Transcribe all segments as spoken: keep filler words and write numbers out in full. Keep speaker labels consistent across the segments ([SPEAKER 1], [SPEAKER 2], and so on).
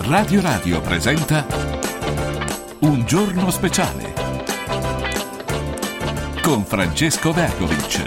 [SPEAKER 1] Radio Radio presenta Un giorno speciale con Francesco Vergovic.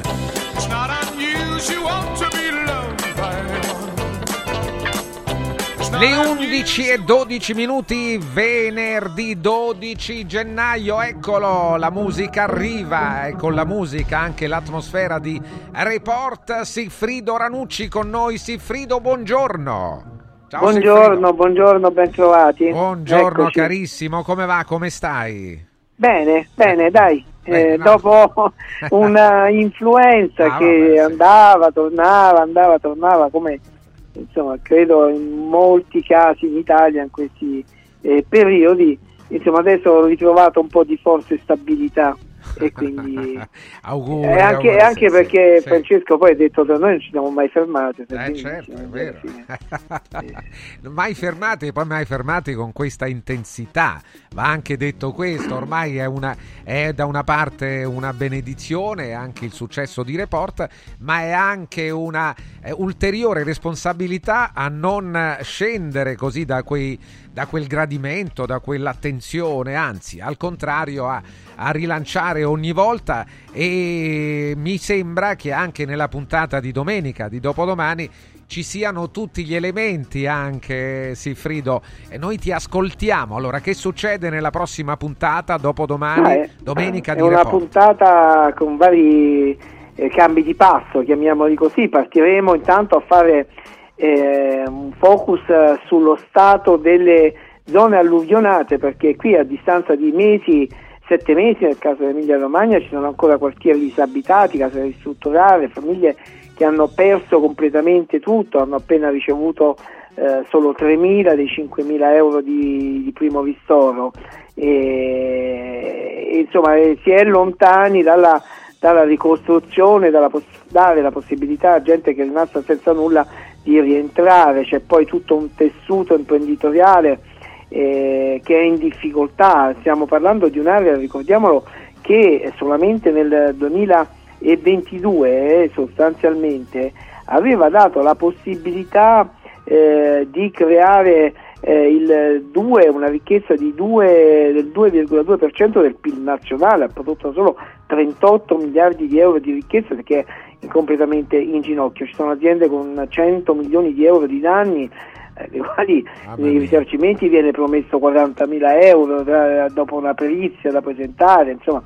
[SPEAKER 2] Le undici e dodici minuti, venerdì dodici gennaio, eccolo, la musica arriva e con la musica anche l'atmosfera di Report. Siffrido Ranucci con noi. Siffrido, buongiorno. Ciao,
[SPEAKER 3] buongiorno,
[SPEAKER 2] Siffrido.
[SPEAKER 3] Buongiorno, ben trovati.
[SPEAKER 2] Buongiorno.
[SPEAKER 3] Eccoci.
[SPEAKER 2] Carissimo, come va, come stai?
[SPEAKER 3] Bene, bene, dai.
[SPEAKER 2] Eh,
[SPEAKER 3] eh,
[SPEAKER 2] no.
[SPEAKER 3] Dopo una influenza
[SPEAKER 2] Ah,
[SPEAKER 3] che
[SPEAKER 2] vabbè, sì.
[SPEAKER 3] andava, tornava, andava, tornava, come insomma credo in molti casi in Italia in questi eh, periodi, insomma adesso ho ritrovato un po' di forza e stabilità e quindi
[SPEAKER 2] auguri,
[SPEAKER 3] eh, anche,
[SPEAKER 2] auguri,
[SPEAKER 3] anche
[SPEAKER 2] sì,
[SPEAKER 3] perché
[SPEAKER 2] sì.
[SPEAKER 3] Francesco poi ha detto che noi non ci siamo mai fermati,
[SPEAKER 2] Eh certo, è vero.
[SPEAKER 3] Sì.
[SPEAKER 2] Mai fermati e poi mai fermati con questa intensità. Va anche detto questo, ormai è, una, è da una parte una benedizione anche il successo di Report, ma è anche una eh, ulteriore responsabilità a non scendere così da quei da quel gradimento, da quell'attenzione, anzi al contrario a, a rilanciare ogni volta. E mi sembra che anche nella puntata di domenica, di dopodomani, ci siano tutti gli elementi anche, Siffrido, e noi ti ascoltiamo. Allora, che succede nella prossima puntata, dopodomani,
[SPEAKER 3] Ah, è,
[SPEAKER 2] domenica
[SPEAKER 3] è
[SPEAKER 2] di
[SPEAKER 3] una
[SPEAKER 2] Report?
[SPEAKER 3] puntata con vari eh, cambi di passo, chiamiamoli così. Partiremo intanto a fare eh, un focus eh, sullo stato delle zone alluvionate, perché qui a distanza di mesi, sette mesi nel caso dell'Emilia Romagna, ci sono ancora quartieri disabitati, case da ristrutturare, famiglie che hanno perso completamente tutto, hanno appena ricevuto eh, solo tremila dei cinquemila euro di, di primo ristoro e, e insomma eh, si è lontani dalla, dalla ricostruzione, dalla poss- dare la possibilità a gente che è rimasta senza nulla di rientrare. C'è poi tutto un tessuto imprenditoriale eh, che è in difficoltà. Stiamo parlando di un'area, ricordiamolo, che solamente nel duemilaventidue eh, sostanzialmente aveva dato la possibilità eh, di creare eh, il due, una ricchezza di due, del due virgola due per cento del P I L nazionale, ha prodotto solo trentotto miliardi di euro di ricchezza, perché è completamente in ginocchio. Ci sono aziende con cento milioni di euro di danni, eh, nei quali nei risarcimenti viene promesso quarantamila euro da, dopo una perizia da presentare, insomma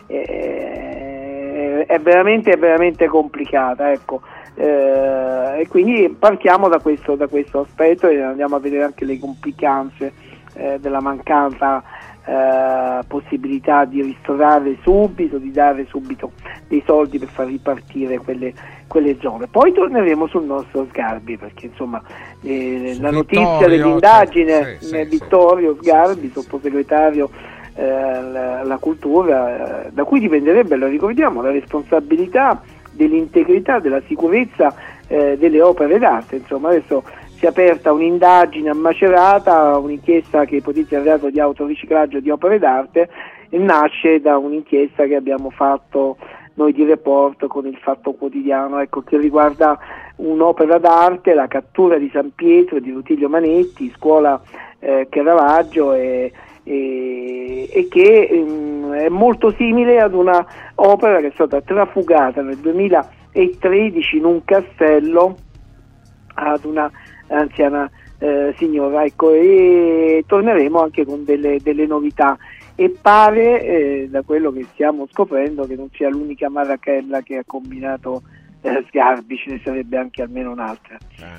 [SPEAKER 3] eh, è veramente, è veramente complicata, ecco. Eh, e quindi partiamo da questo, da questo aspetto e andiamo a vedere anche le complicanze eh, della mancata eh, possibilità di ristorare subito, di dare subito dei soldi per far ripartire quelle, quelle zone. Poi torneremo sul nostro Sgarbi, perché insomma eh, la notizia
[SPEAKER 2] Vittorio,
[SPEAKER 3] dell'indagine
[SPEAKER 2] sì, sì,
[SPEAKER 3] eh,
[SPEAKER 2] sì,
[SPEAKER 3] Vittorio
[SPEAKER 2] sì,
[SPEAKER 3] Sgarbi,
[SPEAKER 2] sì, sì.
[SPEAKER 3] sottosegretario eh, la, la cultura, eh, da cui dipenderebbe, lo ricordiamo, la responsabilità dell'integrità, della sicurezza eh, delle opere d'arte. Insomma, adesso si è aperta un'indagine a Macerata, un'inchiesta che ipotizza il reato di autoriciclaggio di opere d'arte, e nasce da un'inchiesta che abbiamo fatto noi di Report con il Fatto Quotidiano, ecco, che riguarda un'opera d'arte, la cattura di San Pietro di Rutilio Manetti, scuola eh, Caravaggio, e E, e che um, è molto simile ad una opera che è stata trafugata nel duemilatredici in un castello ad una anziana eh, signora, ecco, e torneremo anche con delle, delle novità, e pare eh, da quello che stiamo scoprendo che non sia l'unica marachella che ha combinato eh, Sgarbi, ce ne sarebbe anche almeno un'altra.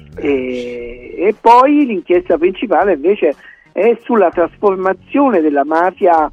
[SPEAKER 3] E, e poi l'inchiesta principale invece è sulla trasformazione della mafia,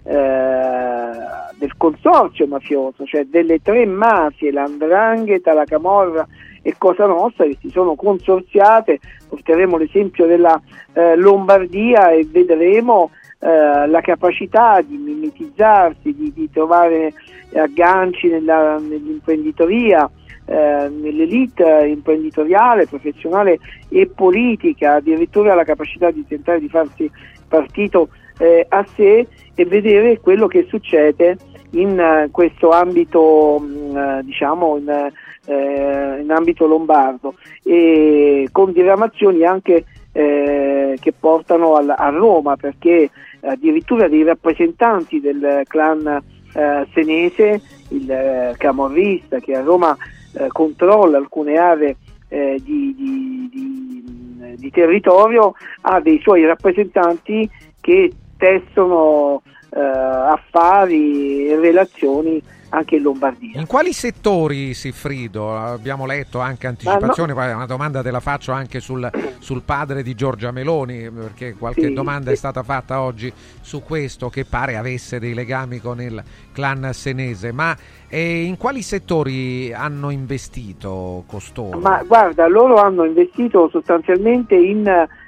[SPEAKER 3] eh, del consorzio mafioso, cioè delle tre mafie, la 'ndrangheta, la Camorra e Cosa Nostra, che si sono consorziate. Porteremo l'esempio della eh, Lombardia e vedremo eh, la capacità di mimetizzarsi, di, di trovare agganci nella, nell'imprenditoria, Eh, nell'elite imprenditoriale, professionale e politica, addirittura la capacità di tentare di farsi partito eh, a sé, e vedere quello che succede in uh, questo ambito, mh, diciamo in, uh, in ambito lombardo, e con diramazioni anche eh, eh, che portano al, a Roma, perché addirittura dei rappresentanti del clan eh, senese, il eh, camorrista che a Roma eh, controlla alcune aree eh, di, di, di, di territorio, ha dei suoi rappresentanti che tessono eh, affari e relazioni anche in Lombardia.
[SPEAKER 2] In quali settori, Siffrido? Abbiamo letto anche anticipazione, poi no. Una domanda te la faccio anche sul, sul padre di Giorgia Meloni, perché qualche sì, domanda sì. è stata fatta oggi su questo, che pare avesse dei legami con il clan senese, ma eh, in quali settori hanno investito costoro?
[SPEAKER 3] Ma guarda, loro hanno investito sostanzialmente in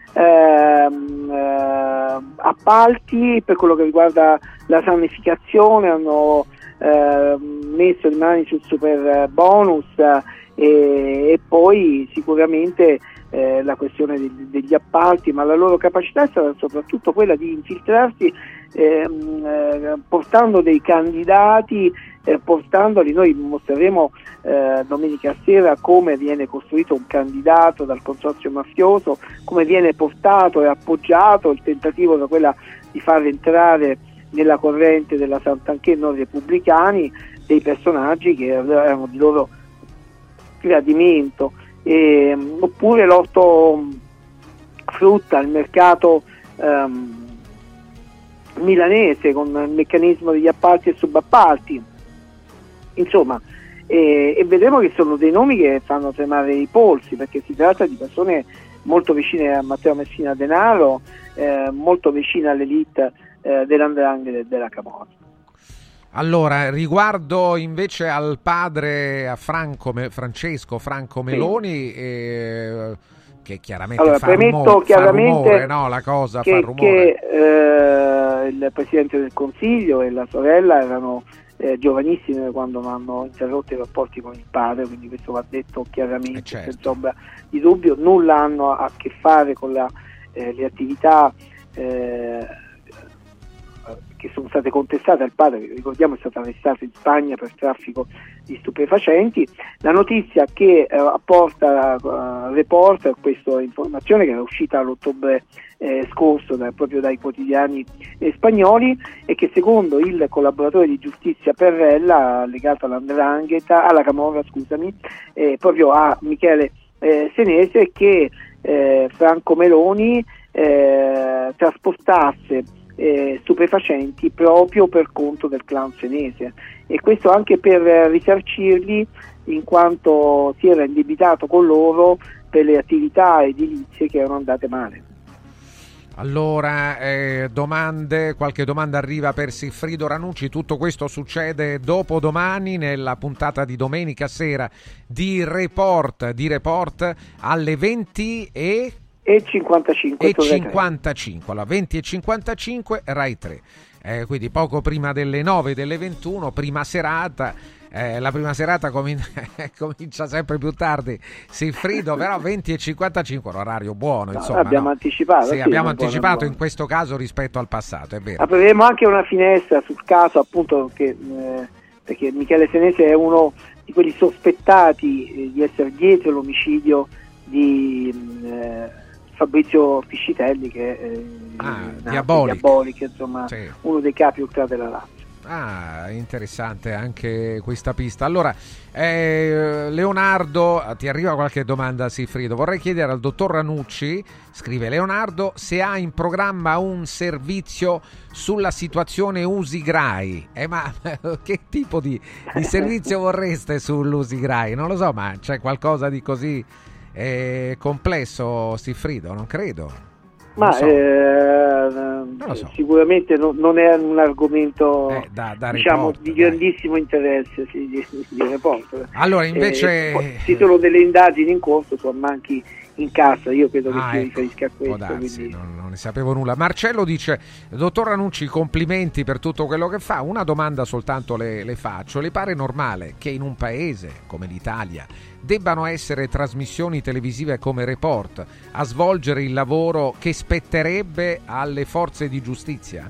[SPEAKER 3] ehm, eh, appalti per quello che riguarda la sanificazione, hanno Eh, messo le mani sul super bonus eh, e poi sicuramente eh, la questione degli, degli appalti, ma la loro capacità è stata soprattutto quella di infiltrarsi ehm, eh, portando dei candidati, eh, portandoli. Noi mostreremo eh, domenica sera come viene costruito un candidato dal consorzio mafioso, come viene portato e appoggiato il tentativo da quella di far entrare nella corrente della Santanchè non repubblicani dei personaggi che erano di loro gradimento, e, oppure l'orto frutta, il mercato um, milanese con il meccanismo degli appalti e subappalti, insomma, e, e vedremo che sono dei nomi che fanno tremare i polsi, perché si tratta di persone molto vicine a Matteo Messina Denaro, eh, molto vicine all'elite eh, dell'Andrangheta e della Camorra.
[SPEAKER 2] Allora, riguardo invece al padre, a Franco, Francesco Franco Meloni, sì. eh, che chiaramente allora, fa, rumore, chiaramente fa rumore, no? La cosa
[SPEAKER 3] che,
[SPEAKER 2] fa rumore.
[SPEAKER 3] Che eh, il Presidente del Consiglio e la sorella erano eh, giovanissime quando hanno interrotto i rapporti con il padre, quindi questo va detto chiaramente, eh certo. senza ombra di dubbio. Nulla hanno a che fare con la, eh, le attività eh, che sono state contestate al padre, che ricordiamo è stato arrestato in Spagna per traffico di stupefacenti. La notizia che eh, apporta uh, Reporter, questa informazione che era uscita all'ottobre eh, scorso da, proprio dai quotidiani eh, spagnoli, è che secondo il collaboratore di giustizia Perrella, legato all'Andrangheta, alla Camorra scusami, eh, proprio a Michele eh, Senese, che eh, Franco Meloni eh, trasportasse Eh, stupefacenti proprio per conto del clan senese, e questo anche per risarcirli in quanto si era indebitato con loro per le attività edilizie che erano andate male.
[SPEAKER 2] Allora, eh, domande, qualche domanda arriva per Siffrido Ranucci. Tutto questo succede dopodomani nella puntata di domenica sera di Report, di Report alle venti e
[SPEAKER 3] e cinquantacinque
[SPEAKER 2] e cinquantacinque, allora venti e cinquantacinque Rai tre, eh, quindi poco prima delle nove, delle ventuno, prima serata. Eh, la prima serata comin- comincia sempre più tardi, Siffrido, però venti e cinquantacinque, un orario buono, insomma.
[SPEAKER 3] No, abbiamo
[SPEAKER 2] no?
[SPEAKER 3] anticipato.
[SPEAKER 2] Sì,
[SPEAKER 3] sì,
[SPEAKER 2] abbiamo anticipato
[SPEAKER 3] buona,
[SPEAKER 2] in questo caso rispetto al passato, è vero.
[SPEAKER 3] Apriremo anche una finestra sul caso, appunto, che, eh, perché Michele Senese è uno di quelli sospettati eh, di essere dietro l'omicidio di eh, Fabrizio Piscitelli, che è eh,
[SPEAKER 2] ah,
[SPEAKER 3] Diabolic, Diabolic, insomma, sì. Uno dei capi ultra della Lazio.
[SPEAKER 2] Ah, interessante anche questa pista. Allora, eh, Leonardo, ti arriva qualche domanda, Siffrido? Vorrei chiedere al dottor Ranucci, scrive Leonardo, se ha in programma un servizio sulla situazione Usigrai. Eh, ma che tipo di, di servizio vorreste sull'Usigrai? Non lo so, ma c'è qualcosa di così eh, complesso, Siffrido? Non credo.
[SPEAKER 3] Ma
[SPEAKER 2] so.
[SPEAKER 3] eh,
[SPEAKER 2] so.
[SPEAKER 3] sicuramente no, non è un argomento
[SPEAKER 2] eh, da, da
[SPEAKER 3] diciamo
[SPEAKER 2] report,
[SPEAKER 3] di grandissimo dai. interesse sì, di, di Report.
[SPEAKER 2] Allora invece
[SPEAKER 3] eh, ci sono delle indagini in corso su ammanchi in cassa, io credo che
[SPEAKER 2] ah,
[SPEAKER 3] si
[SPEAKER 2] ecco.
[SPEAKER 3] riferisca a questo.
[SPEAKER 2] Darsi,
[SPEAKER 3] quindi...
[SPEAKER 2] non, non ne sapevo nulla. Marcello dice: dottor Ranucci, complimenti per tutto quello che fa. Una domanda soltanto le, le faccio: le pare normale che in un paese come l'Italia debbano essere trasmissioni televisive come Report a svolgere il lavoro che spetterebbe alle forze di giustizia?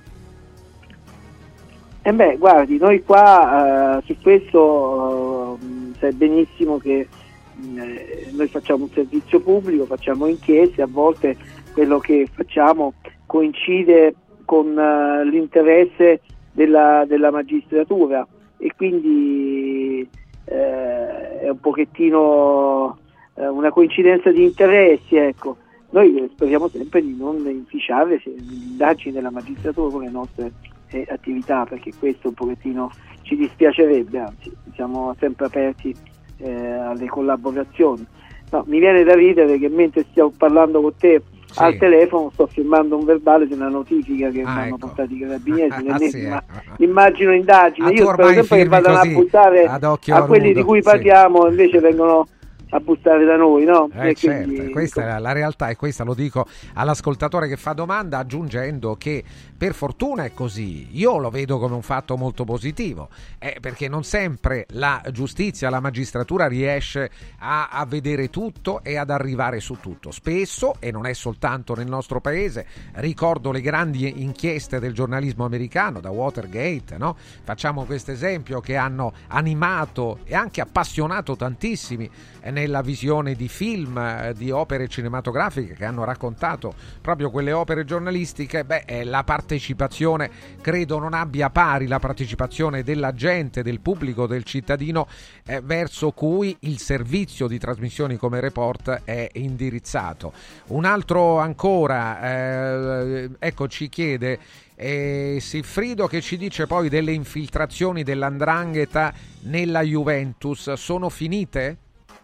[SPEAKER 3] Eh beh, guardi, noi qua uh, su questo uh, sai benissimo che uh, noi facciamo un servizio pubblico, facciamo inchieste, a volte quello che facciamo coincide con uh, l'interesse della, della magistratura e quindi eh, è un pochettino eh, una coincidenza di interessi, ecco. Noi speriamo sempre di non inficiare l'indagine della magistratura con le nostre eh, attività, perché questo un pochettino ci dispiacerebbe, anzi siamo sempre aperti eh, alle collaborazioni. No, mi viene da ridere che mentre stiamo parlando con te sì. al telefono sto firmando un verbale di una notifica che
[SPEAKER 2] ah,
[SPEAKER 3] mi hanno
[SPEAKER 2] ecco.
[SPEAKER 3] portato i carabinieri, ah, sì,
[SPEAKER 2] eh.
[SPEAKER 3] immagino indagini.
[SPEAKER 2] Ah,
[SPEAKER 3] io spero sempre che vadano a bussare a quelli
[SPEAKER 2] nudo.
[SPEAKER 3] di cui
[SPEAKER 2] sì.
[SPEAKER 3] parliamo, invece vengono a bussare da noi, no?
[SPEAKER 2] Eh,
[SPEAKER 3] e
[SPEAKER 2] certo,
[SPEAKER 3] quindi,
[SPEAKER 2] questa è la realtà e questa lo dico all'ascoltatore che fa domanda, aggiungendo che per fortuna è così, io lo vedo come un fatto molto positivo, eh, perché non sempre la giustizia, la magistratura riesce a, a vedere tutto e ad arrivare su tutto, spesso, e non è soltanto nel nostro paese, ricordo le grandi inchieste del giornalismo americano, da Watergate, no? Facciamo questo esempio, che hanno animato e anche appassionato tantissimi nella visione di film, di opere cinematografiche che hanno raccontato proprio quelle opere giornalistiche. Beh, la partecipazione credo non abbia pari, la partecipazione della gente, del pubblico, del cittadino eh, verso cui il servizio di trasmissioni come Report è indirizzato. Un altro ancora, eh, ecco, ci chiede E Siffrido, che ci dice poi delle infiltrazioni dell'Andrangheta nella Juventus sono finite?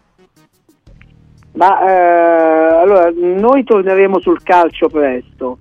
[SPEAKER 3] Ma eh, allora noi torneremo sul calcio presto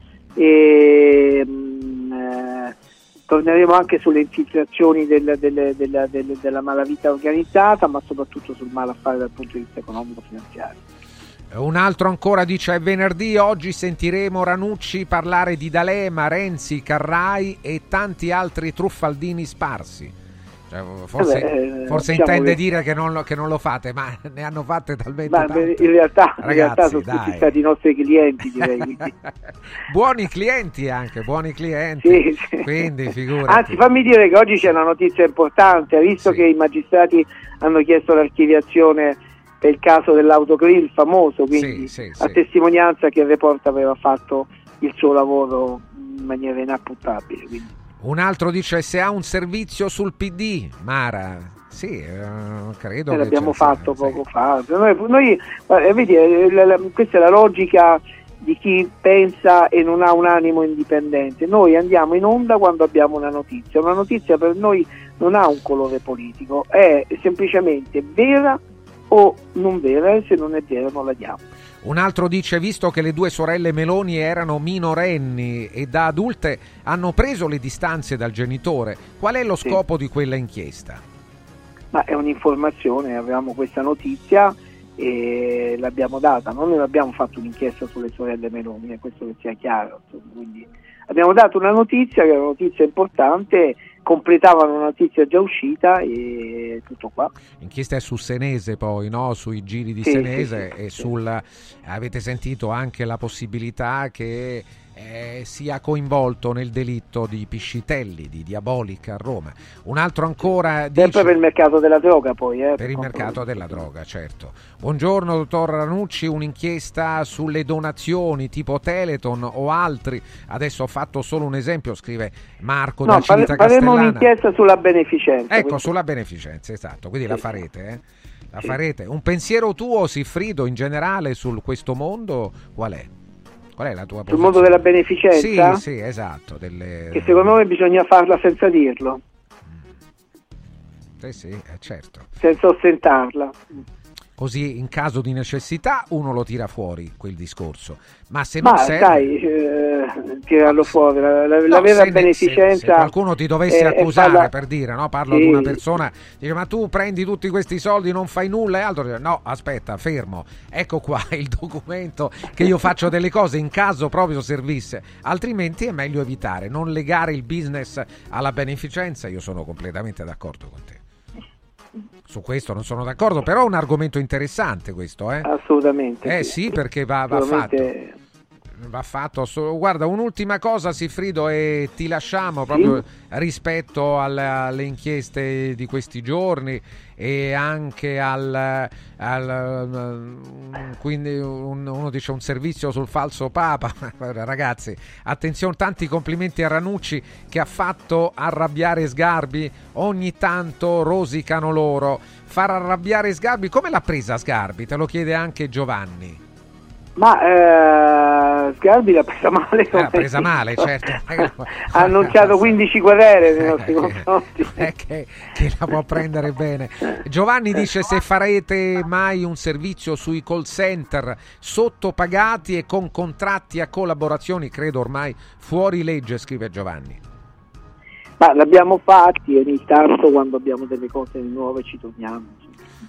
[SPEAKER 3] e mh, eh, torneremo anche sulle infiltrazioni del, del, del, del, della malavita organizzata, ma soprattutto sul malaffare dal punto di vista economico-finanziario.
[SPEAKER 2] Un altro ancora dice: è venerdì, oggi sentiremo Ranucci parlare di D'Alema, Renzi, Carrai e tanti altri truffaldini sparsi. Cioè, forse
[SPEAKER 3] eh beh,
[SPEAKER 2] forse
[SPEAKER 3] diciamo
[SPEAKER 2] intende
[SPEAKER 3] che...
[SPEAKER 2] dire che non, lo, che non lo fate, ma ne hanno fatte talmente
[SPEAKER 3] ma
[SPEAKER 2] tante.
[SPEAKER 3] In realtà,
[SPEAKER 2] Ragazzi,
[SPEAKER 3] in realtà sono tutti stati i nostri clienti, direi.
[SPEAKER 2] Buoni clienti anche, buoni clienti.
[SPEAKER 3] Sì, sì.
[SPEAKER 2] Quindi figurati.
[SPEAKER 3] Anzi, fammi dire che oggi c'è una notizia importante, visto sì. che i magistrati hanno chiesto l'archiviazione per il caso dell'autogrill famoso, quindi
[SPEAKER 2] sì, sì,
[SPEAKER 3] a
[SPEAKER 2] sì.
[SPEAKER 3] testimonianza che il Report aveva fatto il suo lavoro in maniera inappuntabile. Quindi.
[SPEAKER 2] Un altro dice: se ha un servizio sul P D, Mara. Sì, eh, credo
[SPEAKER 3] eh,
[SPEAKER 2] che
[SPEAKER 3] l'abbiamo fatto
[SPEAKER 2] sia,
[SPEAKER 3] poco
[SPEAKER 2] sì.
[SPEAKER 3] fa. Noi, noi eh, vedi, la, la, questa è la logica di chi pensa e non ha un animo indipendente. Noi andiamo in onda quando abbiamo una notizia. Una notizia per noi non ha un colore politico, è semplicemente vera o non vera, e se non è vera non la diamo.
[SPEAKER 2] Un altro dice: visto che le due sorelle Meloni erano minorenni e da adulte hanno preso le distanze dal genitore, qual è lo scopo sì. di quella inchiesta? Ma
[SPEAKER 3] è un'informazione, avevamo questa notizia e l'abbiamo data, noi non abbiamo fatto un'inchiesta sulle sorelle Meloni, è questo che sia chiaro, quindi abbiamo dato una notizia che è una notizia importante, completavano una notizia già uscita e tutto qua.
[SPEAKER 2] L'inchiesta è su Senese poi, no? Sui giri di
[SPEAKER 3] sì,
[SPEAKER 2] Senese
[SPEAKER 3] sì, sì,
[SPEAKER 2] e
[SPEAKER 3] sì.
[SPEAKER 2] sul avete sentito anche la possibilità che eh, sia coinvolto nel delitto di Piscitelli, di Diabolica a Roma. Un altro ancora dice,
[SPEAKER 3] sempre per il mercato della droga poi. Eh,
[SPEAKER 2] per, per il mercato della droga, certo. Buongiorno dottor Ranucci, un'inchiesta sulle donazioni tipo Teleton o altri, adesso ho fatto solo un esempio, scrive Marco
[SPEAKER 3] no,
[SPEAKER 2] da Civita
[SPEAKER 3] fare, faremo
[SPEAKER 2] Castellana.
[SPEAKER 3] un'inchiesta sulla beneficenza.
[SPEAKER 2] Ecco,
[SPEAKER 3] quindi...
[SPEAKER 2] sulla beneficenza, esatto, quindi sì. la farete, eh? La
[SPEAKER 3] sì.
[SPEAKER 2] farete. Un pensiero tuo, Siffrido, in generale su questo mondo, qual è? Qual è la tua posizione?
[SPEAKER 3] Sul mondo della beneficenza?
[SPEAKER 2] Sì, sì, esatto. Delle...
[SPEAKER 3] Che secondo me bisogna farla senza dirlo.
[SPEAKER 2] Sì, sì, eh, certo.
[SPEAKER 3] Senza ostentarla.
[SPEAKER 2] Così in caso di necessità uno lo tira fuori quel discorso, ma se
[SPEAKER 3] ma
[SPEAKER 2] non serve...
[SPEAKER 3] dai, eh, tirarlo fuori, la, la,
[SPEAKER 2] no,
[SPEAKER 3] la vera
[SPEAKER 2] se
[SPEAKER 3] beneficenza...
[SPEAKER 2] Ne, se, se qualcuno ti dovesse
[SPEAKER 3] è,
[SPEAKER 2] accusare,
[SPEAKER 3] è farla...
[SPEAKER 2] per dire, no? Parlo
[SPEAKER 3] sì.
[SPEAKER 2] di una persona, dice ma tu prendi tutti questi soldi, non fai nulla e altro, no, aspetta, fermo, ecco qua il documento che io faccio delle cose in caso proprio servisse, altrimenti è meglio evitare, non legare il business alla beneficenza. Io sono completamente d'accordo con te. Su questo non sono d'accordo, però è un argomento interessante questo, eh?
[SPEAKER 3] Assolutamente.
[SPEAKER 2] Eh sì, perché va, va fatto. Va fatto. Guarda, un'ultima cosa, Siffrido, e ti lasciamo proprio sì. rispetto alle, alle inchieste di questi giorni e anche al, al quindi un, uno dice un servizio sul falso Papa. Ragazzi, attenzione, tanti complimenti a Ranucci che ha fatto arrabbiare Sgarbi, ogni tanto rosicano loro. Far arrabbiare Sgarbi, come l'ha presa Sgarbi? Te lo chiede anche Giovanni.
[SPEAKER 3] Ma eh, Sgarbi l'ha presa male.
[SPEAKER 2] L'ha presa male, certo.
[SPEAKER 3] Ha annunciato quindici querele nei nostri confronti.
[SPEAKER 2] Eh, che, che la può prendere bene. Giovanni dice: se farete mai un servizio sui call center sottopagati e con contratti a collaborazioni, credo ormai fuori legge, scrive Giovanni.
[SPEAKER 3] Ma l'abbiamo fatti e ogni tanto quando abbiamo delle cose nuove ci torniamo.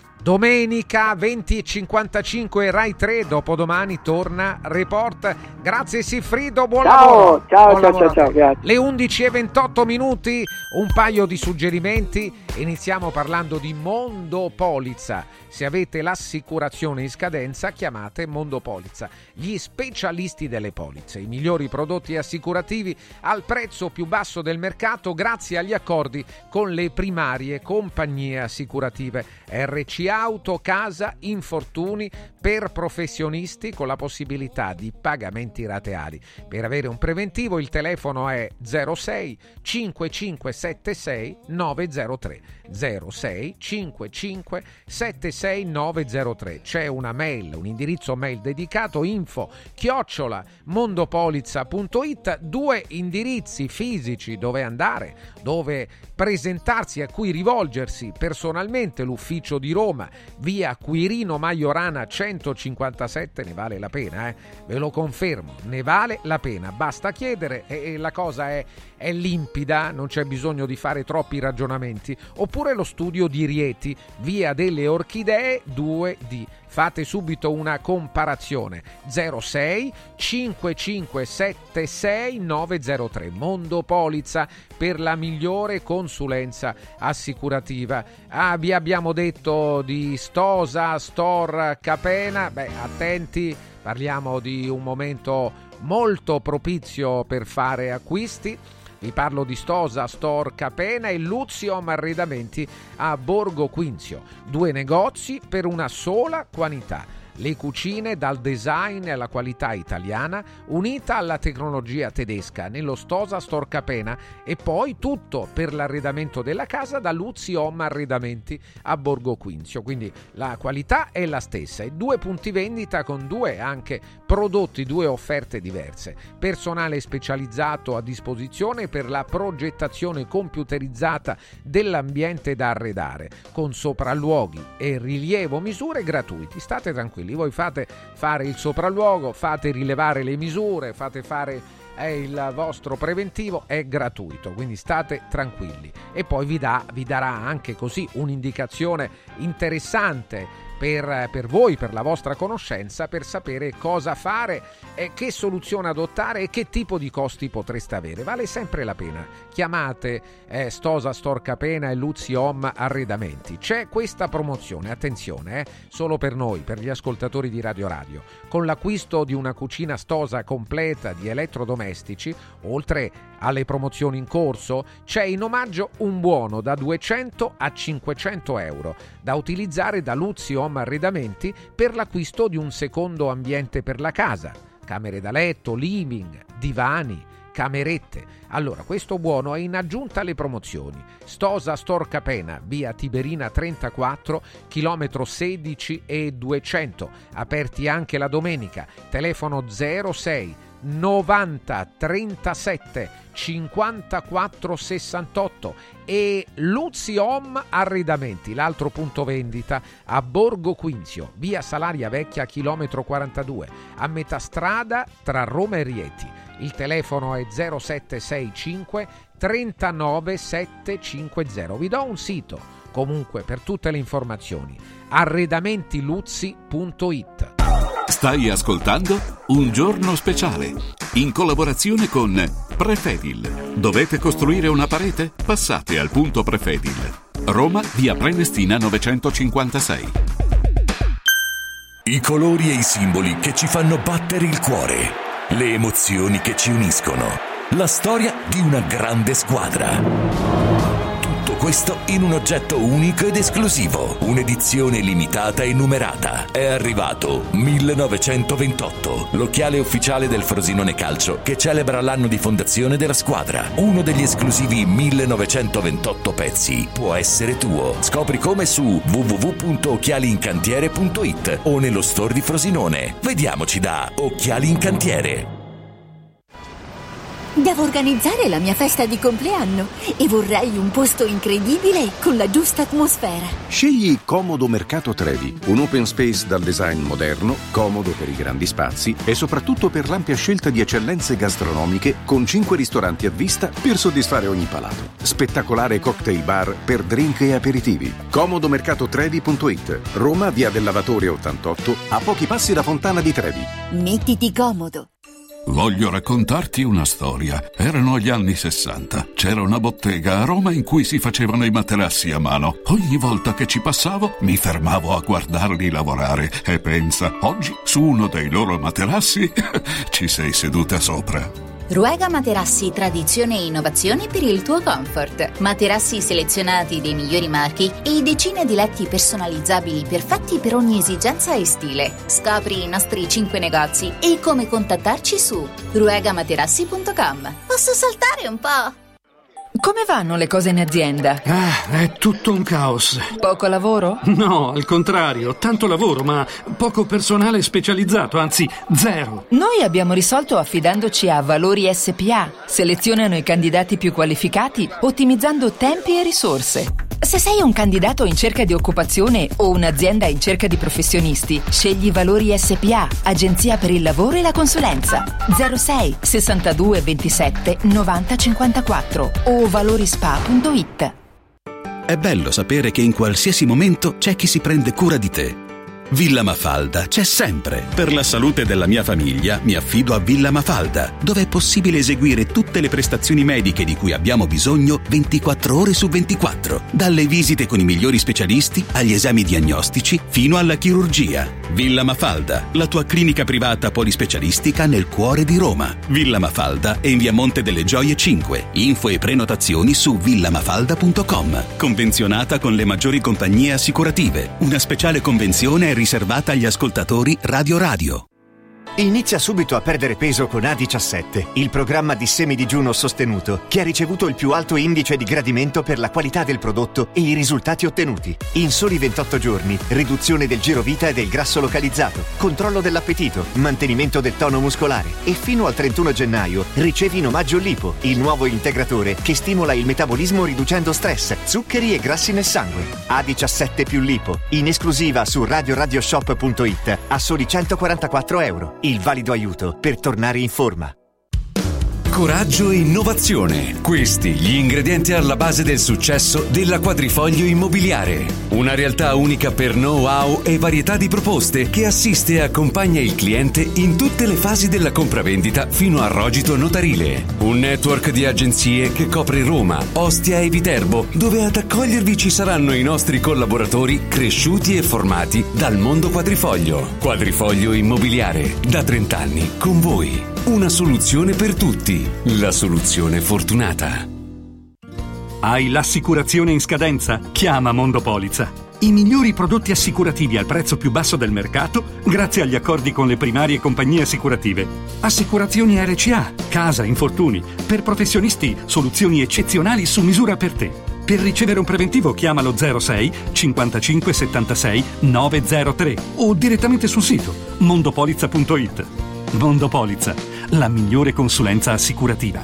[SPEAKER 2] Domenica venti e cinquantacinque Rai tre, dopodomani torna Report. Grazie Siffrido, buon
[SPEAKER 3] ciao,
[SPEAKER 2] lavoro.
[SPEAKER 3] Ciao,
[SPEAKER 2] buon
[SPEAKER 3] ciao,
[SPEAKER 2] lavoro
[SPEAKER 3] ciao, ciao, grazie.
[SPEAKER 2] Le undici e ventotto minuti, un paio di suggerimenti. Iniziamo parlando di Mondopolizza. Se avete l'assicurazione in scadenza, chiamate Mondopolizza, gli specialisti delle polizze, i migliori prodotti assicurativi al prezzo più basso del mercato grazie agli accordi con le primarie compagnie assicurative R C Auto, Casa, Infortuni per professionisti con la possibilità di pagamenti rateali. Per avere un preventivo il telefono è zero sei cinque cinque sette sei nove zero tre zero sei cinque cinque sette sei nove zero tre. C'è una mail, un indirizzo mail dedicato, info chiocciola mondopolizza punto it, due indirizzi fisici dove andare, dove presentarsi, a cui rivolgersi personalmente: l'ufficio di Roma, via Quirino Maiorana centocinquantasette, ne vale la pena, eh? Ve lo confermo, ne vale la pena, basta chiedere e, e la cosa è, è limpida, non c'è bisogno di fare troppi ragionamenti. Oppure lo studio di Rieti, via delle Orchidee due D. Fate subito una comparazione. Zero sei cinque cinque sette sei nove zero tre. Mondopolizza per la migliore consulenza assicurativa. Ah, vi abbiamo detto di Stosa Store Capena. Beh, attenti, parliamo di un momento molto propizio per fare acquisti. Vi parlo di Stosa Store Capena e Luziom Arredamenti a Borgo Quinzio. Due negozi per una sola qualità. Le cucine dal design e alla qualità italiana unita alla tecnologia tedesca nello Stosa Store Capena, e poi tutto per l'arredamento della casa da Luziom Arredamenti a Borgo Quinzio. Quindi la qualità è la stessa e due punti vendita con due anche prodotti, due offerte diverse. Personale specializzato a disposizione per la progettazione computerizzata dell'ambiente da arredare, con sopralluoghi e rilievo misure gratuiti. State tranquilli, voi fate fare il sopralluogo, fate rilevare le misure, fate fare eh, il vostro preventivo, è gratuito, quindi state tranquilli. E poi vi, dà, vi darà anche così un'indicazione interessante per, per voi, per la vostra conoscenza, per sapere cosa fare e che soluzione adottare e che tipo di costi potreste avere. Vale sempre la pena. Chiamate eh, Stosa Store Capena e Luziom Arredamenti. C'è questa promozione, attenzione, eh, solo per noi, per gli ascoltatori di Radio Radio. Con l'acquisto di una cucina Stosa completa di elettrodomestici, oltre alle promozioni in corso, c'è in omaggio un buono da duecento a cinquecento euro da utilizzare da Luziom Arredamenti per l'acquisto di un secondo ambiente per la casa, camere da letto, living, divani, camerette. Allora, questo buono è in aggiunta alle promozioni. Stosa Store Capena, via Tiberina trentaquattro, chilometro sedici e duecento, aperti anche la domenica. Telefono zero sei novanta trentasette cinquantaquattro sessantotto. E Luziom Arredamenti, l'altro punto vendita a Borgo Quinzio, via Salaria Vecchia, chilometro quarantadue, a metà strada tra Roma e Rieti. Il telefono è zero sette sei cinque trentanove settecentocinquanta. Vi do un sito comunque per tutte le informazioni: arredamentiluzzi punto it.
[SPEAKER 1] Stai ascoltando Un Giorno Speciale in collaborazione con Prefedil. Dovete costruire una parete? Passate al punto Prefedil. Roma, via Prenestina novecentocinquantasei.
[SPEAKER 4] I colori e i simboli che ci fanno battere il cuore. le emozioni che ci uniscono, la storia di una grande squadra. Tutto questo in un oggetto unico ed esclusivo, un'edizione limitata e numerata. È arrivato millenovecentoventotto, l'occhiale ufficiale del Frosinone Calcio che celebra l'anno di fondazione della squadra. Uno degli esclusivi millenovecentoventotto pezzi può essere tuo. Scopri come su w w w punto occhialiincantiere punto i t o nello store di Frosinone. Vediamoci da Occhiali in Cantiere.
[SPEAKER 5] Devo organizzare la mia festa di compleanno e vorrei un posto incredibile con la giusta atmosfera.
[SPEAKER 6] Scegli Comodo Mercato Trevi, un open space dal design moderno, comodo per i grandi spazi e soprattutto per l'ampia scelta di eccellenze gastronomiche con cinque ristoranti a vista per soddisfare ogni palato. Spettacolare cocktail bar per drink e aperitivi. comodo mercato trevi punto i t, Roma, via del Lavatore ottantotto, a pochi passi da Fontana di Trevi.
[SPEAKER 5] Mettiti comodo.
[SPEAKER 1] Voglio raccontarti una storia. Erano gli anni sessanta. C'era una bottega a Roma in cui si facevano i materassi a mano. Ogni volta che ci passavo mi fermavo a guardarli lavorare e pensa, oggi su uno dei loro materassi ci sei seduta sopra.
[SPEAKER 7] Ruega Materassi, tradizione e innovazione per il tuo comfort. Materassi selezionati dei migliori marchi e decine di letti personalizzabili perfetti per ogni esigenza e stile. Scopri i nostri cinque negozi e come contattarci su ruega materassi punto com. Posso saltare un po'?
[SPEAKER 8] Come vanno le cose in azienda?
[SPEAKER 9] Ah, è tutto un caos.
[SPEAKER 8] Poco lavoro?
[SPEAKER 9] No, al contrario, tanto lavoro, ma poco personale specializzato, anzi zero.
[SPEAKER 8] Noi abbiamo risolto affidandoci a Valori S P A. Selezionano i candidati più qualificati, ottimizzando tempi e risorse. Se sei un candidato in cerca di occupazione o un'azienda in cerca di professionisti, scegli Valori S P A, agenzia per il lavoro e la consulenza. zero sei sessantadue ventisette novanta cinquantaquattro o valorispa punto i t.
[SPEAKER 10] È bello sapere che in qualsiasi momento c'è chi si prende cura di te. Villa Mafalda c'è sempre. Per la salute della mia famiglia mi affido a Villa Mafalda, dove è possibile eseguire tutte le prestazioni mediche di cui abbiamo bisogno ventiquattro ore su ventiquattro, dalle visite con i migliori specialisti agli esami diagnostici fino alla chirurgia. Villa Mafalda, la tua clinica privata polispecialistica nel cuore di Roma. Villa Mafalda è in via Monte delle Gioie cinque. Info e prenotazioni su villa mafalda punto com. Convenzionata con le maggiori compagnie assicurative. Una speciale convenzione è riservata agli ascoltatori Radio Radio.
[SPEAKER 11] Inizia subito a perdere peso con A diciassette, il programma di semidigiuno sostenuto che ha ricevuto il più alto indice di gradimento per la qualità del prodotto e i risultati ottenuti. In soli ventotto giorni, riduzione del girovita e del grasso localizzato, controllo dell'appetito, mantenimento del tono muscolare e fino al trentuno gennaio ricevi in omaggio Lipo, il nuovo integratore che stimola il metabolismo riducendo stress, zuccheri e grassi nel sangue. A diciassette più Lipo, in esclusiva su radio radio shop punto i t a soli centoquarantaquattro euro. Il valido aiuto per tornare in forma.
[SPEAKER 12] Coraggio e innovazione. Questi gli ingredienti alla base del successo della Quadrifoglio Immobiliare. Una realtà unica per know-how e varietà di proposte che assiste e accompagna il cliente in tutte le fasi della compravendita fino al rogito notarile. Un network di agenzie che copre Roma, Ostia e Viterbo, dove ad accogliervi ci saranno i nostri collaboratori cresciuti e formati dal mondo Quadrifoglio. Quadrifoglio Immobiliare, da trenta anni con voi. Una soluzione per tutti. La soluzione fortunata.
[SPEAKER 9] Hai l'assicurazione in scadenza? Chiama Mondopolizza. I migliori prodotti assicurativi al prezzo più basso del mercato grazie agli accordi con le primarie compagnie assicurative. Assicurazioni R C A, casa, infortuni. Per professionisti, soluzioni eccezionali su misura per te. Per ricevere un preventivo chiamalo zero sei cinquantacinque settantasei novecentotre o direttamente sul sito mondopolizza punto i t. Mondopolizza, la migliore consulenza assicurativa.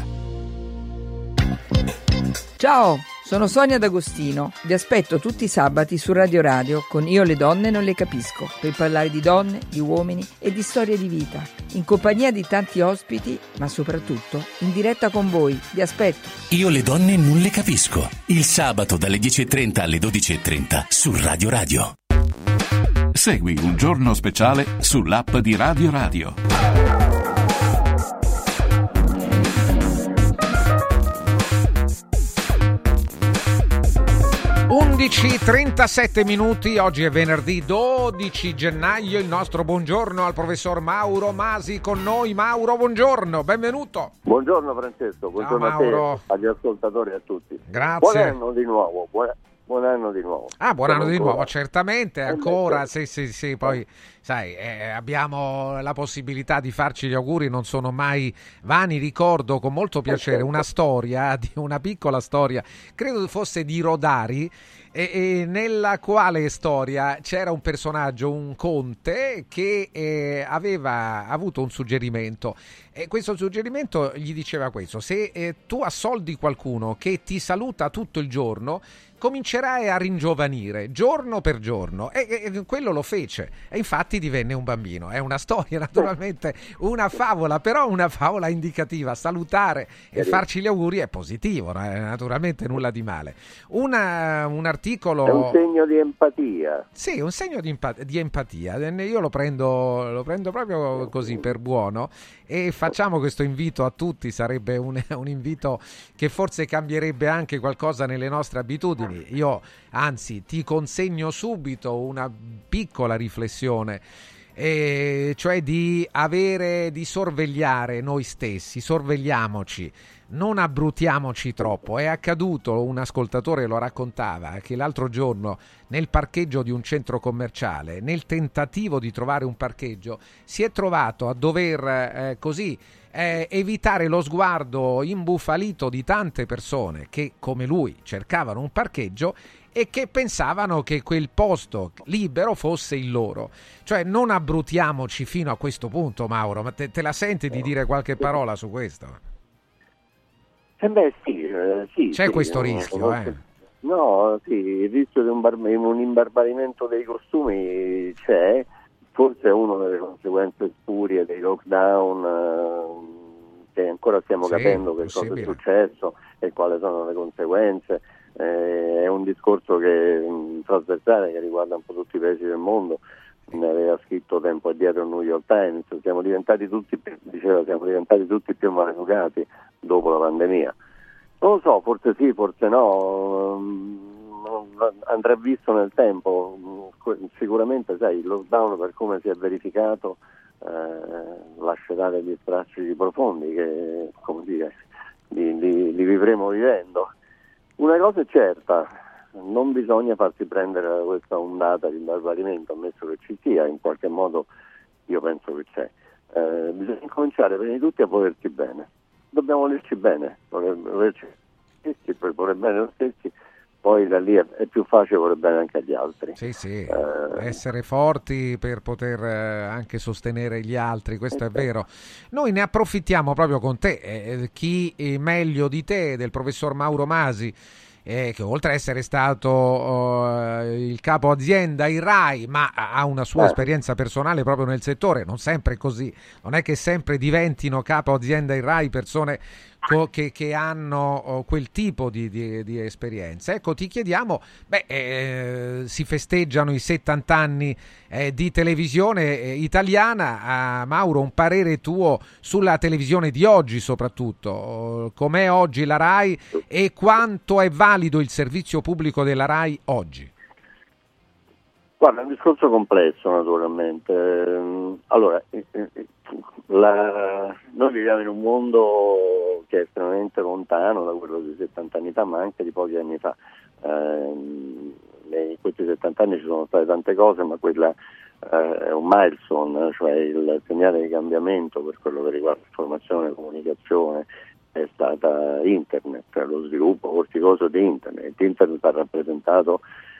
[SPEAKER 13] Ciao, sono Sonia D'Agostino. Vi aspetto tutti i sabati su Radio Radio con Io le donne non le capisco, per parlare di donne, di uomini e di storie di vita, in compagnia di tanti ospiti, ma soprattutto in diretta con voi. Vi aspetto.
[SPEAKER 4] Io le donne non le capisco. Il sabato dalle dieci e trenta alle dodici e trenta su Radio Radio.
[SPEAKER 1] Segui Un Giorno Speciale sull'app di Radio Radio.
[SPEAKER 2] undici undici e trentasette minuti, oggi è venerdì dodici gennaio, il nostro buongiorno al professor Mauro Masi con noi. Mauro, buongiorno, benvenuto.
[SPEAKER 14] Buongiorno Francesco, buongiorno
[SPEAKER 2] Ciao,
[SPEAKER 14] a te,
[SPEAKER 2] Mauro.
[SPEAKER 14] agli ascoltatori e a tutti.
[SPEAKER 2] Grazie.
[SPEAKER 14] Buon anno di nuovo, buon, buon anno di nuovo.
[SPEAKER 2] Ah, buon anno di
[SPEAKER 14] ancora.
[SPEAKER 2] nuovo, certamente, ancora,
[SPEAKER 14] Eh,
[SPEAKER 2] sì, sì, sì, poi sai, eh, abbiamo la possibilità di farci gli auguri, non sono mai vani. Ricordo con molto piacere una storia, di una piccola storia, credo fosse di Rodari, e, e nella quale storia c'era un personaggio, un conte, che eh, aveva avuto un suggerimento, e questo suggerimento gli diceva questo: se eh, tu assoldi qualcuno che ti saluta tutto il giorno, comincerai a ringiovanire giorno per giorno, e, e quello lo fece e infatti divenne un bambino. È una storia, naturalmente una favola, però una favola indicativa. Salutare e farci gli auguri è positivo, no? È naturalmente nulla di male. Una, un articolo
[SPEAKER 14] È un segno di empatia.
[SPEAKER 2] Sì, un segno di, empa- di empatia. Io lo prendo, lo prendo proprio così per buono, e facciamo questo invito a tutti. Sarebbe un, un invito che forse cambierebbe anche qualcosa nelle nostre abitudini. Io anzi ti consegno subito una piccola riflessione, e cioè di avere, di sorvegliare noi stessi, sorvegliamoci, non abbrutiamoci troppo. È accaduto, un ascoltatore lo raccontava, che l'altro giorno nel parcheggio di un centro commerciale, nel tentativo di trovare un parcheggio, si è trovato a dover eh, così eh, evitare lo sguardo imbufalito di tante persone che, come lui, cercavano un parcheggio e che pensavano che quel posto libero fosse il loro. Cioè, non abbrutiamoci fino a questo punto, Mauro. Ma te, te la senti di dire qualche parola su questo?
[SPEAKER 14] Eh beh sì, eh, sì
[SPEAKER 2] C'è
[SPEAKER 14] sì,
[SPEAKER 2] questo
[SPEAKER 14] no,
[SPEAKER 2] rischio, eh?
[SPEAKER 14] No, sì, il rischio di un, bar- un imbarbarimento dei costumi c'è, forse è una delle conseguenze spurie dei lockdown, eh, che ancora stiamo
[SPEAKER 2] Sì,
[SPEAKER 14] capendo che cosa è successo e quali sono le conseguenze. Eh, è un discorso che mh, trasversale, che riguarda un po' tutti i paesi del mondo. Ne aveva scritto tempo addietro il New York Times. Siamo diventati tutti, diceva, siamo diventati tutti più maleducati dopo la pandemia. Non lo so, forse sì, forse no, andrà visto nel tempo. Sicuramente, sai, il lockdown, per come si è verificato, eh, lascerà degli strascichi profondi che, come dire, li, li, li vivremo vivendo. Una cosa è certa: non bisogna farsi prendere da questa ondata di imbarbarimento, ammesso che ci sia, in qualche modo io penso che c'è. Eh, bisogna cominciare prima di tutti a volerci bene. Dobbiamo volerci bene, volerci stessi, poi voler bene noi stessi, poi da lì è, è più facile voler bene anche agli altri.
[SPEAKER 2] Sì, sì,
[SPEAKER 14] eh,
[SPEAKER 2] essere forti per poter eh, anche sostenere gli altri, questo è vero. Noi ne approfittiamo proprio con te, eh, chi è meglio di te, del professor Mauro Masi, Eh, che oltre a essere stato uh, il capo azienda I RAI, ma ha una sua
[SPEAKER 14] eh.
[SPEAKER 2] esperienza personale proprio nel settore. Non sempre è così, non è che sempre diventino capo azienda I RAI persone co- che, che hanno uh, quel tipo di, di, di esperienza. Ecco, ti chiediamo, beh, eh, si festeggiano i settanta anni eh, di televisione eh, italiana. Uh, Mauro, un parere tuo sulla televisione di oggi, soprattutto uh, com'è oggi la RAI e quanto è valido il servizio pubblico della RAI oggi?
[SPEAKER 14] Guarda, è un discorso complesso, naturalmente. Allora, la... noi viviamo in un mondo che è estremamente lontano da quello di settanta anni fa, ma anche di pochi anni fa. Eh, in questi settanta anni ci sono state tante cose, ma quella eh, è un milestone, cioè il segnale di cambiamento per quello che riguarda informazione e comunicazione è stata internet, lo sviluppo vorticoso di internet. Internet ha rappresentato,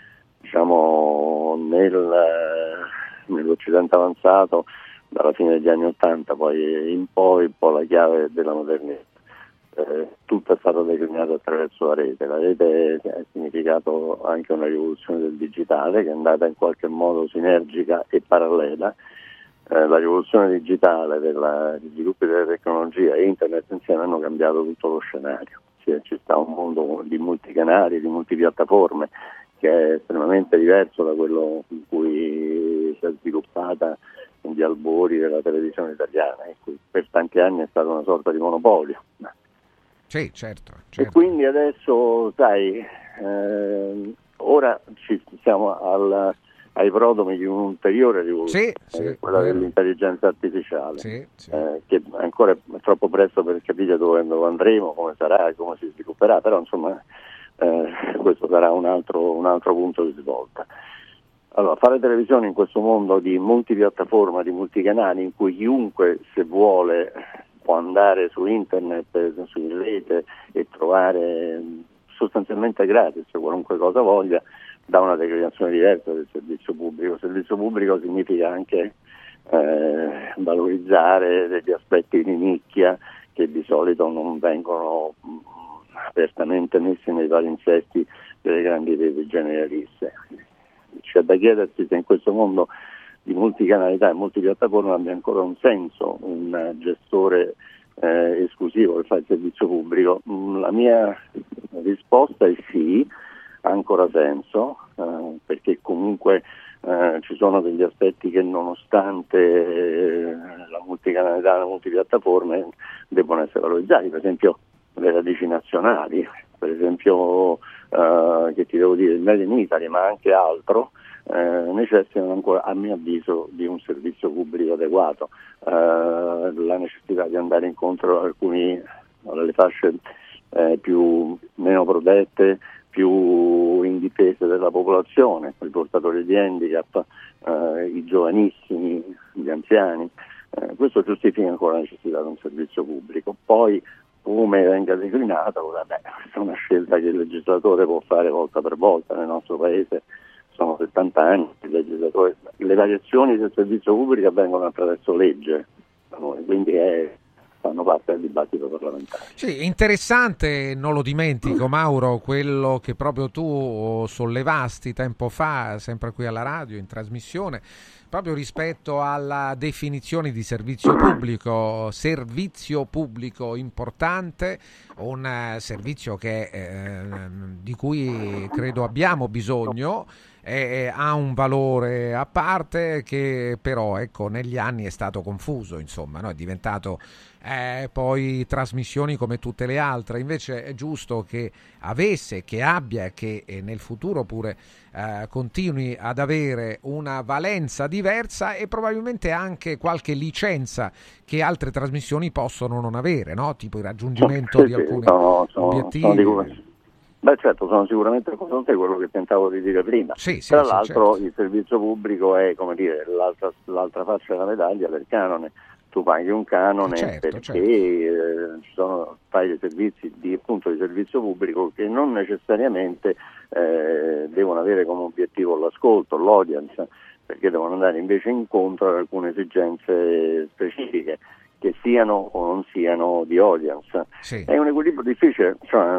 [SPEAKER 14] diciamo, nel, nell'Occidente avanzato, dalla fine degli anni Ottanta poi in poi, un po' la chiave della modernità. Eh, tutto è stato declinato attraverso la rete. La rete ha significato anche una rivoluzione del digitale, che è andata in qualche modo sinergica e parallela. Eh, la rivoluzione digitale degli sviluppi delle tecnologie e internet insieme hanno cambiato tutto lo scenario. Ci, ci sta un mondo di multicanali, di multipiattaforme, che è estremamente diverso da quello in cui si è sviluppata negli albori della televisione italiana, in cui per tanti anni è stata una sorta di monopolio.
[SPEAKER 2] Sì, certo, certo.
[SPEAKER 14] E quindi adesso, sai, eh, ora ci siamo al, ai prodromi di un'ulteriore rivoluzione,
[SPEAKER 2] sì, sì,
[SPEAKER 14] quella
[SPEAKER 2] vero.
[SPEAKER 14] dell'intelligenza artificiale,
[SPEAKER 2] sì, sì.
[SPEAKER 14] Eh, che ancora è troppo presto per capire dove, dove andremo, come sarà, come si svilupperà, però insomma eh, questo sarà un altro, un altro punto di svolta. Allora, fare televisione in questo mondo di multipiattaforma, di multicanali, in cui chiunque, se vuole, può andare su internet, su rete e trovare sostanzialmente gratis qualunque cosa voglia, dà una declinazione diversa del servizio pubblico. Il servizio pubblico significa anche eh, valorizzare degli aspetti di nicchia che di solito non vengono mh, apertamente messi nei palinsesti delle grandi reti generaliste. C'è da chiedersi se in questo mondo di multicanalità e multipiattaforma abbia ancora un senso un gestore eh, esclusivo che fa il servizio pubblico. La mia risposta è sì, ha ancora senso, eh, perché comunque eh, ci sono degli aspetti che nonostante eh, la multicanalità e le multipiattaforme devono essere valorizzati, per esempio le radici nazionali, per esempio eh, che ti devo dire il Made in Italy, ma anche altro, eh, necessitano ancora, a mio avviso, di un servizio pubblico adeguato, eh, la necessità di andare incontro a alcuni alle fasce eh, più meno protette, più indifese della popolazione, i portatori di handicap, eh, i giovanissimi, gli anziani. Eh, questo giustifica ancora la necessità di un servizio pubblico. Poi come venga declinato, vabbè, è una scelta che il legislatore può fare volta per volta. Nel nostro paese sono settanta anni, il legislatore, le variazioni del servizio pubblico avvengono attraverso legge, quindi è, fanno parte del dibattito parlamentare.
[SPEAKER 2] Sì, interessante, non lo dimentico Mauro, quello che proprio tu sollevasti tempo fa, sempre qui alla radio, in trasmissione, proprio rispetto alla definizione di servizio pubblico, servizio pubblico importante, un servizio che, eh, di cui credo abbiamo bisogno, eh, ha un valore a parte che però ecco negli anni è stato confuso, insomma, no? È diventato eh, poi trasmissioni come tutte le altre. Invece è giusto che avesse, che abbia, che eh, nel futuro pure eh, continui ad avere una valenza diversa e probabilmente anche qualche licenza che altre trasmissioni possono non avere, no? Tipo il raggiungimento
[SPEAKER 14] sì,
[SPEAKER 2] di
[SPEAKER 14] sì,
[SPEAKER 2] alcuni
[SPEAKER 14] sono, sono,
[SPEAKER 2] obiettivi.
[SPEAKER 14] Sono di... Beh certo, sono sicuramente con te quello che tentavo di dire prima.
[SPEAKER 2] Sì, sì,
[SPEAKER 14] Tra
[SPEAKER 2] sì,
[SPEAKER 14] l'altro
[SPEAKER 2] certo.
[SPEAKER 14] Il servizio pubblico è, come dire, l'altra, l'altra faccia della medaglia del canone. Tu paghi un canone
[SPEAKER 2] certo,
[SPEAKER 14] perché
[SPEAKER 2] certo.
[SPEAKER 14] Eh, ci sono fai dei servizi di, appunto, di servizio pubblico che non necessariamente eh, devono avere come obiettivo l'ascolto, l'audience, perché devono andare invece incontro ad alcune esigenze specifiche, che siano o non siano di audience.
[SPEAKER 2] Sì.
[SPEAKER 14] È un equilibrio difficile, cioè,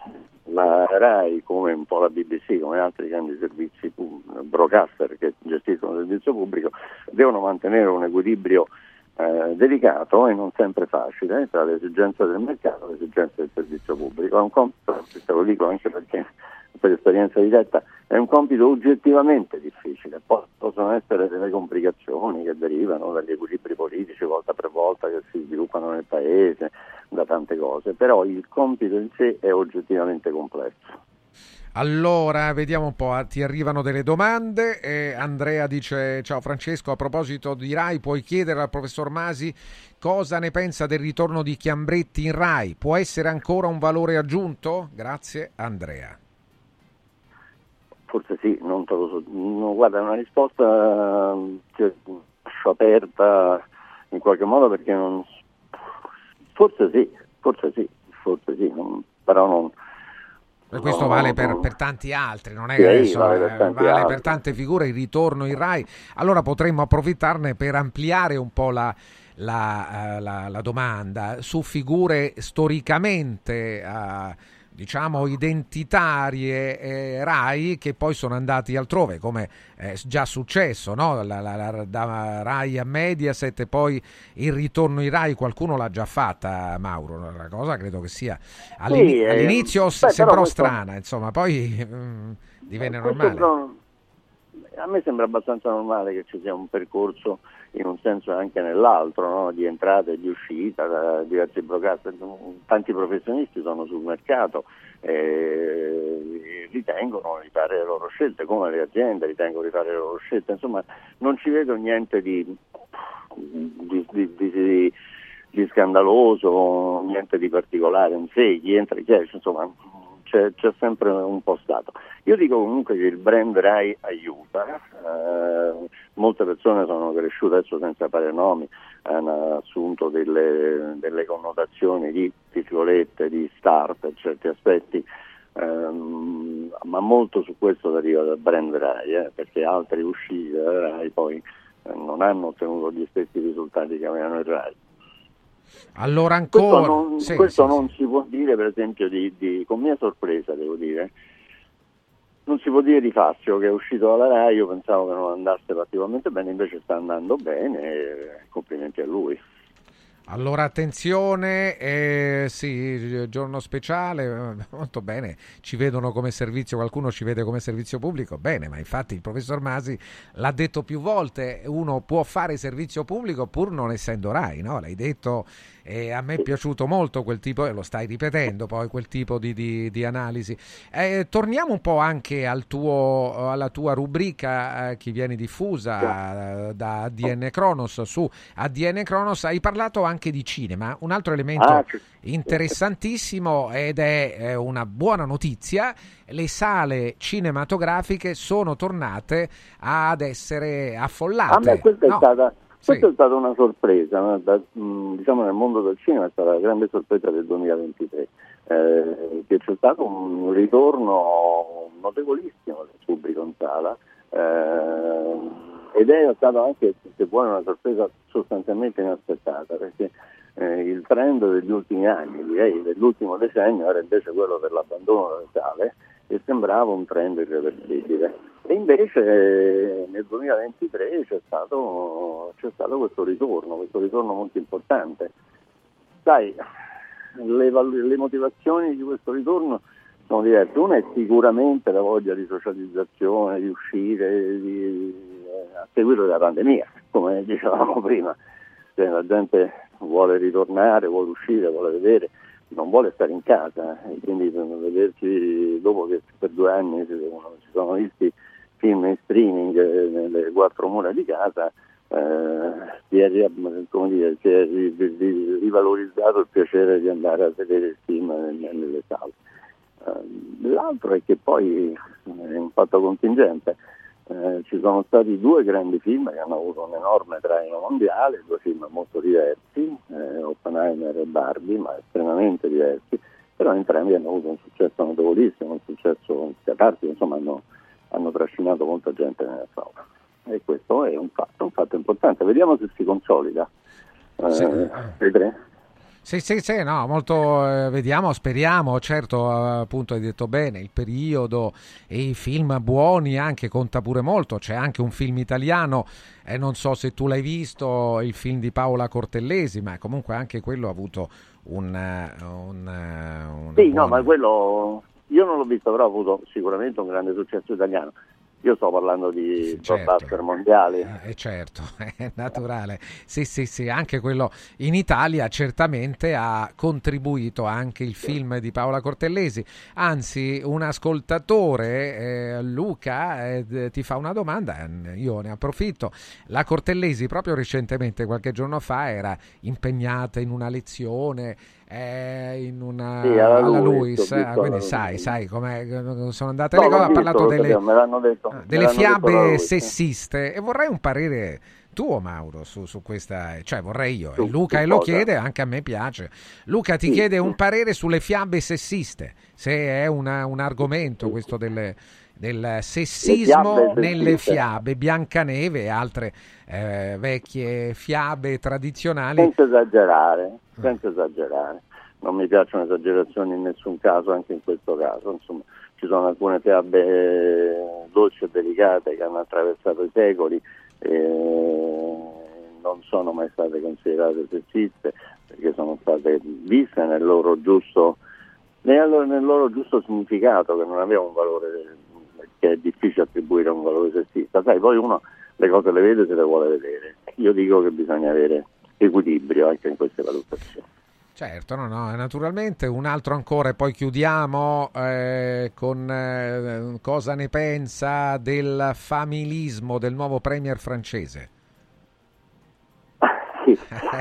[SPEAKER 14] la RAI, come un po' la B B C, come altri grandi servizi broadcaster che gestiscono il servizio pubblico, devono mantenere un equilibrio eh, delicato e non sempre facile eh, tra le esigenze del mercato e le esigenze del servizio pubblico. È un compito, te lo dico anche perché per esperienza diretta, è un compito oggettivamente difficile. Poi possono essere delle complicazioni che derivano dagli equilibri politici volta per volta che si sviluppano nel paese, da tante cose, però il compito in sé è oggettivamente complesso.
[SPEAKER 2] Allora, vediamo un po', ti arrivano delle domande. Eh, Andrea dice: ciao Francesco, a proposito di RAI, puoi chiedere al professor Masi cosa ne pensa del ritorno di Chiambretti in RAI? Può essere ancora un valore aggiunto? Grazie Andrea.
[SPEAKER 14] Forse sì, non te lo so. No, guarda, è una risposta che lascio aperta in qualche modo perché non... Forse sì, forse sì, forse sì, non... però non...
[SPEAKER 2] E questo
[SPEAKER 14] no,
[SPEAKER 2] vale
[SPEAKER 14] no,
[SPEAKER 2] per,
[SPEAKER 14] no.
[SPEAKER 2] per tanti altri, non è
[SPEAKER 14] Sì,
[SPEAKER 2] che adesso,
[SPEAKER 14] vale per
[SPEAKER 2] eh,
[SPEAKER 14] tanti
[SPEAKER 2] vale
[SPEAKER 14] altri.
[SPEAKER 2] per tante figure il ritorno in RAI. Allora potremmo approfittarne per ampliare un po' la, la, uh, la, la domanda su figure storicamente uh, diciamo identitarie eh, RAI che poi sono andati altrove, come è già successo, no? la, la, la, da RAI a Mediaset e poi il ritorno in RAI. Qualcuno l'ha già fatta, Mauro, la cosa credo che sia all'in-
[SPEAKER 14] Sì, eh,
[SPEAKER 2] all'inizio
[SPEAKER 14] beh,
[SPEAKER 2] sembrò
[SPEAKER 14] però questo...
[SPEAKER 2] strana, insomma, poi mh, divenne
[SPEAKER 14] Questo
[SPEAKER 2] normale.
[SPEAKER 14] però, a me sembra abbastanza normale che ci sia un percorso in un senso e anche nell'altro, no? Di entrata e di uscita, da diversi broadcaster. Tanti professionisti sono sul mercato e ritengono di fare le loro scelte, come le aziende ritengono di fare le loro scelte, insomma non ci vedo niente di, di, di, di, di, di scandaloso, niente di particolare in sé, chi entra e chi esce, insomma c'è, c'è sempre un po' stato. Io dico comunque che il brand Rai aiuta, eh, molte persone sono cresciute, adesso senza fare nomi, hanno assunto delle, delle connotazioni di, di fiolette, di star per certi aspetti, ehm, ma molto su questo deriva dal brand Rai, eh, perché altri usciti da Rai poi eh, non hanno ottenuto gli stessi risultati che avevano il Rai.
[SPEAKER 2] Allora ancora
[SPEAKER 14] questo non,
[SPEAKER 2] sì,
[SPEAKER 14] questo
[SPEAKER 2] sì,
[SPEAKER 14] non
[SPEAKER 2] sì.
[SPEAKER 14] si può dire, per esempio, di, di, con mia sorpresa devo dire, non si può dire di Fazio che è uscito dalla Rai. Io pensavo che non andasse particolarmente bene, invece sta andando bene e complimenti a lui.
[SPEAKER 2] Allora attenzione, eh, sì, giorno speciale, molto bene, ci vedono come servizio, qualcuno ci vede come servizio pubblico, bene, ma infatti il professor Masi l'ha detto più volte, uno può fare servizio pubblico pur non essendo Rai, no? L'hai detto, e a me è piaciuto molto quel tipo, e lo stai ripetendo poi, quel tipo di, di, di analisi. Eh, torniamo un po' anche al tuo, alla tua rubrica eh, che viene diffusa eh, da A D N Kronos. Su A D N Kronos hai parlato anche anche di cinema, un altro elemento ah, interessantissimo ed è eh, una buona notizia: le sale cinematografiche sono tornate ad essere affollate.
[SPEAKER 14] A me questa,
[SPEAKER 2] no.
[SPEAKER 14] è, stata, questa
[SPEAKER 2] sì.
[SPEAKER 14] è stata una sorpresa, no? Da, mh, diciamo nel mondo del cinema è stata la grande sorpresa del duemilaventitré, eh, che c'è stato un ritorno notevolissimo del pubblico in sala, eh, ed è stata anche, se vuoi, una sorpresa sostanzialmente inaspettata, perché eh, il trend degli ultimi anni, direi dell'ultimo decennio, era invece quello dell'abbandono delle sale e sembrava un trend irreversibile. E invece eh, nel duemilaventitré c'è stato, c'è stato questo ritorno, questo ritorno molto importante. Sai, le, le motivazioni di questo ritorno sono diverse. Una è sicuramente la voglia di socializzazione, di uscire, di a seguito della pandemia, come dicevamo prima, cioè, la gente vuole ritornare, vuole uscire, vuole vedere, non vuole stare in casa, e quindi vederci dopo che per due anni si sono visti film in streaming nelle quattro mura di casa, eh, si è, come dire, si è rivalorizzato il piacere di andare a vedere il film nelle sale. Eh, l'altro è che poi è un fatto contingente. Eh, ci sono stati due grandi film che hanno avuto un enorme traino mondiale, due film molto diversi, eh, Oppenheimer e Barbie, ma estremamente diversi, però entrambi hanno avuto un successo notevolissimo, un successo catartico, insomma hanno, hanno trascinato molta gente nella sala. E questo è un fatto, un fatto importante. Vediamo se si consolida. Eh,
[SPEAKER 2] sì.
[SPEAKER 14] Vedremo.
[SPEAKER 2] Sì, sì, sì, no, molto, eh, vediamo, speriamo, certo, eh, appunto hai detto bene, il periodo e i film buoni anche conta pure molto, c'è anche un film italiano, e eh, non so se tu l'hai visto, il film di Paola Cortellesi, ma comunque anche quello ha avuto un... un, un
[SPEAKER 14] sì,
[SPEAKER 2] buona...
[SPEAKER 14] no, ma quello, io non l'ho visto, però ha avuto sicuramente un grande successo italiano. Io sto parlando di blockbuster certo. mondiali.
[SPEAKER 2] Eh, certo, è naturale. Sì, sì, sì, anche quello in Italia certamente ha contribuito anche il film di Paola Cortellesi. Anzi, un ascoltatore, eh, Luca, eh, ti fa una domanda, io ne approfitto. La Cortellesi proprio recentemente, qualche giorno fa, era impegnata in una lezione eh, in una
[SPEAKER 14] sì, alla,
[SPEAKER 2] alla
[SPEAKER 14] Luis,
[SPEAKER 2] Luis, eh, quindi
[SPEAKER 14] alla
[SPEAKER 2] sai,
[SPEAKER 14] Luis.
[SPEAKER 2] sai come sono andate
[SPEAKER 14] no,
[SPEAKER 2] le cose, ha
[SPEAKER 14] visto,
[SPEAKER 2] parlato delle,
[SPEAKER 14] me l'hanno detto,
[SPEAKER 2] delle
[SPEAKER 14] me l'hanno
[SPEAKER 2] fiabe
[SPEAKER 14] detto
[SPEAKER 2] sessiste e vorrei un parere tuo, Mauro, su, su questa, cioè vorrei io,
[SPEAKER 14] su,
[SPEAKER 2] e Luca e lo chiede, anche a me piace. Luca ti sì, chiede sì. un parere sulle fiabe sessiste, se è una, un argomento questo delle, del sessismo nelle fiabe, Biancaneve e altre eh, vecchie fiabe tradizionali.
[SPEAKER 14] Senza esagerare, senza esagerare. Non mi piacciono esagerazioni in nessun caso, anche in questo caso. Insomma, ci sono alcune fiabe dolci e delicate che hanno attraversato i secoli e non sono mai state considerate sessiste, perché sono state viste nel loro giusto, nel loro giusto significato, che non aveva un valore, che è difficile attribuire un valore sessista. Sai, poi uno le cose le vede se le vuole vedere. io dico che bisogna avere equilibrio anche in queste valutazioni.
[SPEAKER 2] Certo, no, no, naturalmente. Un altro ancora e poi chiudiamo eh, con eh, cosa ne pensa del familismo del nuovo premier francese?
[SPEAKER 14] Sì.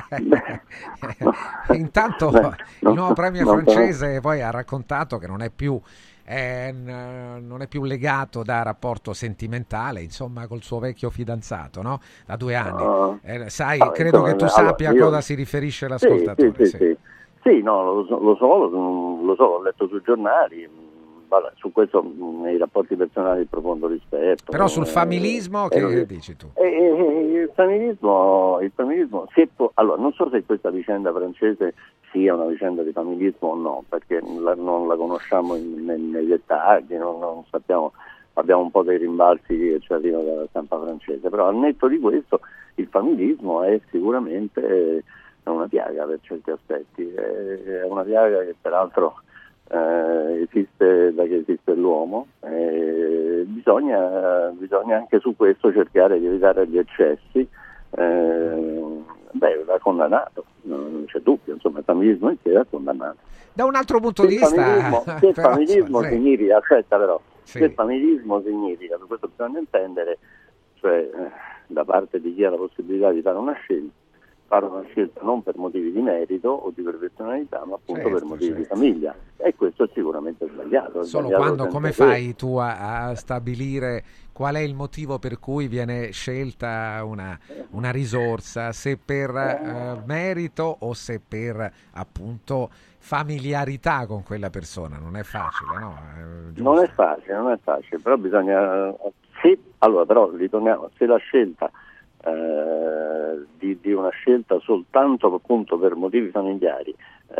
[SPEAKER 2] Intanto
[SPEAKER 14] Beh,
[SPEAKER 2] il nuovo premier
[SPEAKER 14] non
[SPEAKER 2] francese poi ha raccontato che non è più eh, n- non è più legato da rapporto sentimentale, insomma, col suo vecchio fidanzato, no? Da due anni.
[SPEAKER 14] No.
[SPEAKER 2] Eh, sai,
[SPEAKER 14] No,
[SPEAKER 2] credo
[SPEAKER 14] insomma,
[SPEAKER 2] che tu
[SPEAKER 14] allora,
[SPEAKER 2] sappia a
[SPEAKER 14] io-
[SPEAKER 2] cosa si riferisce l'ascoltatore.
[SPEAKER 14] Sì, sì,
[SPEAKER 2] sì.
[SPEAKER 14] sì, sì. Sì, no, lo so, lo so, lo, lo so, l'ho letto sui giornali. Vabbè, su questo mh, nei rapporti personali di profondo rispetto.
[SPEAKER 2] Però sul
[SPEAKER 14] eh,
[SPEAKER 2] familismo
[SPEAKER 14] eh,
[SPEAKER 2] che
[SPEAKER 14] eh,
[SPEAKER 2] dici tu?
[SPEAKER 14] eh, eh, il familismo, il familismo se può- allora non so se questa vicenda francese sia una vicenda di familismo o no, perché la- non la conosciamo in- nei, nei dettagli, non, non sappiamo, abbiamo un po' dei rimbalzi che ci arrivano dalla stampa francese, però al netto di questo il familismo è sicuramente eh, una piaga per certi aspetti, è, è una piaga che peraltro eh, esiste da che esiste l'uomo, eh, bisogna, bisogna anche su questo cercare di evitare gli eccessi. Eh, beh, va condannato, non c'è dubbio, insomma il familismo in sé è condannato.
[SPEAKER 2] Da un altro punto
[SPEAKER 14] Se
[SPEAKER 2] di
[SPEAKER 14] il
[SPEAKER 2] vista,
[SPEAKER 14] familismo, se il
[SPEAKER 2] però,
[SPEAKER 14] familismo
[SPEAKER 2] sì.
[SPEAKER 14] significa, aspetta però,
[SPEAKER 2] Sì.
[SPEAKER 14] se il familismo significa, su questo bisogna intendere, cioè eh, da parte di chi ha la possibilità di fare una scelta, fare una scelta non per motivi di merito o di professionalità, ma appunto
[SPEAKER 2] Certo,
[SPEAKER 14] per motivi
[SPEAKER 2] certo.
[SPEAKER 14] di famiglia, e questo è sicuramente sbagliato. è
[SPEAKER 2] Solo
[SPEAKER 14] sbagliato
[SPEAKER 2] quando,
[SPEAKER 14] senza
[SPEAKER 2] come
[SPEAKER 14] che-
[SPEAKER 2] fai tu a, a stabilire qual è il motivo per cui viene scelta una, una risorsa, se per eh, merito o se per appunto familiarità con quella persona? Non è facile, no? Eh, giusto.
[SPEAKER 14] Non è facile, non è facile, però bisogna, se, allora però ritorniamo, se la scelta eh, di, di una scelta soltanto appunto per motivi familiari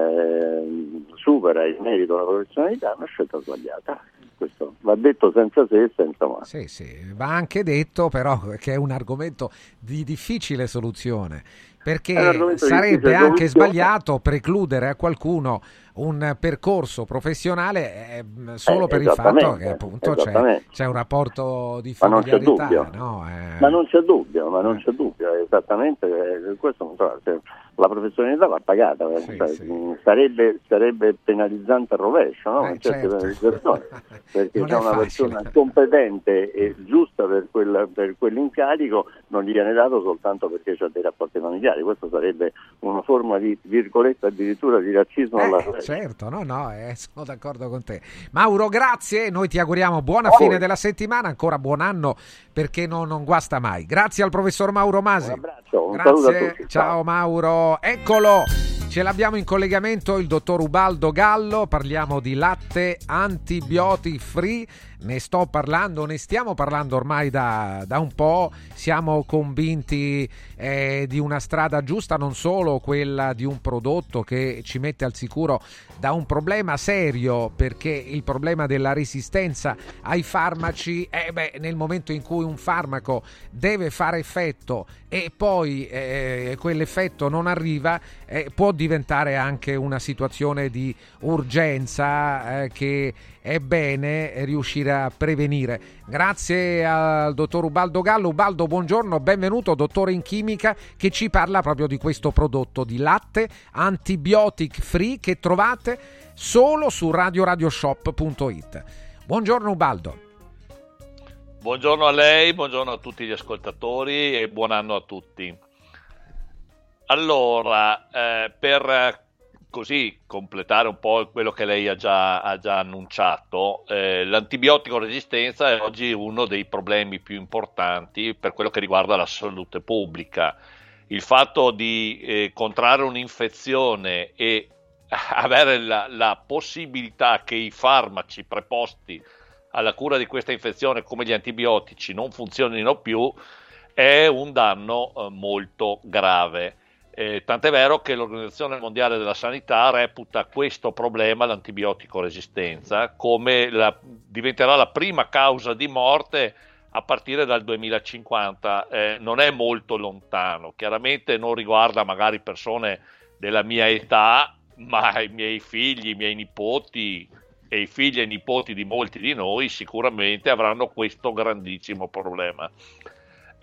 [SPEAKER 14] eh, supera il merito della professionalità, è una scelta sbagliata. Questo va detto senza se e senza ma.
[SPEAKER 2] Sì, sì, va anche detto però che è un argomento di difficile soluzione,
[SPEAKER 14] È un
[SPEAKER 2] perché
[SPEAKER 14] argomento di
[SPEAKER 2] sarebbe
[SPEAKER 14] difficile
[SPEAKER 2] anche
[SPEAKER 14] soluzione.
[SPEAKER 2] sbagliato precludere a qualcuno un percorso professionale eh, solo
[SPEAKER 14] Eh,
[SPEAKER 2] per il fatto
[SPEAKER 14] esattamente,
[SPEAKER 2] che appunto c'è,
[SPEAKER 14] esattamente.
[SPEAKER 2] c'è un rapporto di
[SPEAKER 14] Ma non c'è
[SPEAKER 2] familiarità,
[SPEAKER 14] dubbio.
[SPEAKER 2] no? Eh,
[SPEAKER 14] Ma non c'è dubbio, ma non c'è dubbio, esattamente eh, questo, insomma, se la professionalità va pagata, eh,
[SPEAKER 2] Sì,
[SPEAKER 14] cioè,
[SPEAKER 2] sì.
[SPEAKER 14] mh, Sarebbe, sarebbe penalizzante al rovescio, no?
[SPEAKER 2] Eh,
[SPEAKER 14] In certe
[SPEAKER 2] certo.
[SPEAKER 14] penalizzazioni, perché
[SPEAKER 2] Non
[SPEAKER 14] c'è
[SPEAKER 2] è
[SPEAKER 14] una
[SPEAKER 2] facile.
[SPEAKER 14] persona competente e giusta per, quel, per quell'incarico, non gli viene dato soltanto perché c'ha dei rapporti familiari. Questo sarebbe una forma di, virgolette, addirittura di razzismo alla
[SPEAKER 2] Eh, certo, no, no, eh, sono d'accordo con te. Mauro, grazie, noi ti auguriamo buona
[SPEAKER 14] A
[SPEAKER 2] fine
[SPEAKER 14] voi.
[SPEAKER 2] della settimana, ancora buon anno perché no- non guasta mai. Grazie al professor Mauro Masi.
[SPEAKER 14] Un abbraccio, un saluto a
[SPEAKER 2] Grazie,
[SPEAKER 14] tutti.
[SPEAKER 2] ciao Mauro. Eccolo, ce l'abbiamo in collegamento il dottor Ubaldo Gallo, parliamo di latte antibiotic free. Ne sto parlando, ne stiamo parlando ormai da, da un po', siamo convinti eh, di una strada giusta, non solo quella di un prodotto che ci mette al sicuro da un problema serio, perché il problema della resistenza ai farmaci, eh beh, nel momento in cui un farmaco deve fare effetto e poi eh, quell'effetto non arriva, eh, può diventare anche una situazione di urgenza eh, che è bene riuscire a prevenire. Grazie al dottor Ubaldo Gallo. Ubaldo, buongiorno, benvenuto, dottore in chimica, che ci parla proprio di questo prodotto di latte antibiotic free che trovate solo su radio radio shop punto it. Buongiorno Ubaldo.
[SPEAKER 15] Buongiorno a lei, buongiorno a tutti gli ascoltatori e buon anno a tutti. Allora, eh, per così completare un po' quello che lei ha già, ha già annunciato, eh, l'antibiotico resistenza è oggi uno dei problemi più importanti per quello che riguarda la salute pubblica. Il fatto di eh, contrarre un'infezione e avere la, la possibilità che i farmaci preposti alla cura di questa infezione, come gli antibiotici, non funzionino più, è un danno eh, molto grave. Eh, tant'è vero che l'Organizzazione Mondiale della Sanità reputa questo problema, l'antibiotico resistenza, come la, diventerà la prima causa di morte a partire dal duemilacinquanta. Eh, non è molto lontano, chiaramente non riguarda magari persone della mia età, ma i miei figli, i miei nipoti e i figli e i nipoti di molti di noi sicuramente avranno questo grandissimo problema.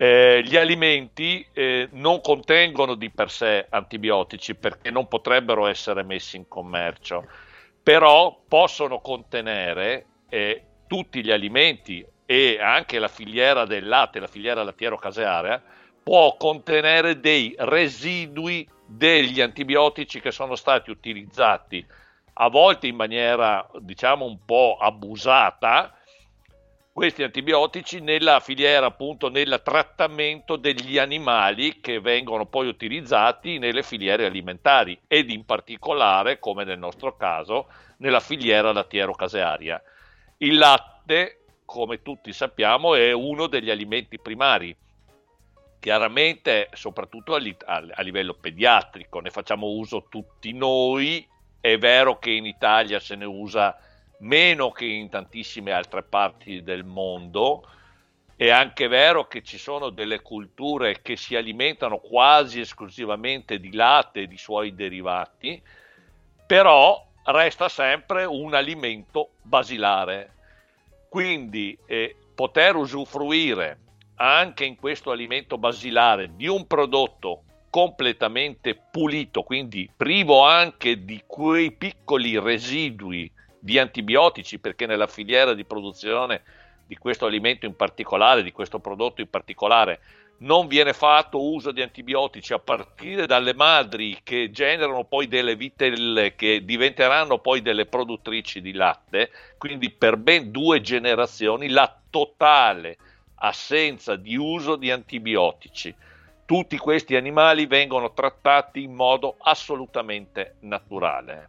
[SPEAKER 15] Eh, gli alimenti eh, non contengono di per sé antibiotici perché non potrebbero essere messi in commercio, però possono contenere eh, tutti gli alimenti e anche la filiera del latte, la filiera lattiero-casearia, può contenere dei residui degli antibiotici che sono stati utilizzati a volte in maniera diciamo un po' abusata, questi antibiotici nella filiera, appunto nel trattamento degli animali che vengono poi utilizzati nelle filiere alimentari ed in particolare, come nel nostro caso, nella filiera lattiero-casearia. Il latte, come tutti sappiamo, è uno degli alimenti primari. Chiaramente, soprattutto a livello pediatrico, ne facciamo uso tutti noi. È vero che in Italia se ne usa meno che in tantissime altre parti del mondo. È anche vero che ci sono delle culture che si alimentano quasi esclusivamente di latte e di suoi derivati, però resta sempre un alimento basilare. Quindi eh, poter usufruire anche in questo alimento basilare di un prodotto completamente pulito, quindi privo anche di quei piccoli residui di antibiotici, perché nella filiera di produzione di questo alimento in particolare, di questo prodotto in particolare, non viene fatto uso di antibiotici a partire dalle madri che generano poi delle vitelle che diventeranno poi delle produttrici di latte, quindi per ben due generazioni la totale assenza di uso di antibiotici. Tutti questi animali vengono trattati in modo assolutamente naturale.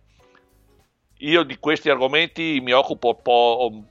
[SPEAKER 15] Io di questi argomenti mi occupo un po',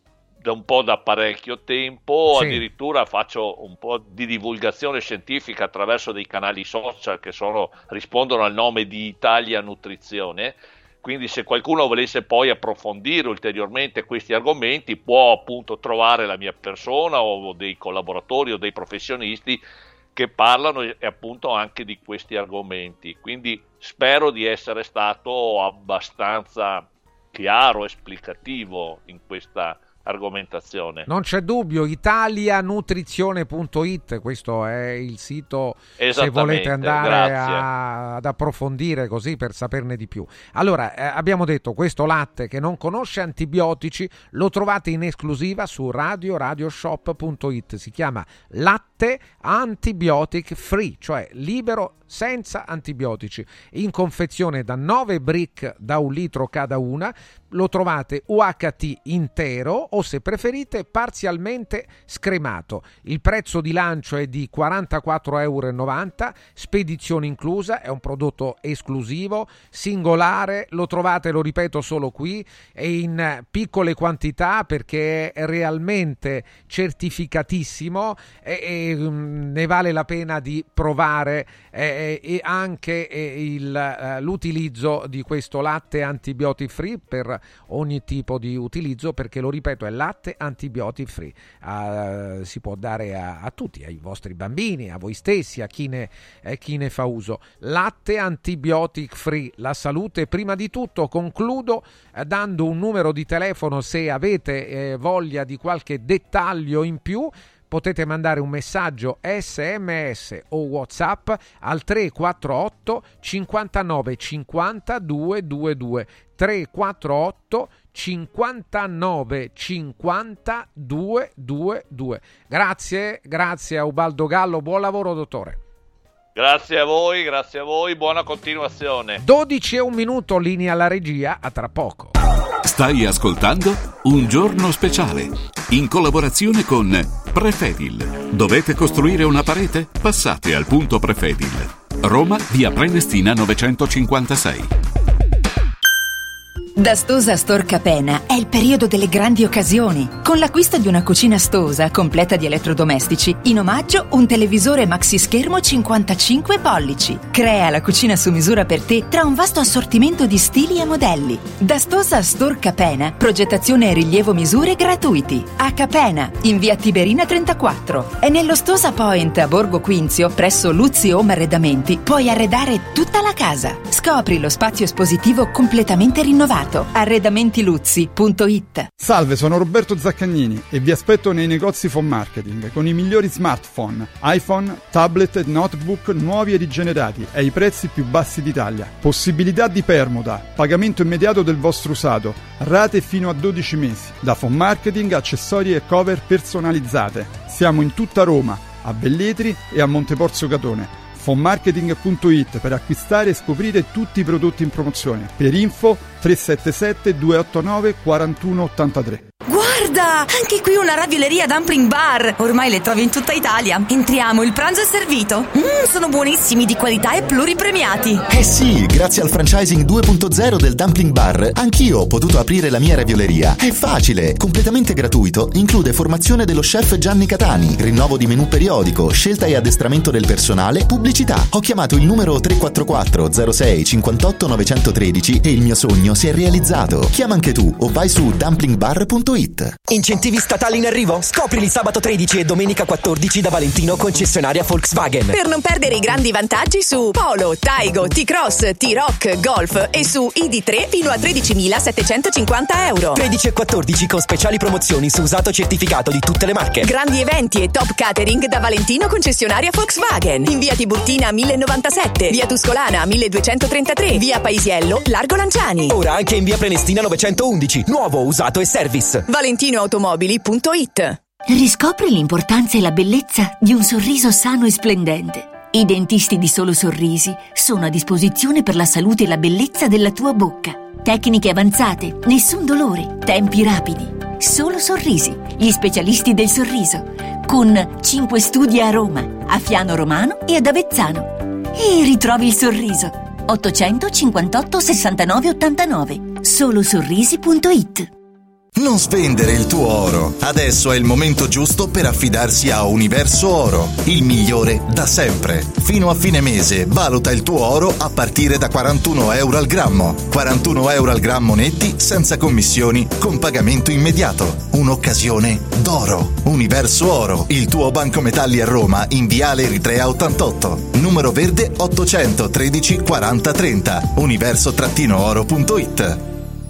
[SPEAKER 15] da un po' da parecchio tempo, sì. Addirittura faccio un po' di divulgazione scientifica attraverso dei canali social che sono, rispondono al nome di Italia Nutrizione, quindi se qualcuno volesse poi approfondire ulteriormente questi argomenti può appunto trovare la mia persona o dei collaboratori o dei professionisti che parlano e appunto anche di questi argomenti, quindi spero di essere stato abbastanza chiaro, esplicativo in questa argomentazione.
[SPEAKER 2] Non c'è dubbio, italia nutrizione punto it, questo è il sito se volete andare a, ad approfondire così per saperne di più. Allora, eh, abbiamo detto questo latte che non conosce antibiotici lo trovate in esclusiva su radio radio shop punto it, si chiama latte antibiotic free, cioè libero senza antibiotici, in confezione da nove brick da un litro cada una. Lo trovate U H T intero o se preferite parzialmente scremato. Il prezzo di lancio è di quarantaquattro virgola novanta euro, spedizione inclusa, è un prodotto esclusivo, singolare, lo trovate, lo ripeto, solo qui e in piccole quantità perché è realmente certificatissimo e, e ne vale la pena di provare eh, e anche eh, il, eh, l'utilizzo di questo latte antibiotic free per ogni tipo di utilizzo, perché lo ripeto è latte antibiotic free, uh, si può dare a, a tutti, ai vostri bambini, a voi stessi, a chi ne, eh, chi ne fa uso. Latte antibiotic free, la salute prima di tutto. Concludo eh, dando un numero di telefono se avete eh, voglia di qualche dettaglio in più. Potete mandare un messaggio sms o WhatsApp al tre quattro otto cinquantanove cinquanta duecentoventidue tre quattro otto cinquantanove cinquanta duecentoventidue. Grazie, grazie a Ubaldo Gallo, buon lavoro dottore.
[SPEAKER 15] Grazie a voi, grazie a voi, buona continuazione.
[SPEAKER 2] dodici e un minuto, linea alla regia, a tra poco.
[SPEAKER 1] Stai ascoltando Un Giorno Speciale in collaborazione con Prefedil. Dovete costruire una parete? Passate al punto Prefedil. Roma, via Prenestina novecentocinquantasei.
[SPEAKER 8] Da Stosa Store Capena è il periodo delle grandi occasioni. Con l'acquisto di una cucina Stosa completa di elettrodomestici, in omaggio un televisore maxi schermo cinquantacinque pollici. Crea la cucina su misura per te tra un vasto assortimento di stili e modelli. Da Stosa Store Capena, progettazione e rilievo misure gratuiti. A Capena, in via Tiberina trentaquattro. E nello Stosa Point a Borgo Quinzio, presso Luzzi Home Arredamenti, puoi arredare tutta la casa. Scopri lo spazio espositivo completamente rinnovato. sito arredamenti luzzi punto it.
[SPEAKER 16] Salve, sono Roberto Zaccagnini e vi aspetto nei negozi Phone Marketing con i migliori smartphone, iPhone, tablet e notebook nuovi e rigenerati ai prezzi più bassi d'Italia. Possibilità di permuta, pagamento immediato del vostro usato, rate fino a dodici mesi. Da Phone Marketing, accessori e cover personalizzate. Siamo in tutta Roma, a Velletri e a Monteporzio Catone. phone marketing punto it per acquistare e scoprire tutti i prodotti in promozione. Per info tre sette sette due otto nove quattro uno otto tre.
[SPEAKER 17] Guarda, anche qui una ravioleria Dumpling Bar. Ormai le trovi in tutta Italia. Entriamo, il pranzo è servito. Mmm, sono buonissimi, di qualità e pluripremiati.
[SPEAKER 18] Eh sì, grazie al franchising due punto zero del Dumpling Bar, anch'io ho potuto aprire la mia ravioleria. È facile, completamente gratuito, include formazione dello chef Gianni Catani, rinnovo di menù periodico, scelta e addestramento del personale, pubblicità. Ho chiamato il numero tre quattro quattro zero sei cinquantotto novecentotredici e il mio sogno si è realizzato. Chiama anche tu o vai su dumpling bar punto it.
[SPEAKER 19] Incentivi statali in arrivo? Scoprili sabato tredici e domenica quattordici da Valentino, concessionaria Volkswagen.
[SPEAKER 17] Per non perdere i grandi vantaggi su Polo, Taigo, T-Cross, T-Rock, Golf e su I D tre fino a tredicimilasettecentocinquanta euro.
[SPEAKER 19] tredici e quattordici con speciali promozioni su usato certificato di tutte le marche.
[SPEAKER 17] Grandi eventi e top catering da Valentino, concessionaria Volkswagen. In via Tiburtina millenovantasette, via Tuscolana milleduecentotrentatré, via Paisiello, Largo Lanciani.
[SPEAKER 19] Ora anche in via Prenestina novecentoundici, nuovo, usato e service.
[SPEAKER 17] valentino automobili punto it.
[SPEAKER 5] Riscopri l'importanza e la bellezza di un sorriso sano e splendente. I dentisti di Solo Sorrisi sono a disposizione per la salute e la bellezza della tua bocca. Tecniche avanzate, nessun dolore, tempi rapidi. Solo Sorrisi, gli specialisti del sorriso, con cinque studi a Roma, a Fiano Romano e ad Avezzano. E ritrovi il sorriso. ottocentocinquantotto sessantanove ottantanove. solo sorrisi punto it.
[SPEAKER 20] Non spendere il tuo oro. Adesso è il momento giusto per affidarsi a Universo Oro, il migliore da sempre. Fino a fine mese valuta il tuo oro a partire da quarantuno euro al grammo. quarantuno euro al grammo netti, senza commissioni, con pagamento immediato. Un'occasione d'oro. Universo Oro, il tuo banco metalli a Roma, in viale Eritrea ottantotto. Numero verde ottocentotredici quaranta trenta. universo oro punto it.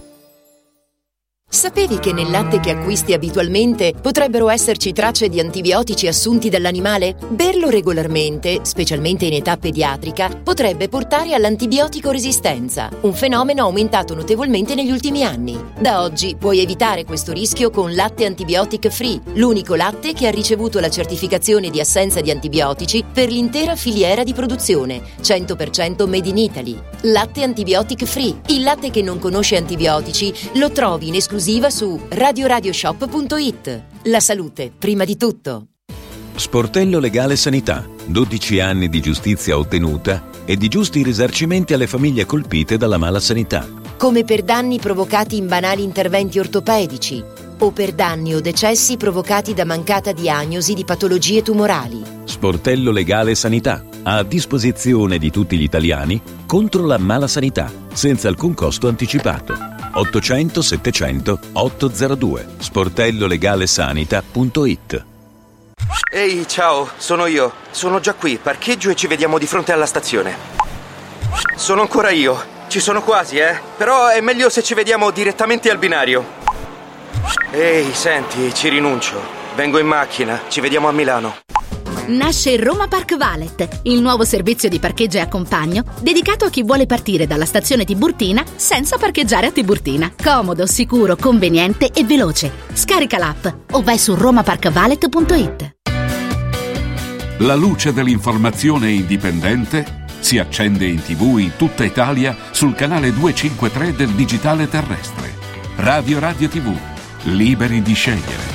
[SPEAKER 21] Sapevi che nel latte che acquisti abitualmente potrebbero esserci tracce di antibiotici assunti dall'animale? Berlo regolarmente, specialmente in età pediatrica, potrebbe portare all'antibiotico resistenza, un fenomeno aumentato notevolmente negli ultimi anni. Da oggi puoi evitare questo rischio con Latte Antibiotic Free, l'unico latte che ha ricevuto la certificazione di assenza di antibiotici per l'intera filiera di produzione, cento per cento made in Italy. Latte Antibiotic Free, il latte che non conosce antibiotici, lo trovi in esclusiva su radio radio shop punto it. La salute prima di tutto.
[SPEAKER 22] Sportello Legale Sanità. dodici anni di giustizia ottenuta e di giusti risarcimenti alle famiglie colpite dalla mala sanità.
[SPEAKER 21] Come per danni provocati in banali interventi ortopedici o per danni o decessi provocati da mancata diagnosi di patologie tumorali.
[SPEAKER 22] Sportello Legale Sanità. A disposizione di tutti gli italiani contro la mala sanità, senza alcun costo anticipato. ottocento settecento ottocentodue. sportello legale sanita punto it.
[SPEAKER 23] Ehi, ciao, sono io. Sono già qui, parcheggio e ci vediamo di fronte alla stazione. Sono ancora io. Ci sono quasi, eh? Però è meglio se ci vediamo direttamente al binario. Ehi, senti, ci rinuncio. Vengo in macchina, ci vediamo a Milano.
[SPEAKER 24] Nasce Roma Park Valet, il nuovo servizio di parcheggio e accompagno dedicato a chi vuole partire dalla stazione Tiburtina senza parcheggiare a Tiburtina. Comodo, sicuro, conveniente e veloce. Scarica l'app o vai su roma park valet punto it.
[SPEAKER 1] La luce dell'informazione indipendente si accende in tivù in tutta Italia sul canale duecentocinquantatré del digitale terrestre. Radio Radio tivù, liberi di scegliere.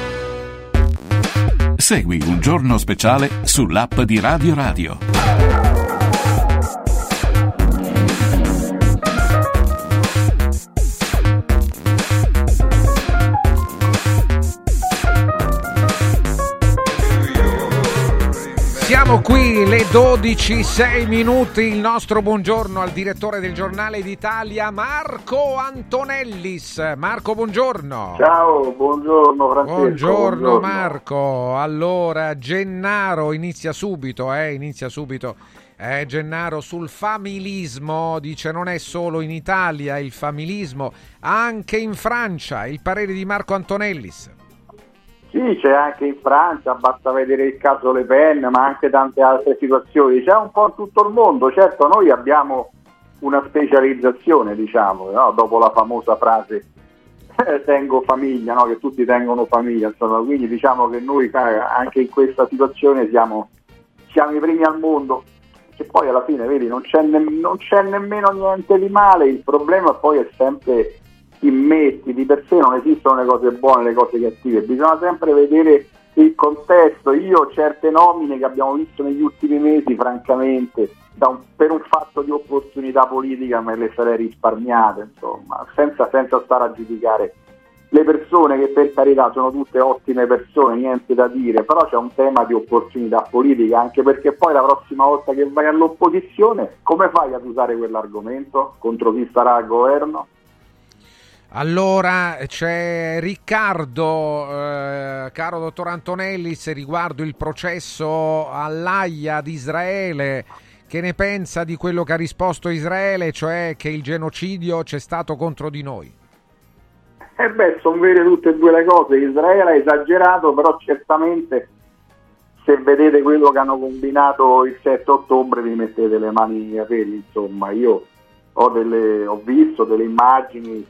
[SPEAKER 1] Segui Un Giorno Speciale sull'app di Radio Radio.
[SPEAKER 2] Siamo qui, le dodici, sei minuti, il nostro buongiorno al direttore del Giornale d'Italia, Marco Antonellis. Marco, buongiorno.
[SPEAKER 25] Ciao, buongiorno Francesco.
[SPEAKER 2] Buongiorno,
[SPEAKER 25] buongiorno.
[SPEAKER 2] Marco. Allora, Gennaro inizia subito, eh, inizia subito Eh, Gennaro, sul familismo, dice non è solo in Italia il familismo, anche in Francia, il parere di Marco Antonellis.
[SPEAKER 25] Sì, c'è anche in Francia, basta vedere il caso Le Pen, ma anche tante altre situazioni, c'è un po' in tutto il mondo. Certo, noi abbiamo una specializzazione, diciamo, no? Dopo la famosa frase eh, tengo famiglia, no? Che tutti tengono famiglia, insomma, quindi diciamo che noi anche in questa situazione siamo, siamo i primi al mondo. Che poi alla fine, vedi, non c'è, ne- non c'è nemmeno niente di male, il problema poi è sempre immetti, di per sé non esistono le cose buone e le cose cattive, bisogna sempre vedere il contesto. Io certe nomine che abbiamo visto negli ultimi mesi, francamente, da un, per un fatto di opportunità politica me le sarei risparmiate, insomma, senza, senza stare a giudicare le persone, che per carità sono tutte ottime persone, niente da dire, però c'è un tema di opportunità politica, anche perché poi la prossima volta che vai all'opposizione come fai ad usare quell'argomento contro chi sarà al governo?
[SPEAKER 2] Allora c'è Riccardo, eh, caro dottor Antonellis, riguardo il processo all'Aia di Israele, che ne pensa di quello che ha risposto Israele, cioè che il genocidio c'è stato contro di noi?
[SPEAKER 25] Eh beh, sono vere tutte e due le cose. Israele ha esagerato, però certamente se vedete quello che hanno combinato il sette ottobre vi mettete le mani nei capelli, insomma. Io ho, delle, ho visto delle immagini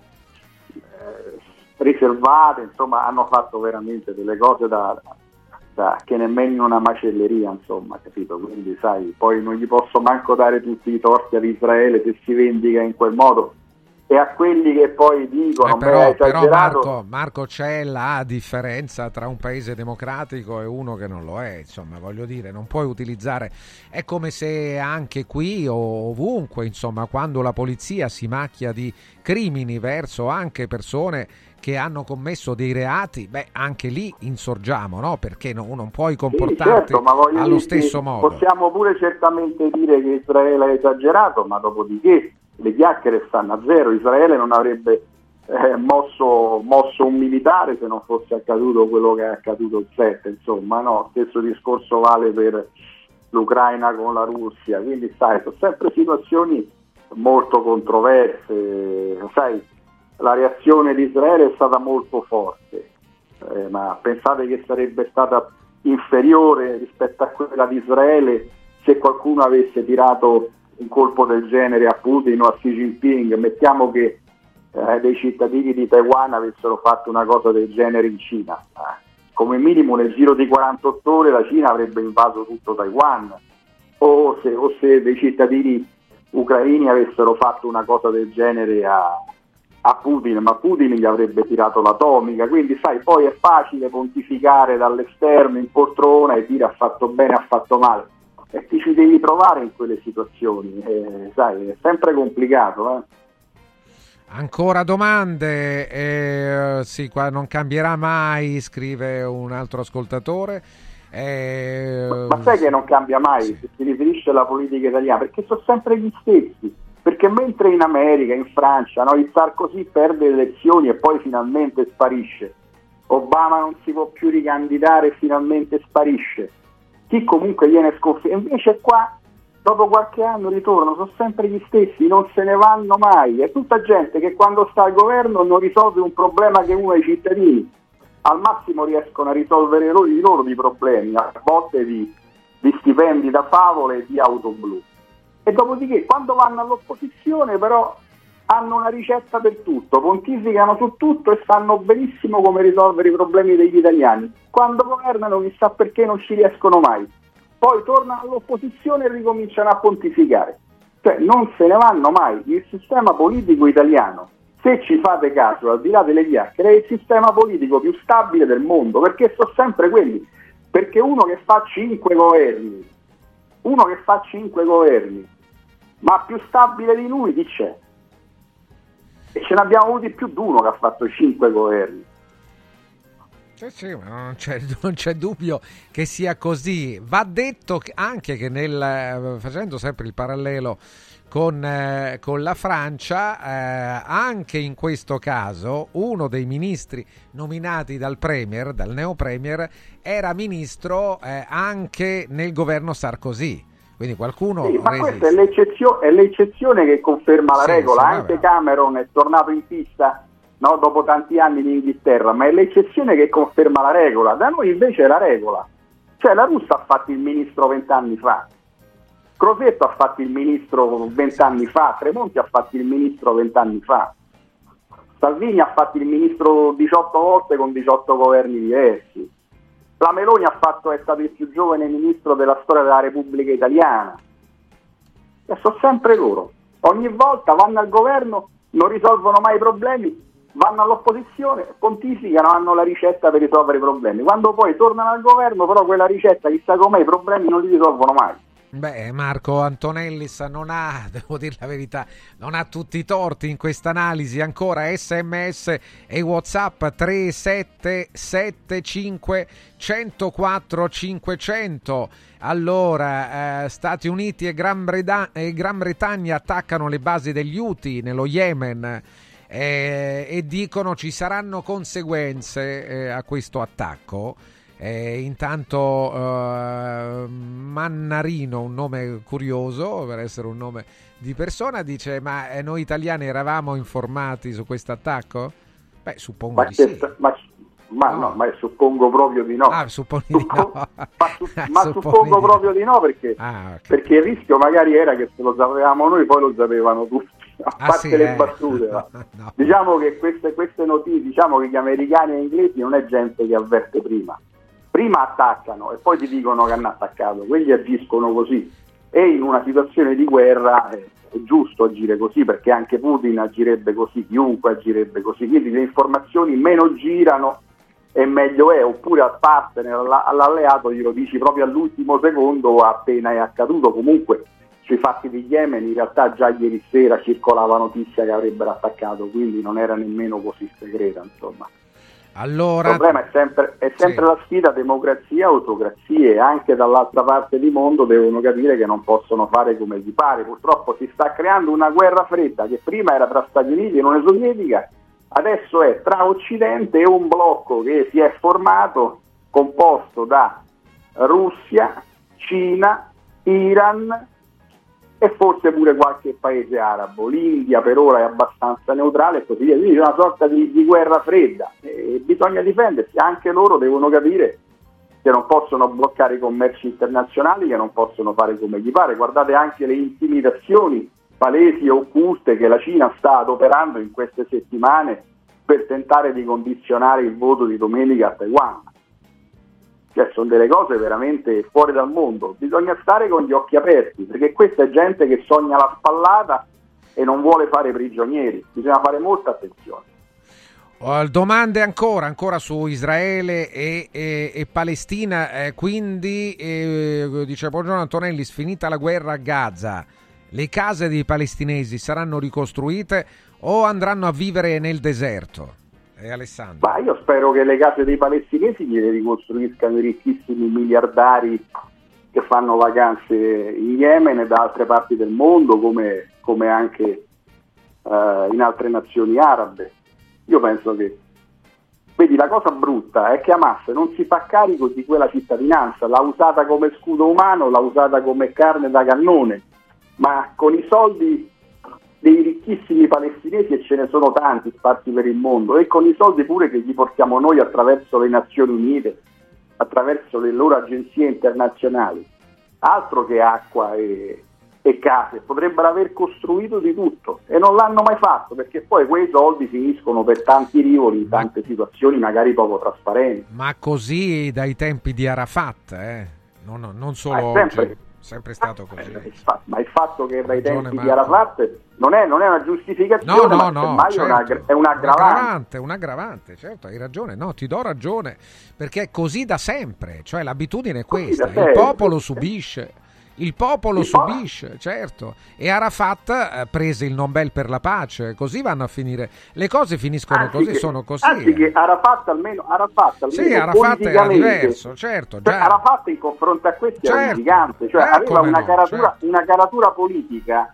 [SPEAKER 25] eh, riservate, insomma, hanno fatto veramente delle cose da, da che nemmeno in una macelleria, insomma, capito? Quindi sai, poi non gli posso manco dare tutti i torti ad Israele se si vendica in quel modo. E a quelli che poi dicono,
[SPEAKER 2] eh però,
[SPEAKER 25] beh,
[SPEAKER 2] però Marco, Marco, c'è la differenza tra un paese democratico e uno che non lo è, insomma, voglio dire, non puoi utilizzare, è come se anche qui o ovunque, insomma, quando la polizia si macchia di crimini verso anche persone che hanno commesso dei reati, beh, anche lì insorgiamo, no? Perché no, non puoi comportarti
[SPEAKER 25] sì, certo, ma
[SPEAKER 2] allo
[SPEAKER 25] dire,
[SPEAKER 2] stesso modo.
[SPEAKER 25] Possiamo pure certamente dire che Israele ha esagerato, ma dopodiché le chiacchiere stanno a zero. Israele non avrebbe eh, mosso, mosso un militare se non fosse accaduto quello che è accaduto il sette, insomma, no? Stesso discorso vale per l'Ucraina con la Russia, quindi sai, sono sempre situazioni molto controverse, sai, la reazione di Israele è stata molto forte, eh, ma pensate che sarebbe stata inferiore rispetto a quella di Israele se qualcuno avesse tirato un colpo del genere a Putin o a Xi Jinping? Mettiamo che eh, dei cittadini di Taiwan avessero fatto una cosa del genere in Cina, eh, come minimo nel giro di quarantotto ore la Cina avrebbe invaso tutto Taiwan, o se, o se dei cittadini ucraini avessero fatto una cosa del genere a, a Putin, ma Putin gli avrebbe tirato l'atomica. Quindi sai, poi è facile pontificare dall'esterno in poltrona e dire ha fatto bene, ha fatto male, e ti ci devi trovare in quelle situazioni, eh, sai, è sempre complicato. Eh.
[SPEAKER 2] Ancora domande? Eh, sì, qua non cambierà mai, scrive un altro ascoltatore. Eh,
[SPEAKER 25] ma, ma sai che non cambia mai, sì, se si riferisce alla politica italiana, perché sono sempre gli stessi, perché mentre in America, in Francia, no, il Sarkozy perde le elezioni e poi finalmente sparisce, Obama non si può più ricandidare e finalmente sparisce, chi comunque viene sconfitto, invece qua dopo qualche anno ritornano, sono sempre gli stessi, non se ne vanno mai, è tutta gente che quando sta al governo non risolve un problema che uno dei cittadini, al massimo riescono a risolvere loro, i loro di problemi, a botte di, di stipendi da favole e di auto blu, e dopodiché quando vanno all'opposizione però hanno una ricetta per tutto, pontificano su tutto e sanno benissimo come risolvere i problemi degli italiani, quando governano chissà perché non ci riescono mai, poi tornano all'opposizione e ricominciano a pontificare, cioè non se ne vanno mai. Il sistema politico italiano, se ci fate caso, al di là delle chiacchiere, è il sistema politico più stabile del mondo, perché sono sempre quelli, perché uno che fa cinque governi, uno che fa cinque governi, ma più stabile di lui chi c'è? E ce ne abbiamo avuti più di uno che ha fatto cinque governi.
[SPEAKER 2] Sì, sì, ma non c'è, non c'è dubbio che sia così. Va detto che anche che nel, facendo sempre il parallelo con, eh, con la Francia, eh, anche in questo caso uno dei ministri nominati dal premier, dal neo premier, era ministro eh, anche nel governo Sarkozy. Quindi qualcuno
[SPEAKER 25] sì, ma
[SPEAKER 2] resiste.
[SPEAKER 25] questa è, l'eccezio- è l'eccezione che conferma la
[SPEAKER 2] Sì,
[SPEAKER 25] regola.
[SPEAKER 2] sì,
[SPEAKER 25] Anche
[SPEAKER 2] vabbè.
[SPEAKER 25] Cameron è tornato in pista, no, dopo tanti anni in Inghilterra, ma è l'eccezione che conferma la regola. Da noi invece è la regola. Cioè la Russa ha fatto il ministro vent'anni fa, Crosetto ha fatto il ministro vent'anni fa, Tremonti ha fatto il ministro vent'anni fa, Salvini ha fatto il ministro diciotto volte con diciotto governi diversi, la Meloni ha fatto, è stato il più giovane ministro della storia della Repubblica Italiana. E sono sempre loro. Ogni volta vanno al governo, non risolvono mai i problemi, vanno all'opposizione, pontificano, hanno la ricetta per risolvere i problemi. Quando poi tornano al governo, però quella ricetta, chissà com'è, i problemi non li risolvono mai.
[SPEAKER 2] Beh, Marco Antonellis non ha, devo dire la verità, non ha tutti i torti in questa analisi. Ancora sms e WhatsApp tre sette sette cinque uno zero quattro cinquecento. Allora, eh, Stati Uniti e Gran, Breda- e Gran Bretagna attaccano le basi degli Houthi nello Yemen eh, e dicono ci saranno conseguenze eh, a questo attacco. Eh, intanto uh, Mannarino, un nome curioso per essere un nome di persona, dice ma eh, noi italiani eravamo informati su questo attacco? Beh, suppongo
[SPEAKER 25] ma
[SPEAKER 2] di sì.
[SPEAKER 25] Ma, ma, no. No, ma suppongo proprio di no.
[SPEAKER 2] Ah, supponi di no.
[SPEAKER 25] Ma, su, ma suppongo di proprio di no perché,
[SPEAKER 2] ah, okay.
[SPEAKER 25] perché il rischio magari era che se lo sapevamo noi poi lo sapevano tutti, a
[SPEAKER 2] ah,
[SPEAKER 25] parte
[SPEAKER 2] sì,
[SPEAKER 25] le
[SPEAKER 2] eh.
[SPEAKER 25] battute.
[SPEAKER 2] no, no.
[SPEAKER 25] Diciamo che queste, queste notizie, diciamo che gli americani e gli inglesi non è gente che avverte prima. Prima attaccano e poi ti dicono che hanno attaccato, quelli agiscono così e in una situazione di guerra è, è giusto agire così perché anche Putin agirebbe così, chiunque agirebbe così, quindi le informazioni meno girano e meglio è, oppure al partner, all'alleato glielo dici proprio all'ultimo secondo o appena è accaduto. Comunque sui fatti di Yemen in realtà già ieri sera circolava notizia che avrebbero attaccato, quindi non era nemmeno così segreta, insomma.
[SPEAKER 2] Allora,
[SPEAKER 25] il problema è sempre, è sempre
[SPEAKER 2] sì.
[SPEAKER 25] la sfida democrazia, autocrazie, anche dall'altra parte di mondo devono capire che non possono fare come gli pare. Purtroppo si sta creando una guerra fredda che prima era tra Stati Uniti e Unione Sovietica, adesso è tra Occidente e un blocco che si è formato composto da Russia, Cina, Iran e forse pure qualche paese arabo. L'India per ora è abbastanza neutrale e così via, quindi c'è una sorta di, di guerra fredda e bisogna difendersi. Anche loro devono capire che non possono bloccare i commerci internazionali, che non possono fare come gli pare. Guardate anche le intimidazioni palesi e occulte che la Cina sta adoperando in queste settimane per tentare di condizionare il voto di domenica a Taiwan. Cioè, sono delle cose veramente fuori dal mondo. Bisogna stare con gli occhi aperti, perché questa è gente che sogna la spallata e non vuole fare prigionieri. Bisogna fare molta attenzione.
[SPEAKER 2] Uh, domande ancora, ancora su Israele e, e, e Palestina. Eh, quindi, eh, dice buongiorno Antonelli, finita la guerra a Gaza, le case dei palestinesi saranno ricostruite o andranno a vivere nel deserto? E Alessandro?
[SPEAKER 25] Ma io spero che le case dei palestinesi gliele ricostruiscano i ricchissimi miliardari che fanno vacanze in Yemen e da altre parti del mondo, come, come anche uh, in altre nazioni arabe. Io penso che, vedi, la cosa brutta è che Hamas non si fa carico di quella cittadinanza, l'ha usata come scudo umano, l'ha usata come carne da cannone, ma con i soldi dei ricchissimi palestinesi, e ce ne sono tanti sparsi per il mondo, e con i soldi pure che gli portiamo noi attraverso le Nazioni Unite, attraverso le loro agenzie internazionali, altro che acqua e, e case, potrebbero aver costruito di tutto e non l'hanno mai fatto, perché poi quei soldi finiscono per tanti rivoli in tante situazioni magari poco trasparenti.
[SPEAKER 2] Ma così dai tempi di Arafat, eh? non, non solo
[SPEAKER 25] ma è sempre,
[SPEAKER 2] oggi, sempre stato così.
[SPEAKER 25] Eh, ma il fatto che dai
[SPEAKER 2] Ragione,
[SPEAKER 25] tempi
[SPEAKER 2] Marco.
[SPEAKER 25] di Arafat non è, non è una giustificazione,
[SPEAKER 2] No, no,
[SPEAKER 25] ma
[SPEAKER 2] no,
[SPEAKER 25] certo, è, una, è un
[SPEAKER 2] un
[SPEAKER 25] aggravante.
[SPEAKER 2] aggravante, un aggravante, certo, hai ragione, no, ti do ragione, perché è così da sempre, cioè l'abitudine è questa, il popolo subisce, il popolo
[SPEAKER 25] il
[SPEAKER 2] subisce, certo, e Arafat eh, prese il Nobel per la pace, così vanno a finire, le cose finiscono
[SPEAKER 25] Anzi
[SPEAKER 2] così,
[SPEAKER 25] che,
[SPEAKER 2] sono così.
[SPEAKER 25] Anzi
[SPEAKER 2] eh.
[SPEAKER 25] che Arafat almeno, Arafat almeno
[SPEAKER 2] Sì, Arafat era
[SPEAKER 25] politicamente,
[SPEAKER 2] diverso, certo,
[SPEAKER 25] cioè,
[SPEAKER 2] già.
[SPEAKER 25] Arafat in confronto a questi era un
[SPEAKER 2] Certo.
[SPEAKER 25] gigante, cioè
[SPEAKER 2] Eh,
[SPEAKER 25] aveva
[SPEAKER 2] come
[SPEAKER 25] una,
[SPEAKER 2] no,
[SPEAKER 25] caratura,
[SPEAKER 2] certo.
[SPEAKER 25] una caratura politica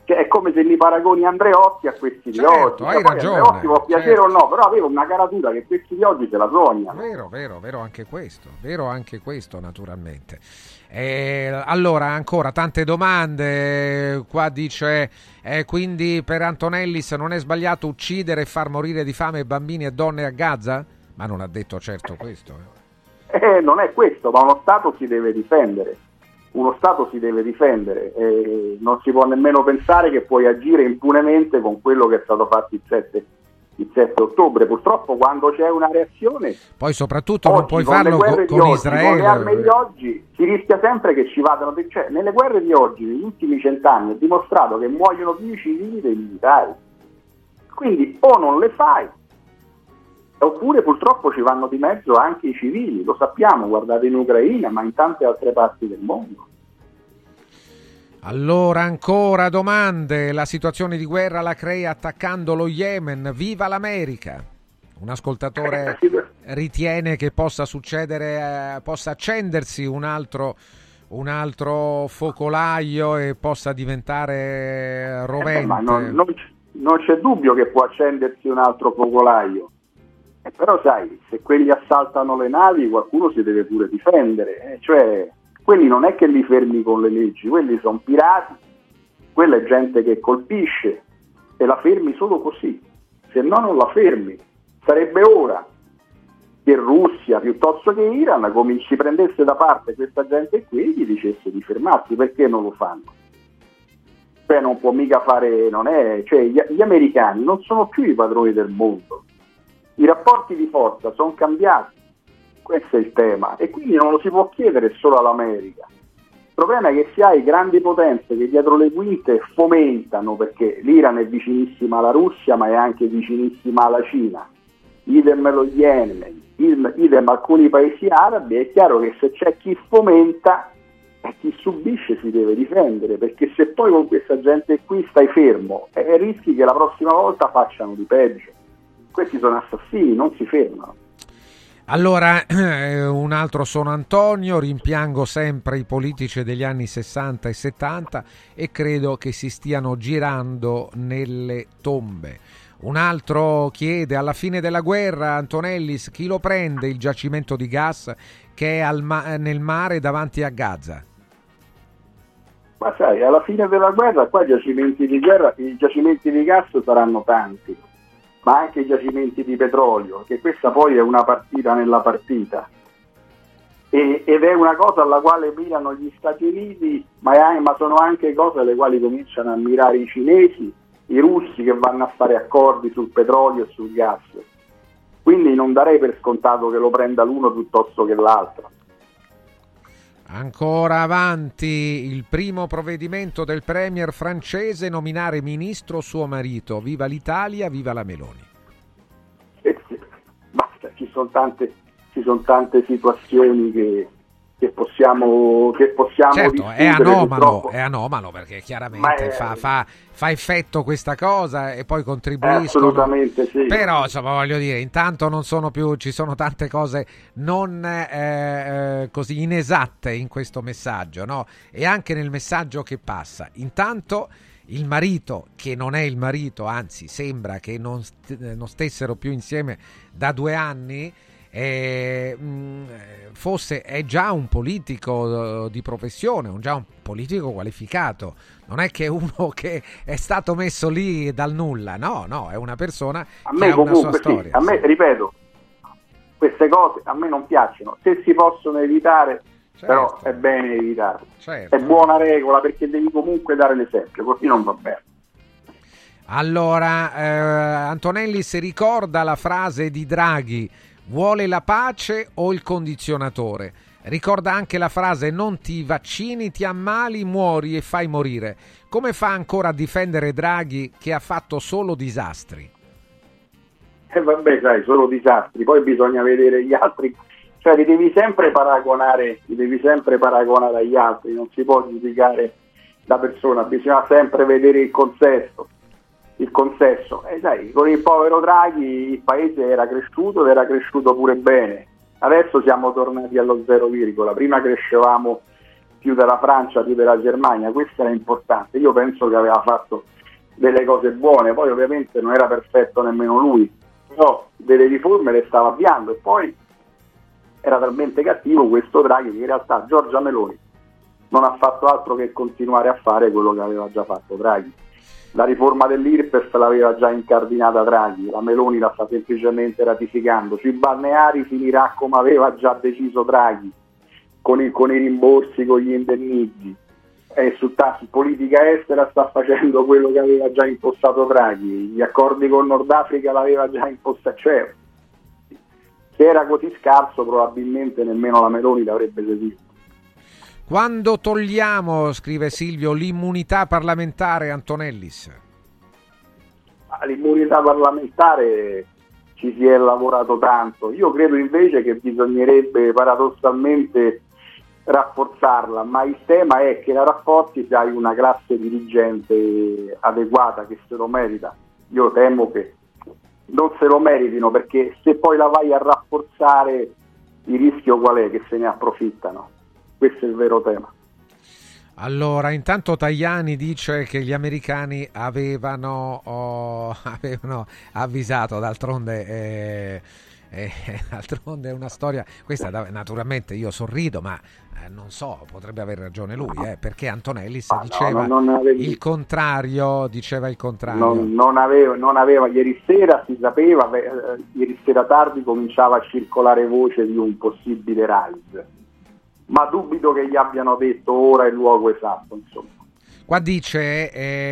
[SPEAKER 25] Cioè, è come se li paragoni Andreotti a questi di
[SPEAKER 2] Certo,
[SPEAKER 25] oggi.
[SPEAKER 2] hai
[SPEAKER 25] Cioè, poi
[SPEAKER 2] ragione,
[SPEAKER 25] Andreotti può piacere
[SPEAKER 2] certo.
[SPEAKER 25] o no, però aveva una caratura che questi di oggi se la sognano.
[SPEAKER 2] Vero, vero, vero anche questo, vero anche questo naturalmente. Eh, allora, ancora tante domande. Qua dice, eh, quindi per Antonellis non è sbagliato uccidere e far morire di fame bambini e donne a Gaza? Ma non ha detto certo questo.
[SPEAKER 25] Eh, non è questo, ma uno Stato si deve difendere. Uno Stato si deve difendere, eh, non si può nemmeno pensare che puoi agire impunemente con quello che è stato fatto il sette, il sette ottobre. Purtroppo quando c'è una reazione,
[SPEAKER 2] poi soprattutto
[SPEAKER 25] oggi,
[SPEAKER 2] non puoi
[SPEAKER 25] con
[SPEAKER 2] farlo con, con
[SPEAKER 25] oggi,
[SPEAKER 2] Israele.
[SPEAKER 25] Con le armi di oggi si rischia sempre che ci vadano, cioè nelle guerre di oggi, negli ultimi cent'anni, è dimostrato che muoiono più i civili dei militari. Quindi o non le fai, oppure purtroppo ci vanno di mezzo anche i civili, lo sappiamo, guardate in Ucraina, ma in tante altre parti del mondo.
[SPEAKER 2] Allora, ancora domande. La situazione di guerra la crea attaccando lo Yemen. Viva l'America! Un ascoltatore ritiene che possa succedere, eh, possa accendersi un altro, un altro focolaio e possa diventare rovente.
[SPEAKER 25] Eh, ma non, non, non c'è dubbio che può accendersi un altro focolaio. Eh, però sai, se quelli assaltano le navi qualcuno si deve pure difendere, eh, cioè quelli non è che li fermi con le leggi, quelli sono pirati, quella è gente che colpisce e la fermi solo così, se no non la fermi. Sarebbe ora che Russia piuttosto che Iran cominci prendesse da parte questa gente qui e gli dicesse di fermarsi, perché non lo fanno? Beh, non può mica fare, non è, cioè gli, gli americani non sono più i padroni del mondo. I rapporti di forza sono cambiati, questo è il tema, e quindi non lo si può chiedere solo all'America. Il problema è che se hai grandi potenze che dietro le quinte fomentano, perché l'Iran è vicinissima alla Russia ma è anche vicinissima alla Cina, idem lo Yemen, idem alcuni paesi arabi, è chiaro che se c'è chi fomenta, chi subisce si deve difendere, perché se poi con questa gente qui stai fermo, eh, rischi che la prossima volta facciano di peggio. Questi sono assassini, non si fermano.
[SPEAKER 2] Allora, eh, un altro sono Antonio, rimpiango sempre i politici degli anni sessanta e settanta e credo che si stiano girando nelle tombe. Un altro chiede, alla fine della guerra, Antonellis, chi lo prende il giacimento di gas che è al ma- nel mare davanti a Gaza?
[SPEAKER 25] Ma sai, alla fine della guerra qua i giacimenti di guerra, i giacimenti di gas saranno tanti, ma anche i giacimenti di petrolio, che questa poi è una partita nella partita, e, ed è una cosa alla quale mirano gli Stati Uniti, ma, è, ma sono anche cose alle quali cominciano a mirare i cinesi, i russi che vanno a fare accordi sul petrolio e sul gas. Quindi non darei per scontato che lo prenda l'uno piuttosto che l'altro.
[SPEAKER 2] Ancora avanti, il primo provvedimento del premier francese, nominare ministro suo marito. Viva l'Italia, viva la Meloni.
[SPEAKER 25] Eh sì, basta, ci sono tante, ci sono tante situazioni che, che possiamo che possiamo
[SPEAKER 2] certo, è anomalo, è anomalo perché chiaramente
[SPEAKER 25] è,
[SPEAKER 2] fa, fa, fa effetto questa cosa e poi contribuiscono.
[SPEAKER 25] Assolutamente sì.
[SPEAKER 2] Però insomma voglio dire, intanto non sono più, ci sono tante cose non eh, eh, così inesatte in questo messaggio, no? E anche nel messaggio che passa. Intanto il marito, che non è il marito, anzi sembra che non, st- non stessero più insieme da due anni, Eh, mh, fosse è già un politico di professione, un già un politico qualificato, non è che uno che è stato messo lì dal nulla, no, no, è una persona
[SPEAKER 25] a
[SPEAKER 2] che
[SPEAKER 25] me
[SPEAKER 2] ha
[SPEAKER 25] comunque,
[SPEAKER 2] una sua storia.
[SPEAKER 25] Sì, a me,
[SPEAKER 2] sì.
[SPEAKER 25] ripeto, queste cose a me non piacciono, se si possono evitare, certo, però è bene evitarle,
[SPEAKER 2] certo.
[SPEAKER 25] È buona regola, perché devi comunque dare l'esempio, così non va bene.
[SPEAKER 2] Allora, eh, Antonelli si ricorda la frase di Draghi: vuole la pace o il condizionatore? Ricorda anche la frase: non ti vaccini, ti ammali, muori e fai morire. Come fa ancora a difendere Draghi che ha fatto solo disastri?
[SPEAKER 25] E eh vabbè, sai, solo disastri, poi bisogna vedere gli altri, cioè li devi sempre paragonare, li devi sempre paragonare agli altri, non si può giudicare la persona, bisogna sempre vedere il contesto. il consesso, e eh, sai, con il povero Draghi il paese era cresciuto ed era cresciuto pure bene, adesso siamo tornati allo zero virgola, prima crescevamo più della Francia, più della Germania, questo era importante. Io penso che aveva fatto delle cose buone, poi ovviamente non era perfetto nemmeno lui, però delle riforme le stava avviando, e poi era talmente cattivo questo Draghi che in realtà Giorgia Meloni non ha fatto altro che continuare a fare quello che aveva già fatto Draghi. La riforma dell'I R P E F l'aveva già incardinata Draghi, la Meloni la sta semplicemente ratificando. Sui balneari finirà come aveva già deciso Draghi, con i, con i rimborsi, con gli indennizzi. E su, su politica estera sta facendo quello che aveva già impostato Draghi, gli accordi con Nord Africa l'aveva già impostato, cioè se era così scarso probabilmente nemmeno la Meloni l'avrebbe seguito.
[SPEAKER 2] Quando togliamo, scrive Silvio, l'immunità parlamentare, Antonellis?
[SPEAKER 25] L'immunità parlamentare ci si è lavorato tanto, io credo invece che bisognerebbe paradossalmente rafforzarla, ma il tema è che la rafforzi se hai una classe dirigente adeguata che se lo merita. Io temo che non se lo meritino, perché se poi la vai a rafforzare il rischio qual è? Che se ne approfittano. Questo è il vero tema.
[SPEAKER 2] Allora, intanto Tajani dice che gli americani avevano, oh, avevano avvisato, d'altronde eh, eh, d'altronde è una storia, questa naturalmente io sorrido, ma eh, non so, potrebbe aver ragione lui, eh, perché Antonellis ah, diceva no, non avevi... il contrario, diceva il contrario.
[SPEAKER 25] Non, non, aveva, non aveva, ieri sera si sapeva, eh, ieri sera tardi cominciava a circolare voce di un possibile raid, ma dubito che gli abbiano detto ora il luogo esatto, insomma.
[SPEAKER 2] Qua dice,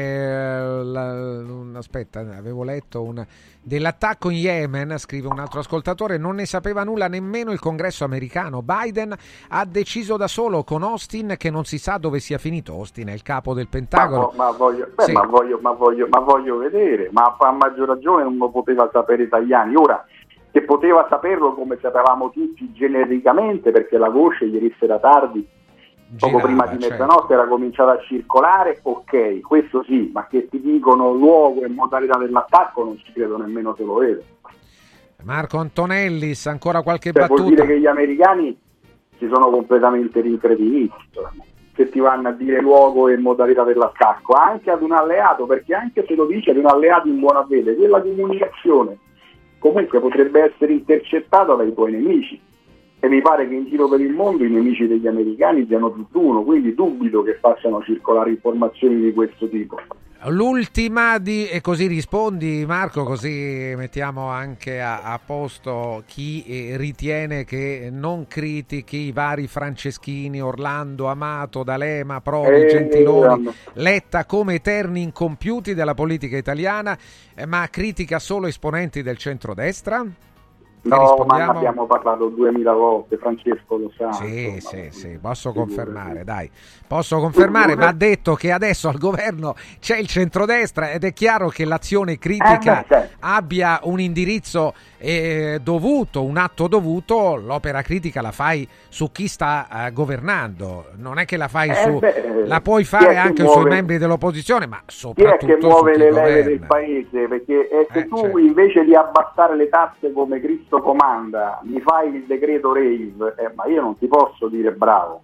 [SPEAKER 2] eh, la, aspetta, avevo letto un, dell'attacco in Yemen, scrive un altro ascoltatore, non ne sapeva nulla nemmeno il Congresso americano. Biden ha deciso da solo con Austin, che non si sa dove sia finito. Austin è il capo del Pentagono.
[SPEAKER 25] Ma, ma, voglio, beh,
[SPEAKER 2] sì.
[SPEAKER 25] ma, voglio, ma, voglio, ma voglio vedere, ma a maggior ragione non lo poteva sapere Tajani. Ora, che poteva saperlo come sapevamo tutti genericamente, perché la voce ieri sera tardi, poco Girava, prima di mezzanotte, certo, era cominciata a circolare, ok, questo sì, ma che ti dicono luogo e modalità dell'attacco non ci credo nemmeno se lo vedo.
[SPEAKER 2] Marco Antonellis, ancora qualche
[SPEAKER 25] cioè,
[SPEAKER 2] battuta?
[SPEAKER 25] Vuol dire che gli americani si sono completamente rincretiniti, se ti vanno a dire luogo e modalità dell'attacco, anche ad un alleato, perché anche se lo dice ad un alleato in buona fede, quella comunicazione comunque potrebbe essere intercettata dai tuoi nemici, e mi pare che in giro per il mondo i nemici degli americani siano tutt'uno, quindi dubito che facciano circolare informazioni di questo tipo.
[SPEAKER 2] L'ultima di, e così rispondi Marco, così mettiamo anche a, a posto chi eh, ritiene che non critichi i vari Franceschini, Orlando, Amato, D'Alema, Prodi, eh, Gentiloni, eh, Letta come eterni incompiuti della politica italiana, eh, ma critica solo esponenti del centrodestra?
[SPEAKER 25] No, ma ne abbiamo parlato duemila volte, Francesco lo sa.
[SPEAKER 2] Sì,
[SPEAKER 25] insomma,
[SPEAKER 2] sì, sì, posso confermare, dai. Posso confermare, ma ha detto che adesso al governo c'è il centrodestra ed è chiaro che l'azione critica eh beh, abbia un indirizzo eh, dovuto, un atto dovuto. L'opera critica la fai su chi sta uh, governando, non è che la fai
[SPEAKER 25] eh
[SPEAKER 2] su
[SPEAKER 25] beh,
[SPEAKER 2] la puoi fare anche muove, sui membri dell'opposizione, ma soprattutto
[SPEAKER 25] chi è che muove le leve
[SPEAKER 2] governa.
[SPEAKER 25] del paese, perché eh, se
[SPEAKER 2] eh,
[SPEAKER 25] tu
[SPEAKER 2] certo.
[SPEAKER 25] invece di abbassare le tasse come Cristo comanda mi fai il decreto rave, eh, ma io non ti posso dire bravo.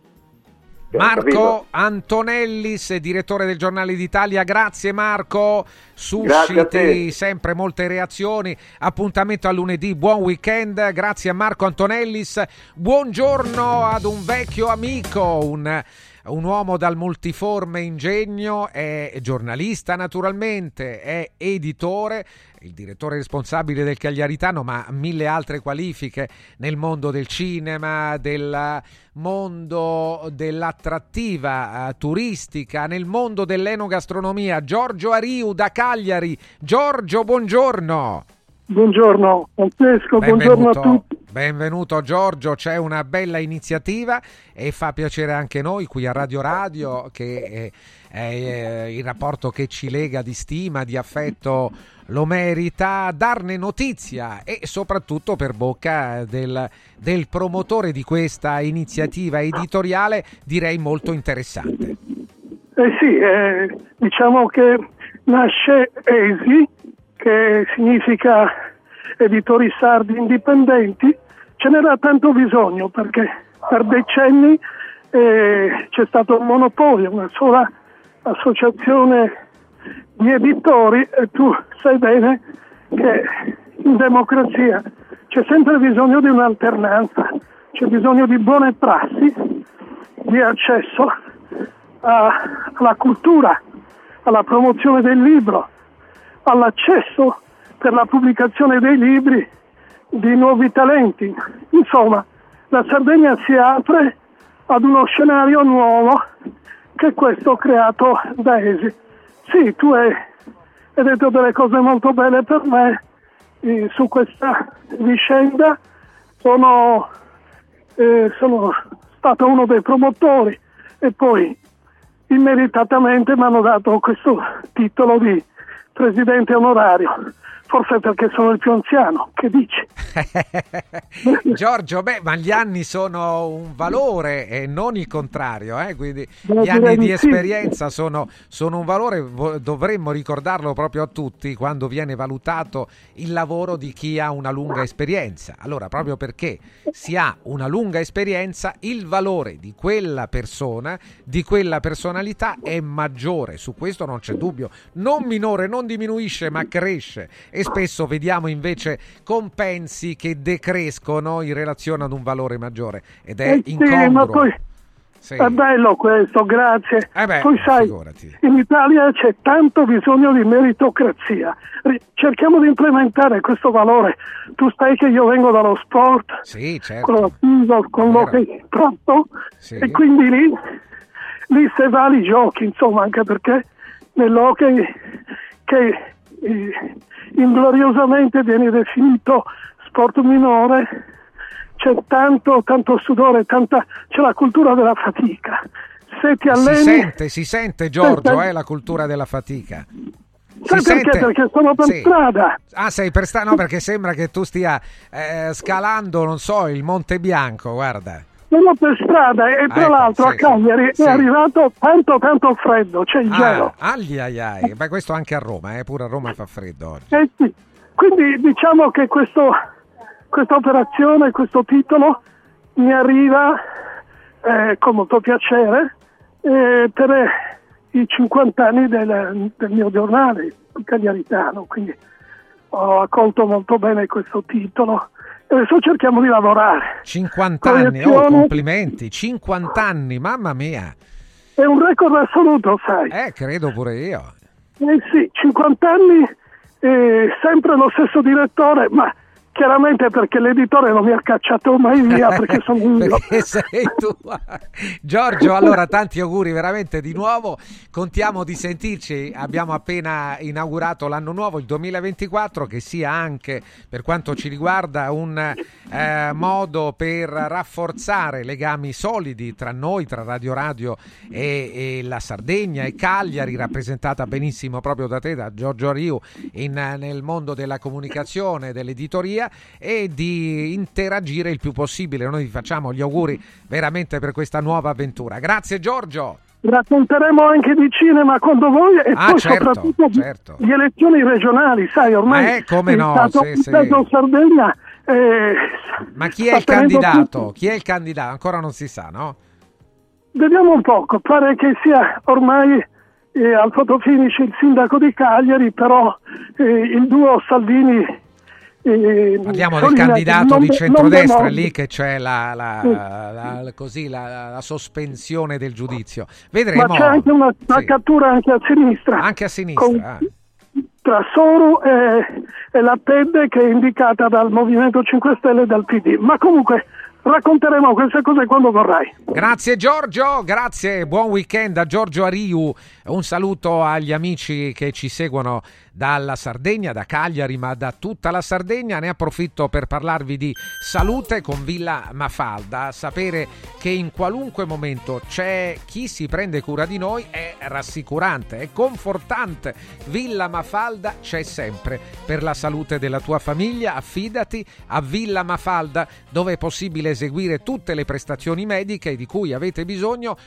[SPEAKER 2] Marco Antonellis, direttore del Giornale d'Italia, grazie Marco, susciti sempre molte reazioni, appuntamento a lunedì, buon weekend, grazie a Marco Antonellis, buongiorno ad un vecchio amico, un, un uomo dal multiforme ingegno, è giornalista naturalmente, è editore, il direttore responsabile del Cagliaritano, ma mille altre qualifiche nel mondo del cinema, del mondo dell'attrattiva uh, turistica, nel mondo dell'enogastronomia. Giorgio Ariu da Cagliari. Giorgio, buongiorno.
[SPEAKER 3] Buongiorno Francesco,
[SPEAKER 2] benvenuto,
[SPEAKER 3] buongiorno a tutti.
[SPEAKER 2] Benvenuto Giorgio, c'è una bella iniziativa e fa piacere anche noi qui a Radio Radio, che è, è il rapporto che ci lega di stima, di affetto lo merita, darne notizia e soprattutto per bocca del, del promotore di questa iniziativa editoriale, direi molto interessante.
[SPEAKER 3] Eh sì, eh, diciamo che nasce E S I, che significa editori sardi indipendenti. Ce n'era tanto bisogno perché per decenni eh, c'è stato un monopolio, una sola associazione di editori, e tu sai bene che in democrazia c'è sempre bisogno di un'alternanza, c'è bisogno di buone prassi, di accesso a, alla cultura, alla promozione del libro, all'accesso per la pubblicazione dei libri di nuovi talenti. Insomma, la Sardegna si apre ad uno scenario nuovo che è questo creato da Esi. Sì, tu hai, hai detto delle cose molto belle per me eh, su questa vicenda. Sono, eh, sono stato uno dei promotori e poi immeritatamente mi hanno dato questo titolo di presidente onorario, forse perché sono il più anziano, che dici?
[SPEAKER 2] Giorgio, beh, ma gli anni sono un valore e non il contrario, eh? Quindi
[SPEAKER 3] Beh,
[SPEAKER 2] gli anni di
[SPEAKER 3] sì.
[SPEAKER 2] esperienza sono, sono un valore, dovremmo ricordarlo proprio a tutti quando viene valutato il lavoro di chi ha una lunga esperienza. Allora, proprio perché si ha una lunga esperienza, il valore di quella persona, di quella personalità è maggiore, su questo non c'è dubbio, non minore, non diminuisce ma cresce, e spesso vediamo invece compensi che decrescono in relazione ad un valore maggiore ed è
[SPEAKER 3] Eh sì,
[SPEAKER 2] incongruo.
[SPEAKER 3] ma poi
[SPEAKER 2] Sì.
[SPEAKER 3] è bello questo, grazie.
[SPEAKER 2] Eh beh,
[SPEAKER 3] poi sai,
[SPEAKER 2] figurati.
[SPEAKER 3] in Italia c'è tanto bisogno di meritocrazia. Ri- Cerchiamo di implementare questo valore. Tu sai che io vengo dallo sport,
[SPEAKER 2] Sì, certo.
[SPEAKER 3] con l'attivo, con l'hockey tratto,
[SPEAKER 2] Sì.
[SPEAKER 3] e quindi lì, lì se vali giochi, insomma, anche perché nell'hockey che eh, ingloriosamente viene definito sport minore, c'è tanto, tanto sudore, tanta, c'è la cultura della fatica. Se ti alleni...
[SPEAKER 2] Si sente, si sente Giorgio,
[SPEAKER 3] se-
[SPEAKER 2] eh, la cultura della fatica.
[SPEAKER 3] Sai
[SPEAKER 2] Si
[SPEAKER 3] perché?
[SPEAKER 2] sente-
[SPEAKER 3] Perché sono per
[SPEAKER 2] Sì.
[SPEAKER 3] strada.
[SPEAKER 2] Ah, sei per strada? No, perché sembra che tu stia eh, scalando, non so, il Monte Bianco, guarda.
[SPEAKER 3] Sono per strada e tra
[SPEAKER 2] Ecco,
[SPEAKER 3] l'altro
[SPEAKER 2] sì,
[SPEAKER 3] a Cagliari
[SPEAKER 2] sì.
[SPEAKER 3] è arrivato tanto tanto freddo, c'è il gelo.
[SPEAKER 2] Ah, agli ai ai. Beh, questo anche a Roma, eh, pure a Roma fa freddo oggi.
[SPEAKER 3] Eh sì. Quindi diciamo che questo, questa operazione, questo titolo mi arriva eh, con molto piacere eh, per eh, i cinquanta anni del, del mio giornale, il Cagliaritano, quindi ho accolto molto bene questo titolo e adesso cerchiamo di lavorare.
[SPEAKER 2] cinquanta anni, oh,
[SPEAKER 3] Proiezione-
[SPEAKER 2] complimenti, cinquanta anni, mamma mia.
[SPEAKER 3] È un record assoluto, sai.
[SPEAKER 2] Eh, credo pure io.
[SPEAKER 3] Eh sì, cinquanta anni, eh, sempre lo stesso direttore, ma chiaramente perché l'editore non mi ha cacciato mai via, perché sono io.
[SPEAKER 2] Perché sei tu. Giorgio, allora tanti auguri veramente di nuovo, contiamo di sentirci, abbiamo appena inaugurato l'anno nuovo, il duemilaventiquattro, che sia anche per quanto ci riguarda un eh, modo per rafforzare legami solidi tra noi, tra Radio Radio e, e la Sardegna e Cagliari, rappresentata benissimo proprio da te, da Giorgio Ariu, in, nel mondo della comunicazione, dell'editoria, e di interagire il più possibile. Noi vi facciamo gli auguri veramente per questa nuova avventura. Grazie Giorgio.
[SPEAKER 3] Racconteremo anche di cinema quando vuoi e
[SPEAKER 2] Ah,
[SPEAKER 3] poi
[SPEAKER 2] certo,
[SPEAKER 3] soprattutto
[SPEAKER 2] certo.
[SPEAKER 3] di elezioni regionali, sai, ormai
[SPEAKER 2] Ma è come
[SPEAKER 3] il
[SPEAKER 2] no,
[SPEAKER 3] Stato,
[SPEAKER 2] sì,
[SPEAKER 3] il
[SPEAKER 2] sì.
[SPEAKER 3] Stato Sardegna eh,
[SPEAKER 2] Ma chi
[SPEAKER 3] sta
[SPEAKER 2] è il
[SPEAKER 3] tenendo
[SPEAKER 2] candidato?
[SPEAKER 3] tutti.
[SPEAKER 2] Chi è il candidato? Ancora non si sa, no?
[SPEAKER 3] Vediamo un poco, pare che sia ormai eh, al fotofinish il sindaco di Cagliari, però eh, il duo Salvini eh,
[SPEAKER 2] Parliamo del
[SPEAKER 3] Solina,
[SPEAKER 2] candidato
[SPEAKER 3] non
[SPEAKER 2] di
[SPEAKER 3] de-
[SPEAKER 2] centrodestra,
[SPEAKER 3] non
[SPEAKER 2] è lì
[SPEAKER 3] demoni.
[SPEAKER 2] che c'è la, la,
[SPEAKER 3] Sì.
[SPEAKER 2] la- la- così, la, la sospensione del giudizio.
[SPEAKER 3] Ma
[SPEAKER 2] Vedremo.
[SPEAKER 3] c'è anche una, una
[SPEAKER 2] Sì.
[SPEAKER 3] cattura anche a sinistra.
[SPEAKER 2] Anche a sinistra.
[SPEAKER 3] Con-
[SPEAKER 2] ah.
[SPEAKER 3] tra Soru e, e la P E D, che è indicata dal Movimento cinque Stelle e dal P D. Ma comunque racconteremo queste cose quando vorrai.
[SPEAKER 2] Grazie Giorgio, grazie, buon weekend a Giorgio Ariu, un saluto agli amici che ci seguono dalla Sardegna, da Cagliari, ma da tutta la Sardegna. Ne approfitto per parlarvi di salute con Villa Mafalda. Sapere che in qualunque momento c'è chi si prende cura di noi è rassicurante, è confortante. Villa Mafalda c'è sempre per la salute della tua famiglia. Affidati a Villa Mafalda, dove è possibile eseguire tutte le prestazioni mediche di cui avete bisogno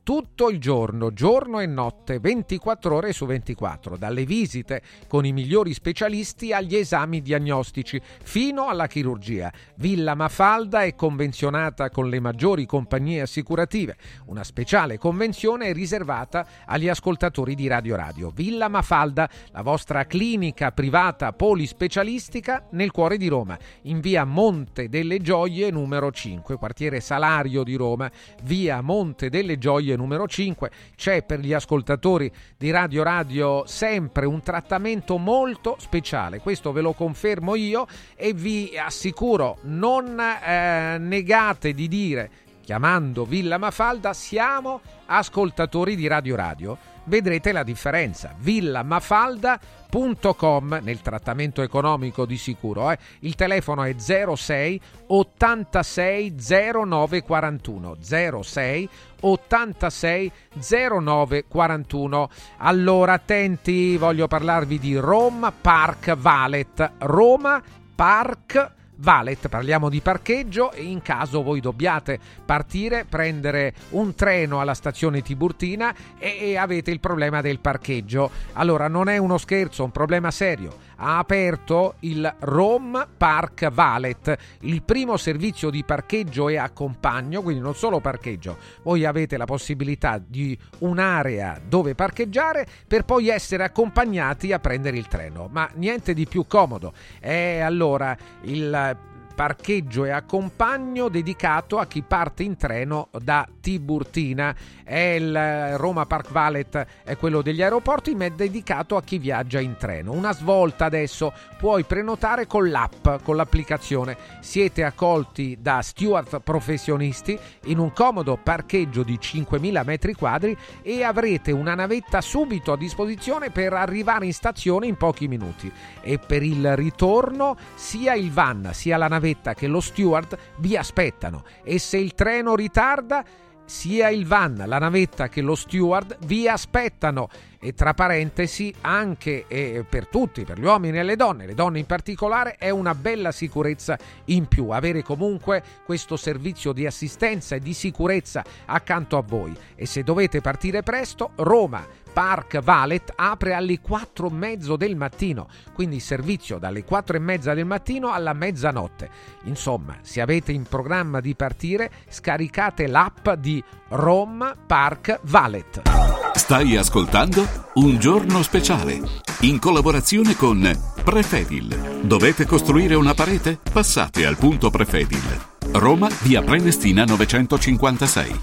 [SPEAKER 2] tutto il giorno, giorno e notte, ventiquattro ore su ventiquattro, dalle visite con i migliori specialisti agli esami diagnostici fino alla chirurgia. Villa Mafalda è convenzionata con le maggiori compagnie assicurative. Una speciale convenzione è riservata agli ascoltatori di Radio Radio. Villa Mafalda, la vostra clinica privata polispecialistica nel cuore di Roma, in via Monte delle Gioie numero cinque, quartiere Salario di Roma, via Monte delle Gioie numero cinque. C'è per gli ascoltatori di Radio Radio sempre un trattamento molto speciale, questo ve lo confermo io e vi assicuro, non eh, negate di dire, chiamando Villa Mafalda, siamo ascoltatori di Radio Radio. Vedrete la differenza. villamafalda punto com nel trattamento economico di sicuro. Eh. Il telefono è zero sei ottantasei zero nove quarantuno zero sei ottantasei zero nove quarantuno. Allora attenti, voglio parlarvi di Roma Park Valet. Roma Park Valet, parliamo di parcheggio e in caso voi dobbiate partire, prendere un treno alla stazione Tiburtina e, e avete il problema del parcheggio. Allora non è uno scherzo, è un problema serio. Ha aperto il Rome Park Valet, il primo servizio di parcheggio e accompagno, quindi non solo parcheggio, voi avete la possibilità di un'area dove parcheggiare per poi essere accompagnati a prendere il treno, ma niente di più comodo. È allora il parcheggio e accompagno dedicato a chi parte in treno da Tiburtina. È il Roma Park Valet, è quello degli aeroporti, ma è dedicato a chi viaggia in treno. Una svolta adesso, puoi prenotare con l'app, con l'applicazione. Siete accolti da steward professionisti in un comodo parcheggio di cinquemila metri quadri e avrete una navetta subito a disposizione per arrivare in stazione in pochi minuti. E per il ritorno sia il van sia la navetta che lo steward vi aspettano, e se il treno ritarda sia il van, la navetta che lo steward vi aspettano. E tra parentesi anche eh, per tutti, per gli uomini e le donne, le donne in particolare, è una bella sicurezza in più avere comunque questo servizio di assistenza e di sicurezza accanto a voi. E se dovete partire presto, Roma Park Valet apre alle quattro e mezzo del mattino, quindi servizio dalle quattro e mezza del mattino alla mezzanotte. Insomma, se avete in programma di partire, scaricate l'app di Rome Park Valet.
[SPEAKER 1] Stai ascoltando Un Giorno Speciale in collaborazione con Prefedil. Dovete costruire una parete? Passate al punto Prefedil. Roma, via Prenestina novecentocinquantasei.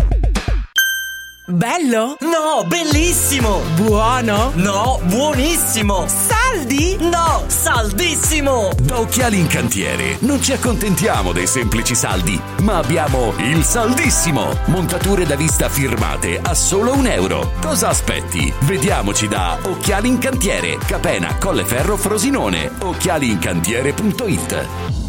[SPEAKER 6] Bello? No, bellissimo! Buono? No, buonissimo! Saldi? No, saldissimo!
[SPEAKER 4] Da Occhiali in Cantiere non ci accontentiamo dei semplici saldi, ma abbiamo il saldissimo! Montature da vista firmate a solo un euro. Cosa aspetti? Vediamoci da Occhiali in Cantiere, Capena, Colleferro, Frosinone. occhiali in cantiere punto it.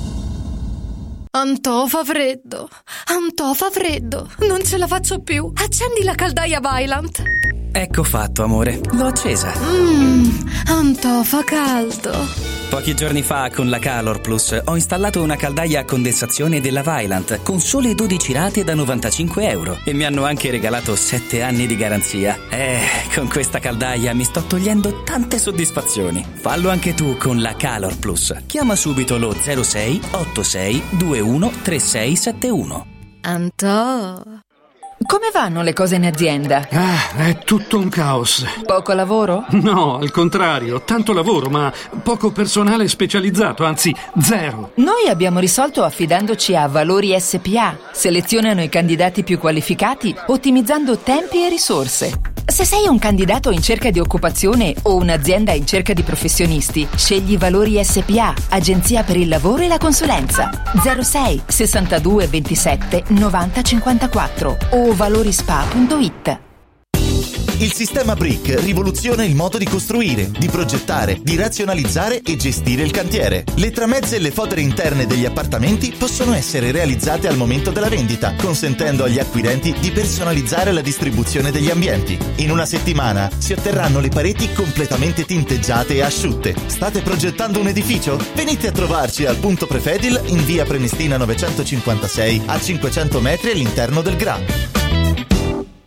[SPEAKER 7] Antò fa freddo, Antò fa freddo, non ce la faccio più. Accendi la caldaia Vaillant.
[SPEAKER 10] Ecco fatto, amore, l'ho accesa.
[SPEAKER 7] Mmm, Antò fa caldo.
[SPEAKER 10] Pochi giorni fa con la Calor Plus ho installato una caldaia a condensazione della Vaillant con sole dodici rate da novantacinque euro e mi hanno anche regalato sette anni di garanzia. Eh, con questa caldaia mi sto togliendo tante soddisfazioni. Fallo anche tu con la Calor Plus. Chiama subito lo zero sei otto sei due uno tre sei sette uno.
[SPEAKER 7] Antò.
[SPEAKER 8] Come vanno le cose in azienda?
[SPEAKER 9] Ah, è tutto un caos.
[SPEAKER 8] Poco lavoro?
[SPEAKER 9] No, al contrario, tanto lavoro, ma poco personale specializzato, anzi zero.
[SPEAKER 8] Noi abbiamo risolto affidandoci a Valori S P A. Selezionano i candidati più qualificati, ottimizzando tempi e risorse. Se sei un candidato in cerca di occupazione o un'azienda in cerca di professionisti, scegli Valori S P A, agenzia per il lavoro e la consulenza. zero sei sessantadue ventisette novanta cinquantaquattro o valorispa punto it.
[SPEAKER 18] Il sistema Brick rivoluziona il modo di costruire, di progettare, di razionalizzare e gestire il cantiere. Le tramezze e le fodere interne degli appartamenti possono essere realizzate al momento della vendita, consentendo agli acquirenti di personalizzare la distribuzione degli ambienti. In una settimana si otterranno le pareti completamente tinteggiate e asciutte. State progettando un edificio? Venite a trovarci al punto Prefedil in via Prenestina novecentocinquantasei, a cinquecento metri all'interno del Gra.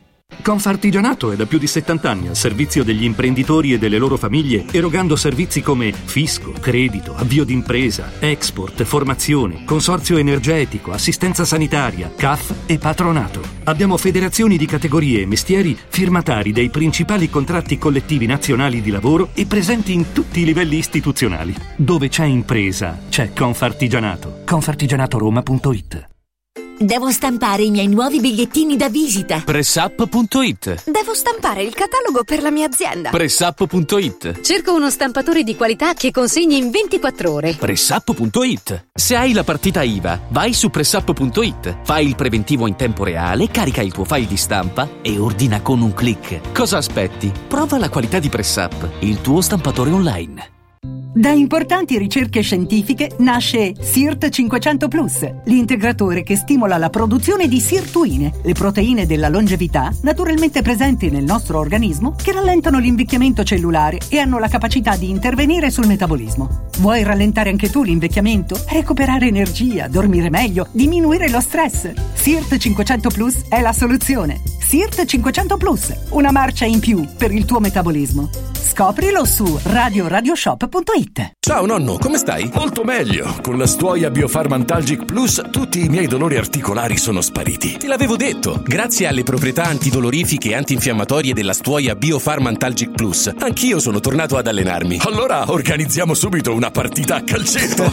[SPEAKER 9] Confartigianato è da più di settanta anni al servizio degli imprenditori e delle loro famiglie, erogando servizi come fisco, credito, avvio d'impresa, export, formazione, consorzio energetico, assistenza sanitaria, C A F e patronato. Abbiamo federazioni di categorie e mestieri firmatari dei principali contratti collettivi nazionali di lavoro e presenti in tutti i livelli istituzionali. Dove c'è impresa, c'è Confartigianato. Confartigianatoroma punto it.
[SPEAKER 5] Devo stampare i miei nuovi bigliettini da visita.
[SPEAKER 11] Pressup punto it.
[SPEAKER 7] Devo stampare il catalogo per la mia azienda.
[SPEAKER 11] Pressup punto it.
[SPEAKER 7] Cerco uno stampatore di qualità che consegni in ventiquattro ore.
[SPEAKER 11] Pressup punto it. Se hai la partita I V A, vai su Pressup punto it. Fai il preventivo in tempo reale, carica il tuo file di stampa e ordina con un click. Cosa aspetti? Prova la qualità di Pressup, il tuo stampatore online.
[SPEAKER 12] Da importanti ricerche scientifiche nasce SIRT cinquecento plus, l'integratore che stimola la produzione di sirtuine, le proteine della longevità naturalmente presenti nel nostro organismo che rallentano l'invecchiamento cellulare e hanno la capacità di intervenire sul metabolismo. Vuoi rallentare anche tu l'invecchiamento? Recuperare energia, dormire meglio, diminuire lo stress? SIRT cinquecento plus è la soluzione. SIRT cinquecento plus, una marcia in più per il tuo metabolismo. Scoprilo su radio radioshop punto it.
[SPEAKER 4] Ciao nonno, come stai? Molto meglio. Con la Stuoia Biofarmantalgic Plus tutti i miei dolori articolari sono spariti. Te l'avevo detto. Grazie alle proprietà antidolorifiche e antinfiammatorie della Stuoia Biofarmantalgic Plus, anch'io sono tornato ad allenarmi. Allora organizziamo subito una partita a calcetto.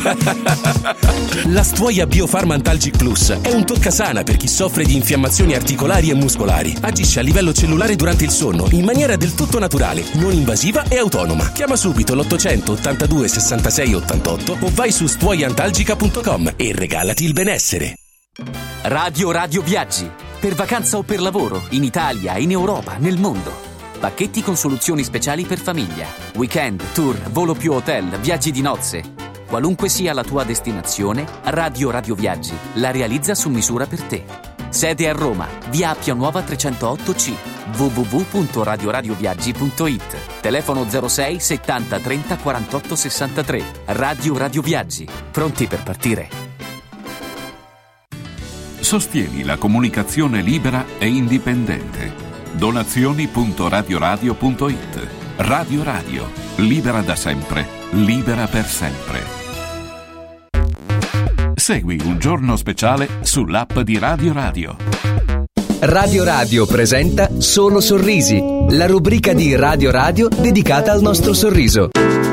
[SPEAKER 4] La Stuoia Biofarmantalgic Plus è un toccasana per chi soffre di infiammazioni articolari e muscolari. Agisce a livello cellulare durante il sonno in maniera del tutto naturale, non invasiva e autonoma. Chiama subito l'ottocento ottantadue sessantasei ottantotto o vai su stuoiantalgica punto com e regalati il benessere.
[SPEAKER 11] Radio Radio Viaggi. Per vacanza o per lavoro, in Italia, in Europa, nel mondo. Pacchetti con soluzioni speciali per famiglia. Weekend, tour, volo più hotel, viaggi di nozze. Qualunque sia la tua destinazione, Radio Radio Viaggi la realizza su misura per te. Sede a Roma, via Appia Nuova trecentootto C, w w w punto radio radio viaggi punto it. Telefono zero sei settanta trenta quarantotto sessantatré. Radio Radio Viaggi, pronti per partire.
[SPEAKER 1] Sostieni la comunicazione libera e indipendente. Donazioni punto radio radio punto it. Radio Radio, libera da sempre, libera per sempre. Segui Un Giorno Speciale sull'app di Radio Radio.
[SPEAKER 13] Radio Radio presenta Solo Sorrisi, la rubrica di Radio Radio dedicata al nostro sorriso.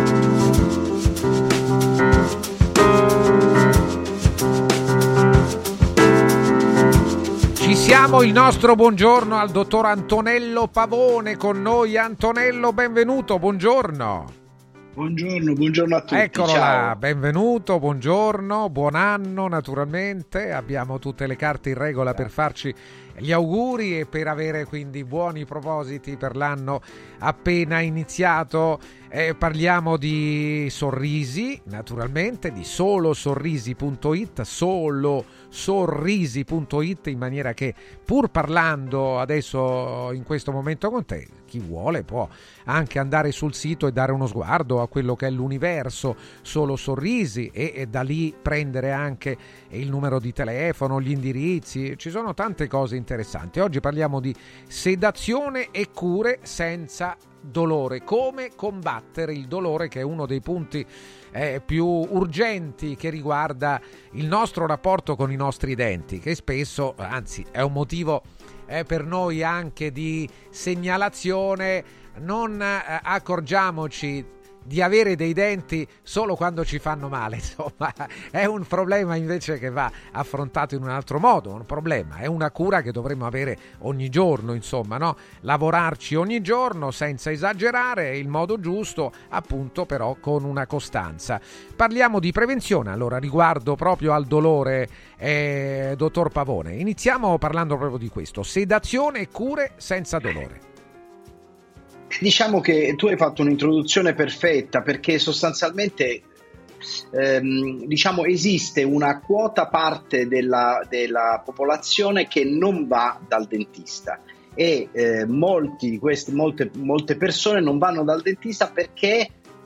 [SPEAKER 2] Ci siamo, il nostro buongiorno al dottor Antonello Pavone con noi. Antonello, benvenuto, buongiorno.
[SPEAKER 14] Buongiorno, buongiorno a tutti.
[SPEAKER 2] Eccolo
[SPEAKER 14] ciao.
[SPEAKER 2] là, benvenuto, buongiorno, buon anno naturalmente. Abbiamo tutte le carte in regola per farci gli auguri e per avere quindi buoni propositi per l'anno appena iniziato. Eh, parliamo di sorrisi, naturalmente, di solo sorrisi punto it, solo sorrisi punto it, in maniera che, pur parlando adesso in questo momento con te, chi vuole può anche andare sul sito e dare uno sguardo a quello che è l'universo Solo Sorrisi e, e da lì prendere anche il numero di telefono, gli indirizzi. Ci sono tante cose interessanti. Oggi parliamo di sedazione e cure senza dolore, come combattere il dolore, che è uno dei punti eh, più urgenti che riguarda il nostro rapporto con i nostri denti, che spesso, anzi è un motivo eh, per noi anche di segnalazione. Non eh, accorgiamoci di avere dei denti solo quando ci fanno male, insomma è un problema invece che va affrontato in un altro modo. Un problema, è una cura che dovremmo avere ogni giorno, insomma, no? Lavorarci ogni giorno senza esagerare, il modo giusto, appunto, però con una costanza. Parliamo di prevenzione allora riguardo proprio al dolore, eh, dottor Pavone. Iniziamo parlando proprio di questo: sedazione e cure senza dolore.
[SPEAKER 14] Diciamo che tu hai fatto un'introduzione perfetta, perché sostanzialmente ehm, diciamo esiste una quota parte della, della popolazione che non va dal dentista e eh, molti, queste, molte, molte persone non vanno dal dentista perché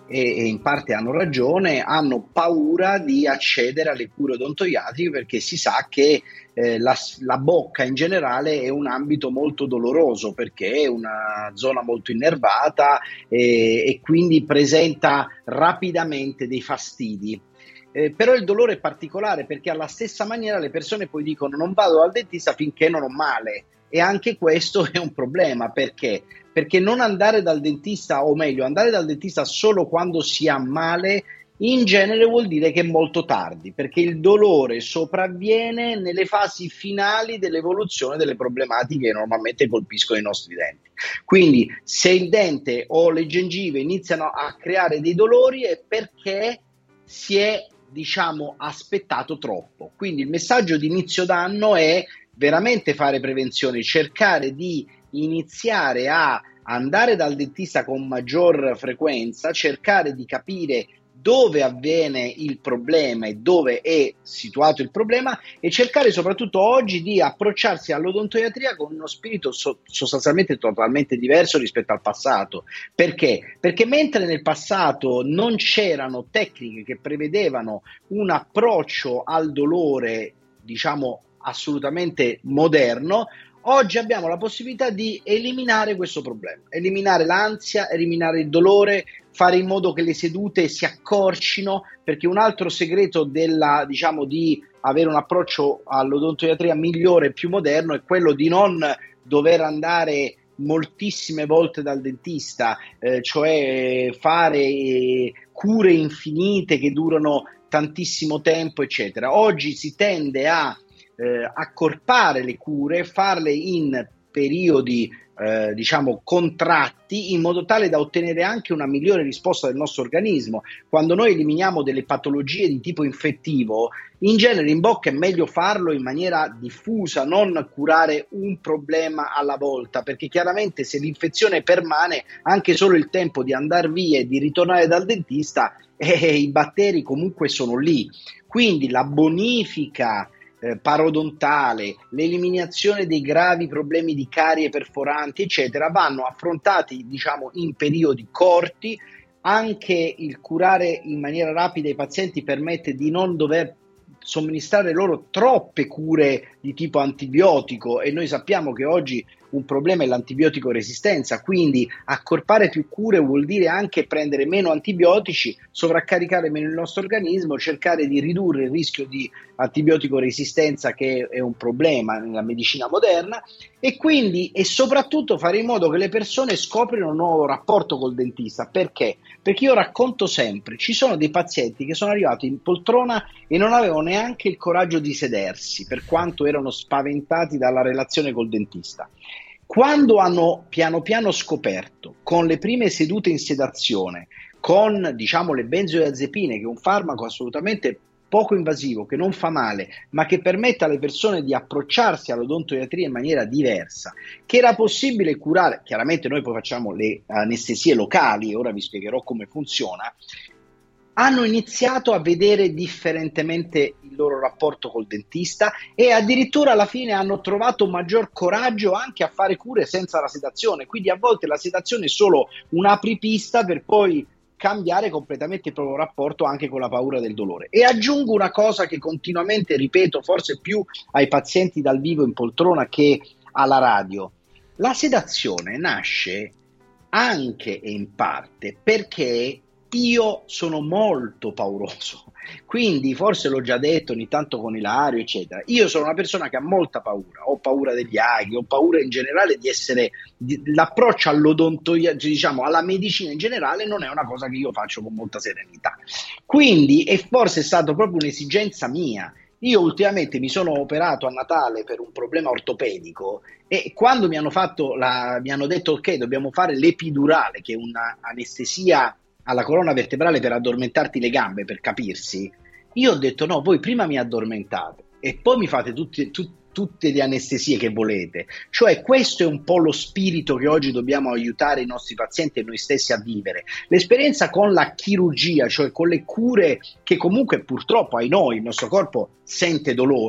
[SPEAKER 14] e, e in parte hanno ragione, hanno paura di accedere alle cure odontoiatriche perché si sa che eh, la, la bocca in generale è un ambito molto doloroso perché è una zona molto innervata e, e quindi presenta rapidamente dei fastidi. Eh, però il dolore è particolare perché alla stessa maniera le persone poi dicono non vado dal dentista finché non ho male, e anche questo è un problema. Perché? Perché non andare dal dentista, o meglio andare dal dentista solo quando si ha male, in genere vuol dire che è molto tardi, perché il dolore sopravviene nelle fasi finali dell'evoluzione delle problematiche che normalmente colpiscono i nostri denti. Quindi se il dente o le gengive iniziano a creare dei dolori è perché si è, diciamo, aspettato troppo. Quindi il messaggio di inizio d'anno è veramente fare prevenzione, cercare di iniziare a andare dal dentista con maggior frequenza, cercare di capire dove avviene il problema e dove è situato il problema, e cercare soprattutto oggi di approcciarsi all'odontoiatria con uno spirito so- sostanzialmente totalmente diverso rispetto al passato. Perché? Perché mentre nel passato non c'erano tecniche che prevedevano un approccio al dolore, diciamo, assolutamente moderno, oggi abbiamo la possibilità di eliminare questo problema, eliminare l'ansia, eliminare il dolore, fare in modo che le sedute si accorcino, perché un altro segreto della, diciamo, di avere un approccio all'odontoiatria migliore e più moderno è quello di non dover andare moltissime volte dal dentista, eh, cioè fare eh, cure infinite che durano tantissimo tempo, eccetera. Oggi si tende a Eh, accorpare le cure, farle in periodi eh, diciamo contratti, in modo tale da ottenere anche una migliore risposta del nostro organismo. Quando noi eliminiamo delle patologie di tipo infettivo, in genere in bocca è meglio farlo in maniera diffusa, non curare un problema alla volta, perché chiaramente se l'infezione permane, anche solo il tempo di andare via e di ritornare dal dentista, eh, i batteri comunque sono lì. Quindi la bonifica Eh, parodontale, l'eliminazione dei gravi problemi di carie perforanti, eccetera, vanno affrontati, diciamo, in periodi corti. Anche il curare in maniera rapida i pazienti permette di non dover somministrare loro troppe cure di tipo antibiotico, e noi sappiamo che oggi un problema è l'antibiotico resistenza, quindi accorpare più cure vuol dire anche prendere meno antibiotici, sovraccaricare meno il nostro organismo, cercare di ridurre il rischio di antibiotico resistenza, che è un problema nella medicina moderna, e quindi e soprattutto fare in modo che le persone scoprino un nuovo rapporto col dentista. Perché? Perché io racconto sempre, ci sono dei pazienti che sono arrivati in poltrona e non avevano neanche il coraggio di sedersi, per quanto erano spaventati dalla relazione col dentista. Quando hanno piano piano scoperto, con le prime sedute in sedazione, con, diciamo, le benzodiazepine, che è un farmaco assolutamente poco invasivo, che non fa male, ma che permette alle persone di approcciarsi all'odontoiatria in maniera diversa, che era possibile curare, chiaramente noi poi facciamo le anestesie locali, ora vi spiegherò come funziona, hanno iniziato a vedere differentemente il loro rapporto col dentista, e addirittura alla fine hanno trovato maggior coraggio anche a fare cure senza la sedazione. Quindi a volte la sedazione è solo un apripista per poi cambiare completamente il proprio rapporto anche con la paura del dolore. E aggiungo una cosa che continuamente ripeto, forse più ai pazienti dal vivo in poltrona che alla radio: la sedazione nasce anche e in parte perché io sono molto pauroso, quindi forse l'ho già detto ogni tanto con Ilario, eccetera. Io sono una persona che ha molta paura, ho paura degli aghi, ho paura in generale di essere di, l'approccio all'odontoiatria, diciamo alla medicina in generale, non è una cosa che io faccio con molta serenità. Quindi è forse stato proprio un'esigenza mia. Io ultimamente mi sono operato a Natale per un problema ortopedico, e quando mi hanno fatto la, mi hanno detto ok, dobbiamo fare l'epidurale, che è un'anestesia alla colonna vertebrale per addormentarti le gambe, per capirsi, io ho detto no, voi prima mi addormentate e poi mi fate tutti, tu, tutte le anestesie che volete. Cioè questo è un po' lo spirito che oggi dobbiamo aiutare i nostri pazienti e noi stessi a vivere. L'esperienza con la chirurgia, cioè con le cure che comunque purtroppo ai noi il nostro corpo sente dolore,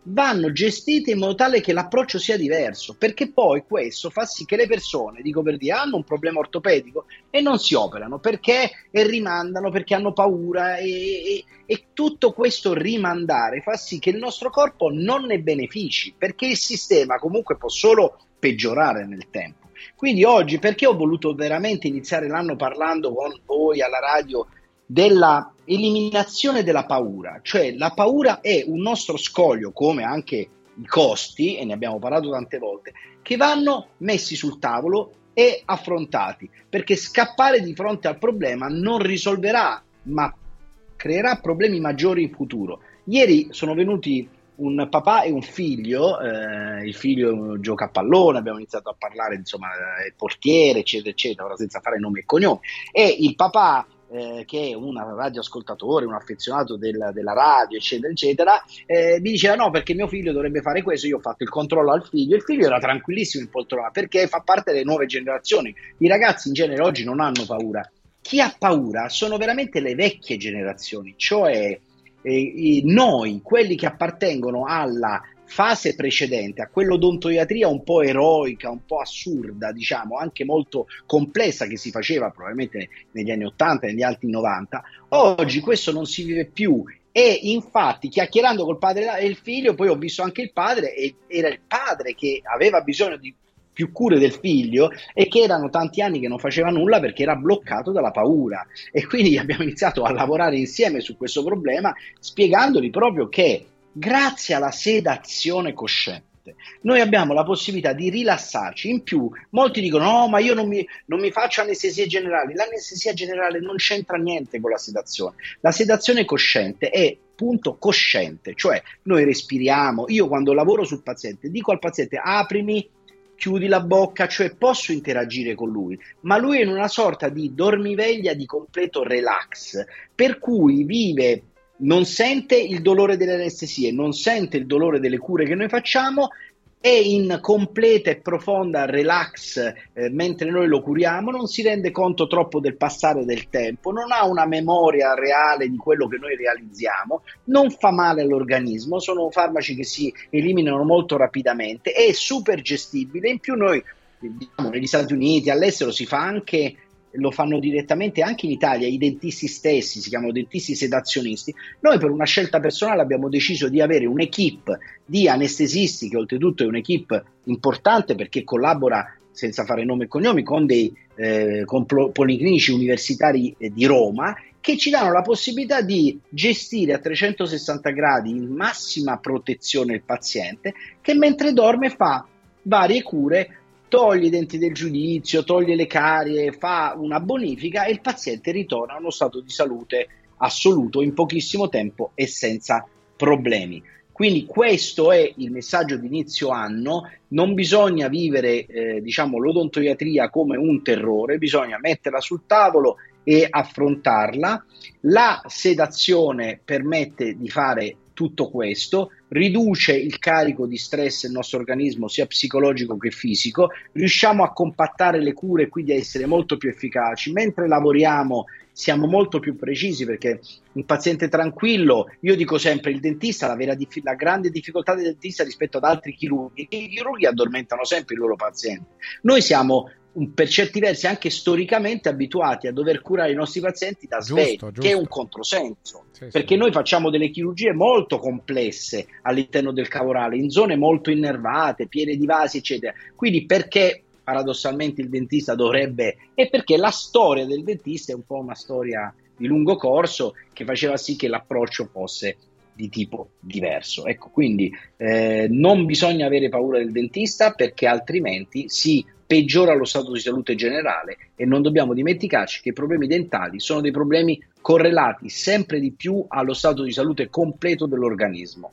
[SPEAKER 14] vanno gestite in modo tale che l'approccio sia diverso, perché poi questo fa sì che le persone, dico per dire, hanno un problema ortopedico e non si operano perché e rimandano, perché hanno paura e, e, e tutto questo rimandare fa sì che il nostro corpo non ne benefici, perché il sistema comunque può solo peggiorare nel tempo. Quindi oggi, perché ho voluto veramente iniziare l'anno parlando con voi alla radio della eliminazione della paura, cioè la paura è un nostro scoglio, come anche i costi, e ne abbiamo parlato tante volte, che vanno messi sul tavolo e affrontati, perché scappare di fronte al problema non risolverà, ma creerà problemi maggiori in futuro. Ieri sono venuti un papà e un figlio, eh, il figlio gioca a pallone, abbiamo iniziato a parlare, insomma, il portiere, eccetera, eccetera, ora senza fare nomi e cognomi, e il papà, Eh, che è un radioascoltatore, un affezionato del, della radio, eccetera, eccetera, eh, mi diceva no, perché mio figlio dovrebbe fare questo. Io ho fatto il controllo al figlio, il figlio era tranquillissimo in poltrona, perché fa parte delle nuove generazioni. I ragazzi in genere oggi non hanno paura. Chi ha paura sono veramente le vecchie generazioni, cioè eh, noi, quelli che appartengono alla fase precedente, a quell'odontoiatria un po' eroica, un po' assurda, diciamo, anche molto complessa, che si faceva probabilmente negli anni ottanta, negli anni novanta. Oggi questo non si vive più, e infatti chiacchierando col padre e il figlio, poi ho visto anche il padre, e era il padre che aveva bisogno di più cure del figlio e che erano tanti anni che non faceva nulla perché era bloccato dalla paura, e quindi abbiamo iniziato a lavorare insieme su questo problema, spiegandogli proprio che grazie alla sedazione cosciente noi abbiamo la possibilità di rilassarci. In più molti dicono no, ma io non mi, non mi faccio anestesie generali. L'anestesia generale non c'entra niente con la sedazione. La sedazione cosciente è punto cosciente, cioè noi respiriamo. Io quando lavoro sul paziente dico al paziente aprimi, chiudi la bocca, cioè posso interagire con lui, ma lui è in una sorta di dormiveglia di completo relax, per cui vive, non sente il dolore delle anestesie, non sente il dolore delle cure che noi facciamo, è in completa e profonda relax eh, mentre noi lo curiamo, non si rende conto troppo del passare del tempo, non ha una memoria reale di quello che noi realizziamo, non fa male all'organismo, sono farmaci che si eliminano molto rapidamente, è super gestibile. In più noi, diciamo, negli Stati Uniti, all'estero si fa anche, lo fanno direttamente anche in Italia, i dentisti stessi, si chiamano dentisti sedazionisti. Noi per una scelta personale abbiamo deciso di avere un'equipe di anestesisti, che oltretutto è un'equipe importante perché collabora, senza fare nomi e cognomi, con dei eh, con policlinici universitari eh, di Roma, che ci danno la possibilità di gestire a trecentosessanta gradi in massima protezione il paziente, che mentre dorme fa varie cure, toglie i denti del giudizio, toglie le carie, fa una bonifica e il paziente ritorna a uno stato di salute assoluto in pochissimo tempo e senza problemi. Quindi questo è il messaggio di inizio anno. Non bisogna vivere eh, diciamo l'odontoiatria come un terrore, bisogna metterla sul tavolo e affrontarla. La sedazione permette di fare tutto questo, riduce il carico di stress nel nostro organismo sia psicologico che fisico, riusciamo a compattare le cure e quindi a essere molto più efficaci. Mentre lavoriamo siamo molto più precisi, perché un paziente tranquillo, io dico sempre, il dentista, la, vera dif- la grande difficoltà del dentista rispetto ad altri chirurghi, che i chirurghi addormentano sempre i loro pazienti. Noi siamo per certi versi anche storicamente abituati a dover curare i nostri pazienti da svegli, giusto, giusto. Che è un controsenso, sì, perché sì. Noi facciamo delle chirurgie molto complesse all'interno del cavorale, in zone molto innervate, piene di vasi, eccetera. Quindi perché paradossalmente il dentista dovrebbe, e perché la storia del dentista è un po' una storia di lungo corso che faceva sì che l'approccio fosse di tipo diverso. Ecco, quindi eh, non bisogna avere paura del dentista, perché altrimenti si peggiora lo stato di salute generale, e non dobbiamo dimenticarci che i problemi dentali sono dei problemi correlati sempre di più allo stato di salute completo dell'organismo.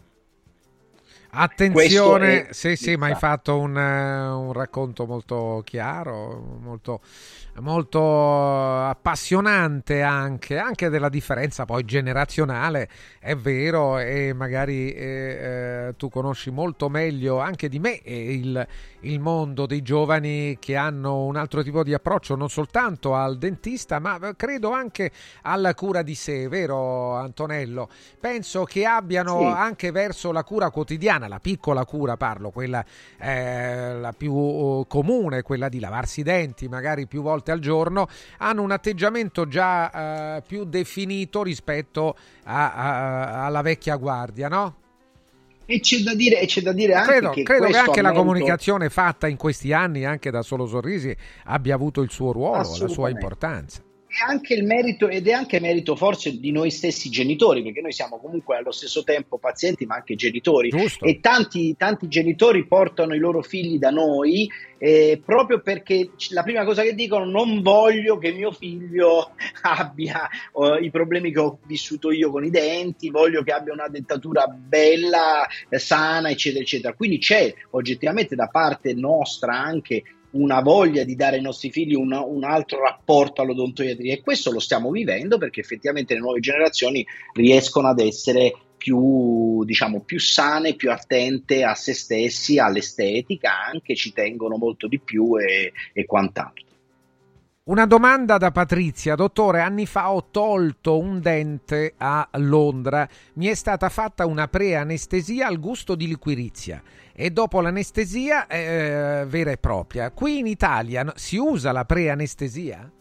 [SPEAKER 2] Attenzione, sì sì, ma hai fatto un, un racconto molto chiaro, molto, molto appassionante anche, anche della differenza poi generazionale, è vero, e magari eh, tu conosci molto meglio anche di me il, il mondo dei giovani che hanno un altro tipo di approccio, non soltanto al dentista, ma credo anche alla cura di sé, vero Antonello? Penso che abbiano sì. anche verso la cura quotidiana, quotidiana, la piccola cura parlo, quella eh, la più uh, comune, quella di lavarsi i denti magari più volte al giorno, hanno un atteggiamento già uh, più definito rispetto a, a, alla vecchia guardia, no?
[SPEAKER 14] E c'è da dire, e c'è da dire anche
[SPEAKER 2] credo,
[SPEAKER 14] che
[SPEAKER 2] credo che anche
[SPEAKER 14] aumento...
[SPEAKER 2] la comunicazione fatta in questi anni anche da Solo Sorrisi abbia avuto il suo ruolo, la sua importanza.
[SPEAKER 14] È anche il merito, ed è anche merito forse di noi stessi genitori, perché noi siamo comunque allo stesso tempo pazienti ma anche genitori. Giusto. E tanti, tanti genitori portano i loro figli da noi eh, proprio perché la prima cosa che dicono: non voglio che mio figlio abbia oh, i problemi che ho vissuto io con i denti, voglio che abbia una dentatura bella, eh, sana, eccetera eccetera. Quindi c'è oggettivamente da parte nostra anche una voglia di dare ai nostri figli un, un altro rapporto all'odontoiatria, e questo lo stiamo vivendo perché effettivamente le nuove generazioni riescono ad essere più, diciamo, più sane, più attente a se stessi, all'estetica, anche ci tengono molto di più e, e quant'altro.
[SPEAKER 2] Una domanda da Patrizia: dottore, anni fa ho tolto un dente a Londra, mi è stata fatta una preanestesia al gusto di liquirizia e dopo l'anestesia eh, vera e propria. Qui in Italia si usa la preanestesia?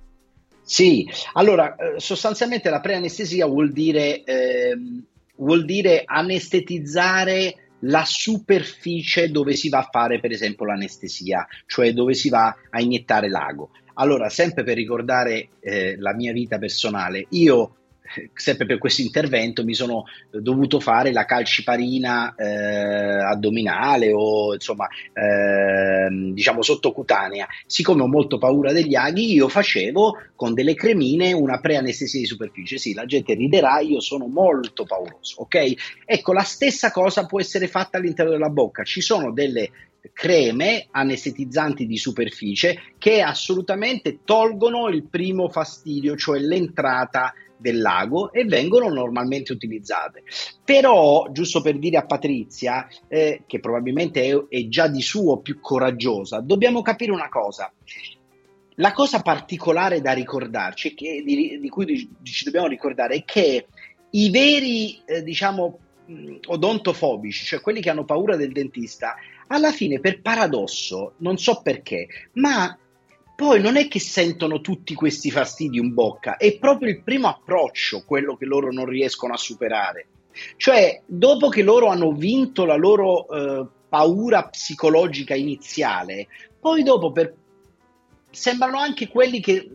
[SPEAKER 14] Sì, allora sostanzialmente la preanestesia vuol dire, eh, vuol dire anestetizzare la superficie dove si va a fare per esempio l'anestesia, cioè dove si va a iniettare l'ago. Allora, sempre per ricordare eh, la mia vita personale, io sempre per questo intervento mi sono dovuto fare la calciparina eh, addominale o insomma eh, diciamo sottocutanea. Siccome ho molto paura degli aghi, io facevo con delle cremine una preanestesia di superficie. Sì, la gente riderà, io sono molto pauroso, ok? Ecco, la stessa cosa può essere fatta all'interno della bocca. Ci sono delle creme anestetizzanti di superficie che assolutamente tolgono il primo fastidio, cioè l'entrata dell'ago, e vengono normalmente utilizzate. Però, giusto per dire a Patrizia, eh, che probabilmente è, è già di suo più coraggiosa, dobbiamo capire una cosa. La cosa particolare da ricordarci, che, di, di cui ci dobbiamo ricordare, è che i veri, eh, diciamo, odontofobici, cioè quelli che hanno paura del dentista, alla fine, per paradosso, non so perché, ma poi non è che sentono tutti questi fastidi in bocca, è proprio il primo approccio quello che loro non riescono a superare. Cioè, dopo che loro hanno vinto la loro eh, paura psicologica iniziale, poi dopo per... sembrano anche quelli che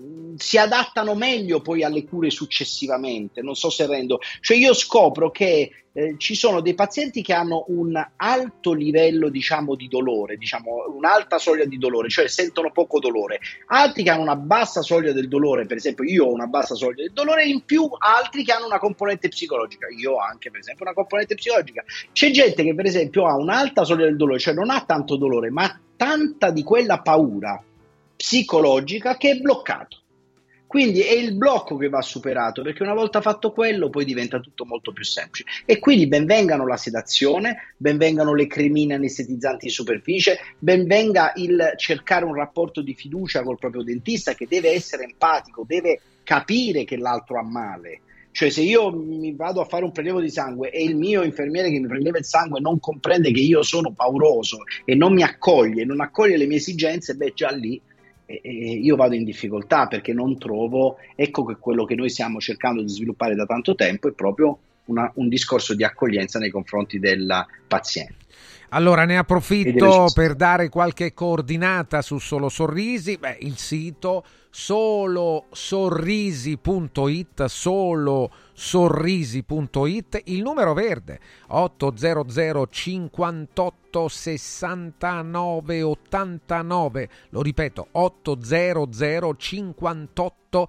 [SPEAKER 14] si adattano meglio poi alle cure successivamente, non so se rendo. Cioè io scopro che eh, ci sono dei pazienti che hanno un alto livello, diciamo, di dolore, diciamo un'alta soglia di dolore, cioè sentono poco dolore, altri che hanno una bassa soglia del dolore, per esempio io ho una bassa soglia del dolore, in più altri che hanno una componente psicologica, io ho anche per esempio una componente psicologica. C'è gente che per esempio ha un'alta soglia del dolore, cioè non ha tanto dolore, ma tanta di quella paura psicologica che è bloccato. Quindi è il blocco che va superato, perché una volta fatto quello poi diventa tutto molto più semplice. E quindi benvengano la sedazione, benvengano le cremine anestetizzanti di superficie, benvenga il cercare un rapporto di fiducia col proprio dentista, che deve essere empatico, deve capire che l'altro ha male. Cioè se io mi vado a fare un prelievo di sangue e il mio infermiere che mi preleva il sangue non comprende che io sono pauroso e non mi accoglie, non accoglie le mie esigenze, beh già lì E io vado in difficoltà, perché non trovo, ecco che quello che noi stiamo cercando di sviluppare da tanto tempo è proprio una, un discorso di accoglienza nei confronti del paziente.
[SPEAKER 2] Allora ne approfitto per dare qualche coordinata su Solo Sorrisi. Beh, il sito solo sorrisi punto it, solo sorrisi punto it, il numero verde otto zero zero cinquantotto sessantanove ottantanove, lo ripeto otto zero zero cinquantotto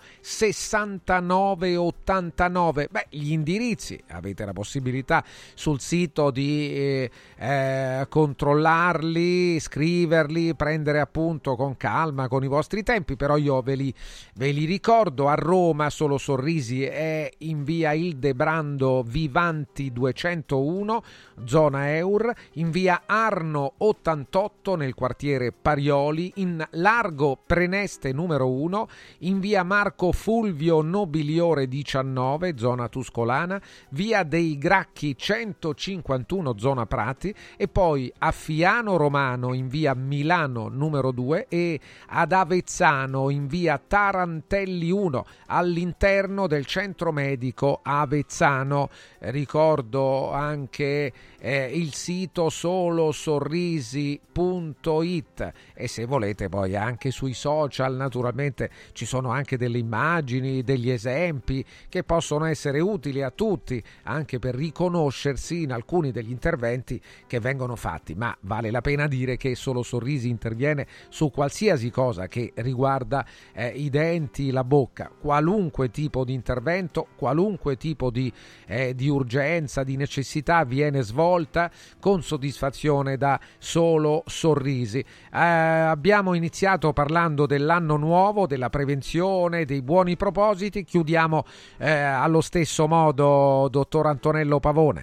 [SPEAKER 2] sessantanove ottantanove. Beh, gli indirizzi avete la possibilità sul sito di eh, eh, controllarli, scriverli, prendere appunto con calma, con i vostri tempi, però io ve li, ve li ricordo. A Roma Solo Sorrisi è in via Ildebrando Vivanti duecentouno, zona Eur, in via Arno ottantotto nel quartiere Parioli, in largo Preneste numero uno, in via Marco Fulvio Nobiliore diciannove, zona Tuscolana, via dei Gracchi centocinquantuno, zona Prati, e poi a Fiano Romano in via Milano numero due e ad Avezzano in via Tarantelli uno, all'interno del centro medico Avezzano. Ricordo anche eh, il sito solo sorrisi punto it, e se volete poi anche sui social naturalmente ci sono anche delle immagini, degli esempi che possono essere utili a tutti anche per riconoscersi in alcuni degli interventi che vengono fatti. Ma vale la pena dire che Solo Sorrisi interviene su qualsiasi cosa che riguarda eh, i denti, la bocca, qualunque tipo di intervento, qualunque tipo di, eh, di urgenza, di necessità viene svolta con soddisfazione da Solo Sorrisi. Eh, abbiamo iniziato parlando dell'anno nuovo, della prevenzione, dei buoni propositi. Chiudiamo eh, allo stesso modo, dottor Antonello Pavone.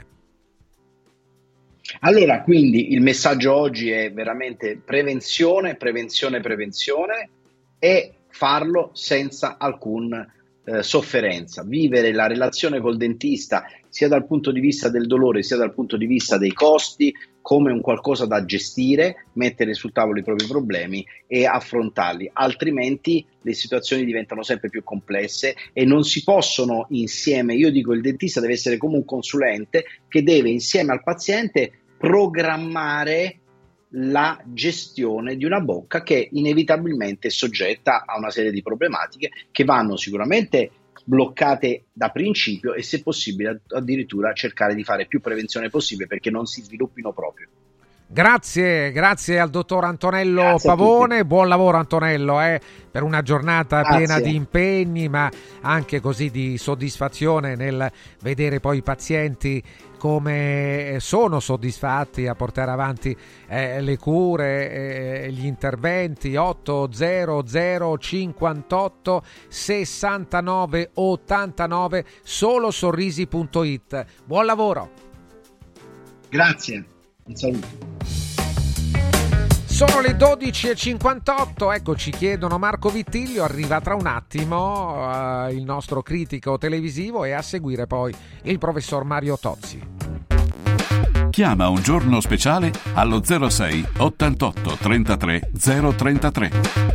[SPEAKER 14] Allora, quindi il messaggio oggi è veramente prevenzione, prevenzione, prevenzione, e farlo senza alcun eh, sofferenza. Vivere la relazione col dentista sia dal punto di vista del dolore sia dal punto di vista dei costi come un qualcosa da gestire, mettere sul tavolo i propri problemi e affrontarli, altrimenti le situazioni diventano sempre più complesse e non si possono insieme. Io dico, il dentista deve essere come un consulente che deve insieme al paziente programmare la gestione di una bocca che inevitabilmente è soggetta a una serie di problematiche che vanno sicuramente bloccate da principio e, se possibile, addirittura cercare di fare più prevenzione possibile perché non si sviluppino proprio.
[SPEAKER 2] Grazie, grazie al dottor Antonello grazie Pavone, buon lavoro Antonello eh, per una giornata grazie. piena di impegni ma anche così di soddisfazione nel vedere poi i pazienti come sono soddisfatti a portare avanti eh, le cure, eh, gli interventi. Otto zero zero cinquantotto sessantanove ottantanove solo sorrisi punto it. Buon lavoro.
[SPEAKER 14] Grazie, un saluto.
[SPEAKER 2] Sono le dodici e cinquantotto, ecco, ci chiedono Marco Vittiglio, arriva tra un attimo uh, il nostro critico televisivo e a seguire poi il professor Mario Tozzi.
[SPEAKER 1] Chiama Un Giorno Speciale allo zero sei ottantotto trentatré zero trentatré.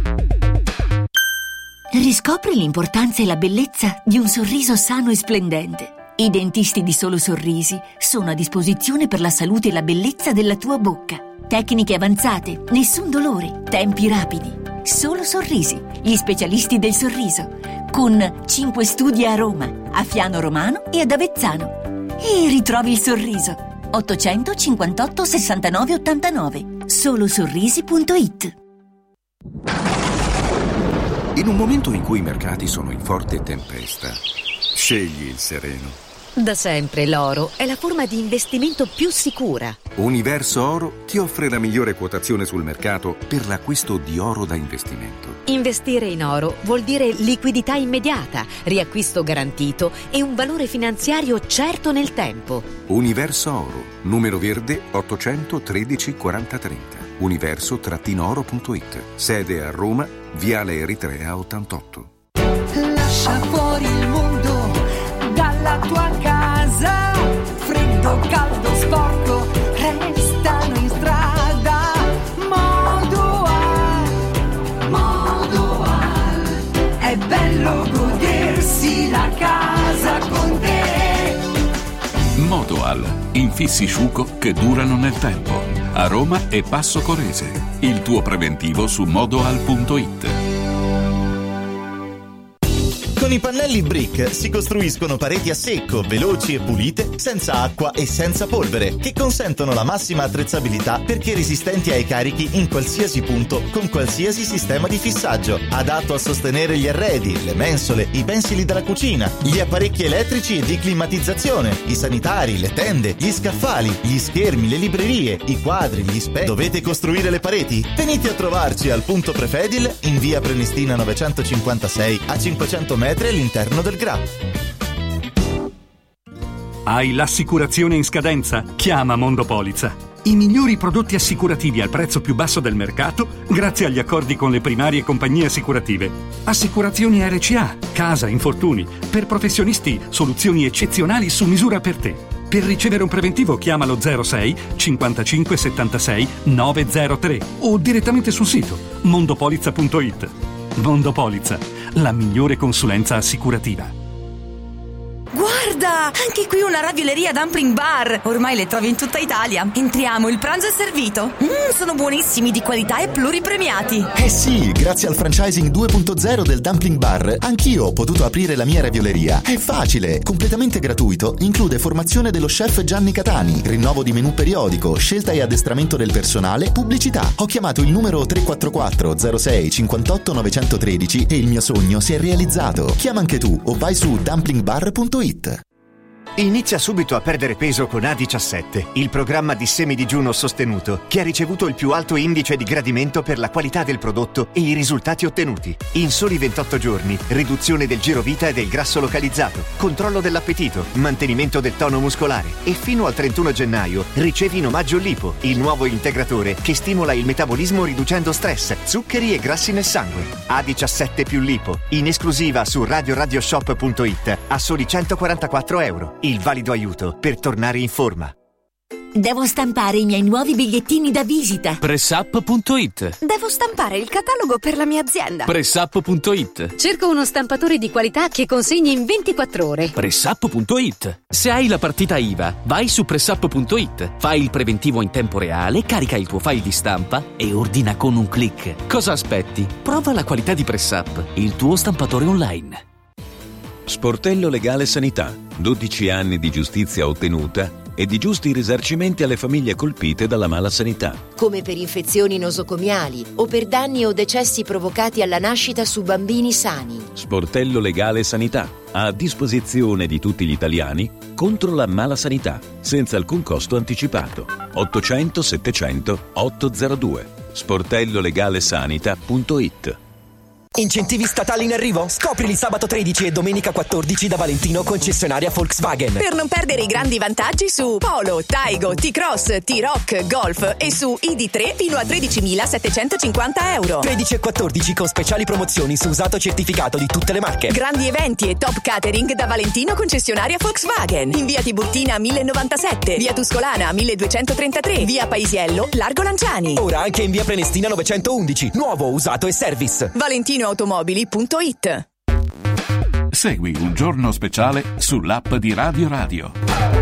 [SPEAKER 5] Riscopri l'importanza e la bellezza di un sorriso sano e splendente. I dentisti di Solo Sorrisi sono a disposizione per la salute e la bellezza della tua bocca. Tecniche avanzate, nessun dolore, tempi rapidi. Solo Sorrisi, gli specialisti del sorriso, con cinque studi a Roma, a Fiano Romano e ad Avezzano. E ritrovi il sorriso. ottocentocinquantotto sessantanove ottantanove solo sorrisi punto it.
[SPEAKER 15] In un momento in cui i mercati sono in forte tempesta, scegli il sereno.
[SPEAKER 16] Da sempre l'oro è la forma di investimento più sicura.
[SPEAKER 15] Universo Oro ti offre la migliore quotazione sul mercato per l'acquisto di oro da investimento.
[SPEAKER 16] Investire in oro vuol dire liquidità immediata, riacquisto garantito e un valore finanziario certo nel tempo.
[SPEAKER 15] Universo Oro, numero verde ottocentotredici quaranta trenta. universo oro punto it. Sede a Roma, Viale Eritrea ottantotto.
[SPEAKER 17] Lascia fuori il mondo dalla tua casa, freddo, caldo, sporco, restano in strada. Modoal, Modoal, è bello godersi la casa con te.
[SPEAKER 1] Modoal, infissi Sciuco che durano nel tempo. A Roma e Passo Corese. Il tuo preventivo su modoal punto it.
[SPEAKER 10] Con
[SPEAKER 18] Con i pannelli Brick si costruiscono pareti a secco, veloci e pulite, senza acqua e senza polvere, che consentono la massima attrezzabilità perché resistenti ai carichi in qualsiasi punto con qualsiasi sistema di fissaggio, adatto a sostenere gli arredi, le mensole, i pensili della cucina, gli apparecchi elettrici e di climatizzazione, i sanitari, le tende, gli scaffali, gli schermi, le librerie, i quadri, gli specchi. Dovete costruire le pareti? Venite a trovarci al punto Prefedil in via Prenestina novecentocinquantasei a cinquecento metri all'interno del Gra.
[SPEAKER 9] Hai l'assicurazione in scadenza? Chiama Mondopolizza. I migliori prodotti assicurativi al prezzo più basso del mercato grazie agli accordi con le primarie compagnie assicurative. Assicurazioni R C A, casa, infortuni. Per professionisti, soluzioni eccezionali su misura per te. Per ricevere un preventivo chiama lo zero sei cinquantacinque settantasei novecentotre o direttamente sul sito mondopolizza punto it. Mondopolizza, la migliore consulenza assicurativa.
[SPEAKER 19] Guarda, anche qui una ravioleria Dumpling Bar. Ormai le trovi in tutta Italia. Entriamo, il pranzo è servito. Mmm, sono buonissimi, di qualità e pluripremiati.
[SPEAKER 18] Eh sì, grazie al franchising due punto zero del Dumpling Bar, anch'io ho potuto aprire la mia ravioleria. È facile, completamente gratuito, include formazione dello chef Gianni Catani, rinnovo di menù periodico, scelta e addestramento del personale, pubblicità. Ho chiamato il numero tre quattro quattro zero sei cinquantotto novecentotredici e il mio sogno si è realizzato. Chiama anche tu o vai su dumpling bar punto it.
[SPEAKER 20] Inizia subito a perdere peso con A diciassette, il programma di semidigiuno sostenuto che ha ricevuto il più alto indice di gradimento per la qualità del prodotto e i risultati ottenuti. In soli ventotto giorni, riduzione del girovita e del grasso localizzato, controllo dell'appetito, mantenimento del tono muscolare e fino al trentuno gennaio ricevi in omaggio Lipo, il nuovo integratore che stimola il metabolismo riducendo stress, zuccheri e grassi nel sangue. A diciassette più Lipo, in esclusiva su radio radio shop punto it a soli centoquarantaquattro euro. Il valido aiuto per tornare in forma.
[SPEAKER 5] Devo stampare i miei nuovi bigliettini da visita.
[SPEAKER 11] pressup punto it.
[SPEAKER 7] Devo stampare il catalogo per la mia azienda.
[SPEAKER 11] pressup punto it.
[SPEAKER 16] Cerco uno stampatore di qualità che consegni in ventiquattro ore.
[SPEAKER 11] pressup punto it. Se hai la partita I V A, vai su pressup punto it, fai il preventivo in tempo reale, carica il tuo file di stampa e ordina con un click. Cosa aspetti? Prova la qualità di Pressup, il tuo stampatore online.
[SPEAKER 21] Sportello Legale Sanità. dodici anni di giustizia ottenuta e di giusti risarcimenti alle famiglie colpite dalla mala sanità.
[SPEAKER 22] Come per infezioni nosocomiali o per danni o decessi provocati alla nascita su bambini sani.
[SPEAKER 21] Sportello Legale Sanità. A disposizione di tutti gli italiani contro la mala sanità, senza alcun costo anticipato. ottocento settecento ottocentodue. sportello legale sanità punto it.
[SPEAKER 23] Incentivi statali in arrivo? Scoprili sabato tredici e domenica quattordici da Valentino, concessionaria Volkswagen.
[SPEAKER 19] Per non perdere i grandi vantaggi su Polo, Taigo, T-Cross, T-Rock, Golf e su I D tre fino a tredicimilasettecentocinquanta euro.
[SPEAKER 23] tredici e quattordici con speciali promozioni su usato certificato di tutte le marche.
[SPEAKER 19] Grandi eventi e top catering da Valentino, concessionaria Volkswagen. In via Tiburtina millenovantasette, via Tuscolana milleduecentotrentatré, via Paisiello, Largo Lanciani.
[SPEAKER 23] Ora anche in via Prenestina novecentoundici, nuovo, usato e service.
[SPEAKER 19] Valentino automobili punto it.
[SPEAKER 1] Segui Un Giorno Speciale sull'app di Radio Radio.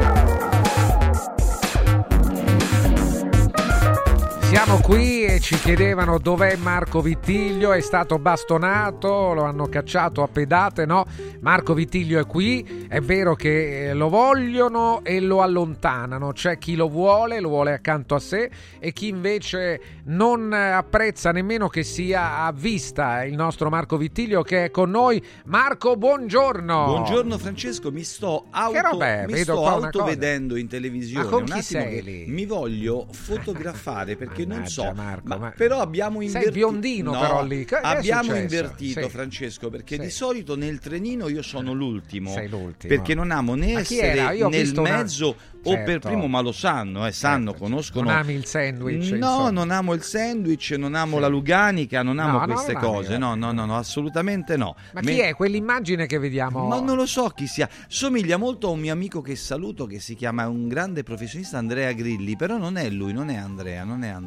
[SPEAKER 2] Siamo qui e ci chiedevano dov'è Marco Vittiglio, è stato bastonato, lo hanno cacciato a pedate, no? Marco Vittiglio è qui, è vero che lo vogliono e lo allontanano, c'è chi lo vuole, lo vuole accanto a sé e chi invece non apprezza nemmeno che sia a vista il nostro Marco Vittiglio che è con noi. Marco, buongiorno!
[SPEAKER 26] Buongiorno Francesco, mi sto auto,
[SPEAKER 2] che robè,
[SPEAKER 26] mi
[SPEAKER 2] vedo
[SPEAKER 26] sto
[SPEAKER 2] qua una
[SPEAKER 26] auto
[SPEAKER 2] cosa.
[SPEAKER 26] vedendo in televisione.
[SPEAKER 2] Ma con
[SPEAKER 26] un
[SPEAKER 2] chi
[SPEAKER 26] attimo
[SPEAKER 2] sei
[SPEAKER 26] che
[SPEAKER 2] lì?
[SPEAKER 26] Mi voglio fotografare perché non so,
[SPEAKER 2] Marco,
[SPEAKER 26] ma
[SPEAKER 2] ma-
[SPEAKER 26] però abbiamo invertito.
[SPEAKER 2] Sei biondino
[SPEAKER 26] no,
[SPEAKER 2] però lì. Che è
[SPEAKER 26] abbiamo
[SPEAKER 2] successo?
[SPEAKER 26] invertito
[SPEAKER 2] Sì.
[SPEAKER 26] Francesco perché
[SPEAKER 2] Sì.
[SPEAKER 26] di solito nel trenino io sono l'ultimo.
[SPEAKER 2] Sei l'ultimo.
[SPEAKER 26] Perché non amo né
[SPEAKER 2] Ma chi era?
[SPEAKER 26] essere
[SPEAKER 2] Io ho
[SPEAKER 26] nel
[SPEAKER 2] visto una-
[SPEAKER 26] mezzo o
[SPEAKER 2] Certo.
[SPEAKER 26] per primo, ma lo sanno, eh, sanno, conoscono.
[SPEAKER 2] Non ami il sandwich?
[SPEAKER 26] No,
[SPEAKER 2] insomma.
[SPEAKER 26] non amo il sandwich, non amo la Luganica, non amo
[SPEAKER 2] No, no,
[SPEAKER 26] queste
[SPEAKER 2] non ami,
[SPEAKER 26] cose.
[SPEAKER 2] eh.
[SPEAKER 26] No, no, no, no, assolutamente no.
[SPEAKER 2] Ma
[SPEAKER 26] Me-
[SPEAKER 2] chi è quell'immagine che vediamo?
[SPEAKER 26] Ma non lo so chi sia. Somiglia molto a un mio amico che saluto che si chiama un grande professionista Andrea Grilli, però non è lui, non è Andrea, non è Andrea.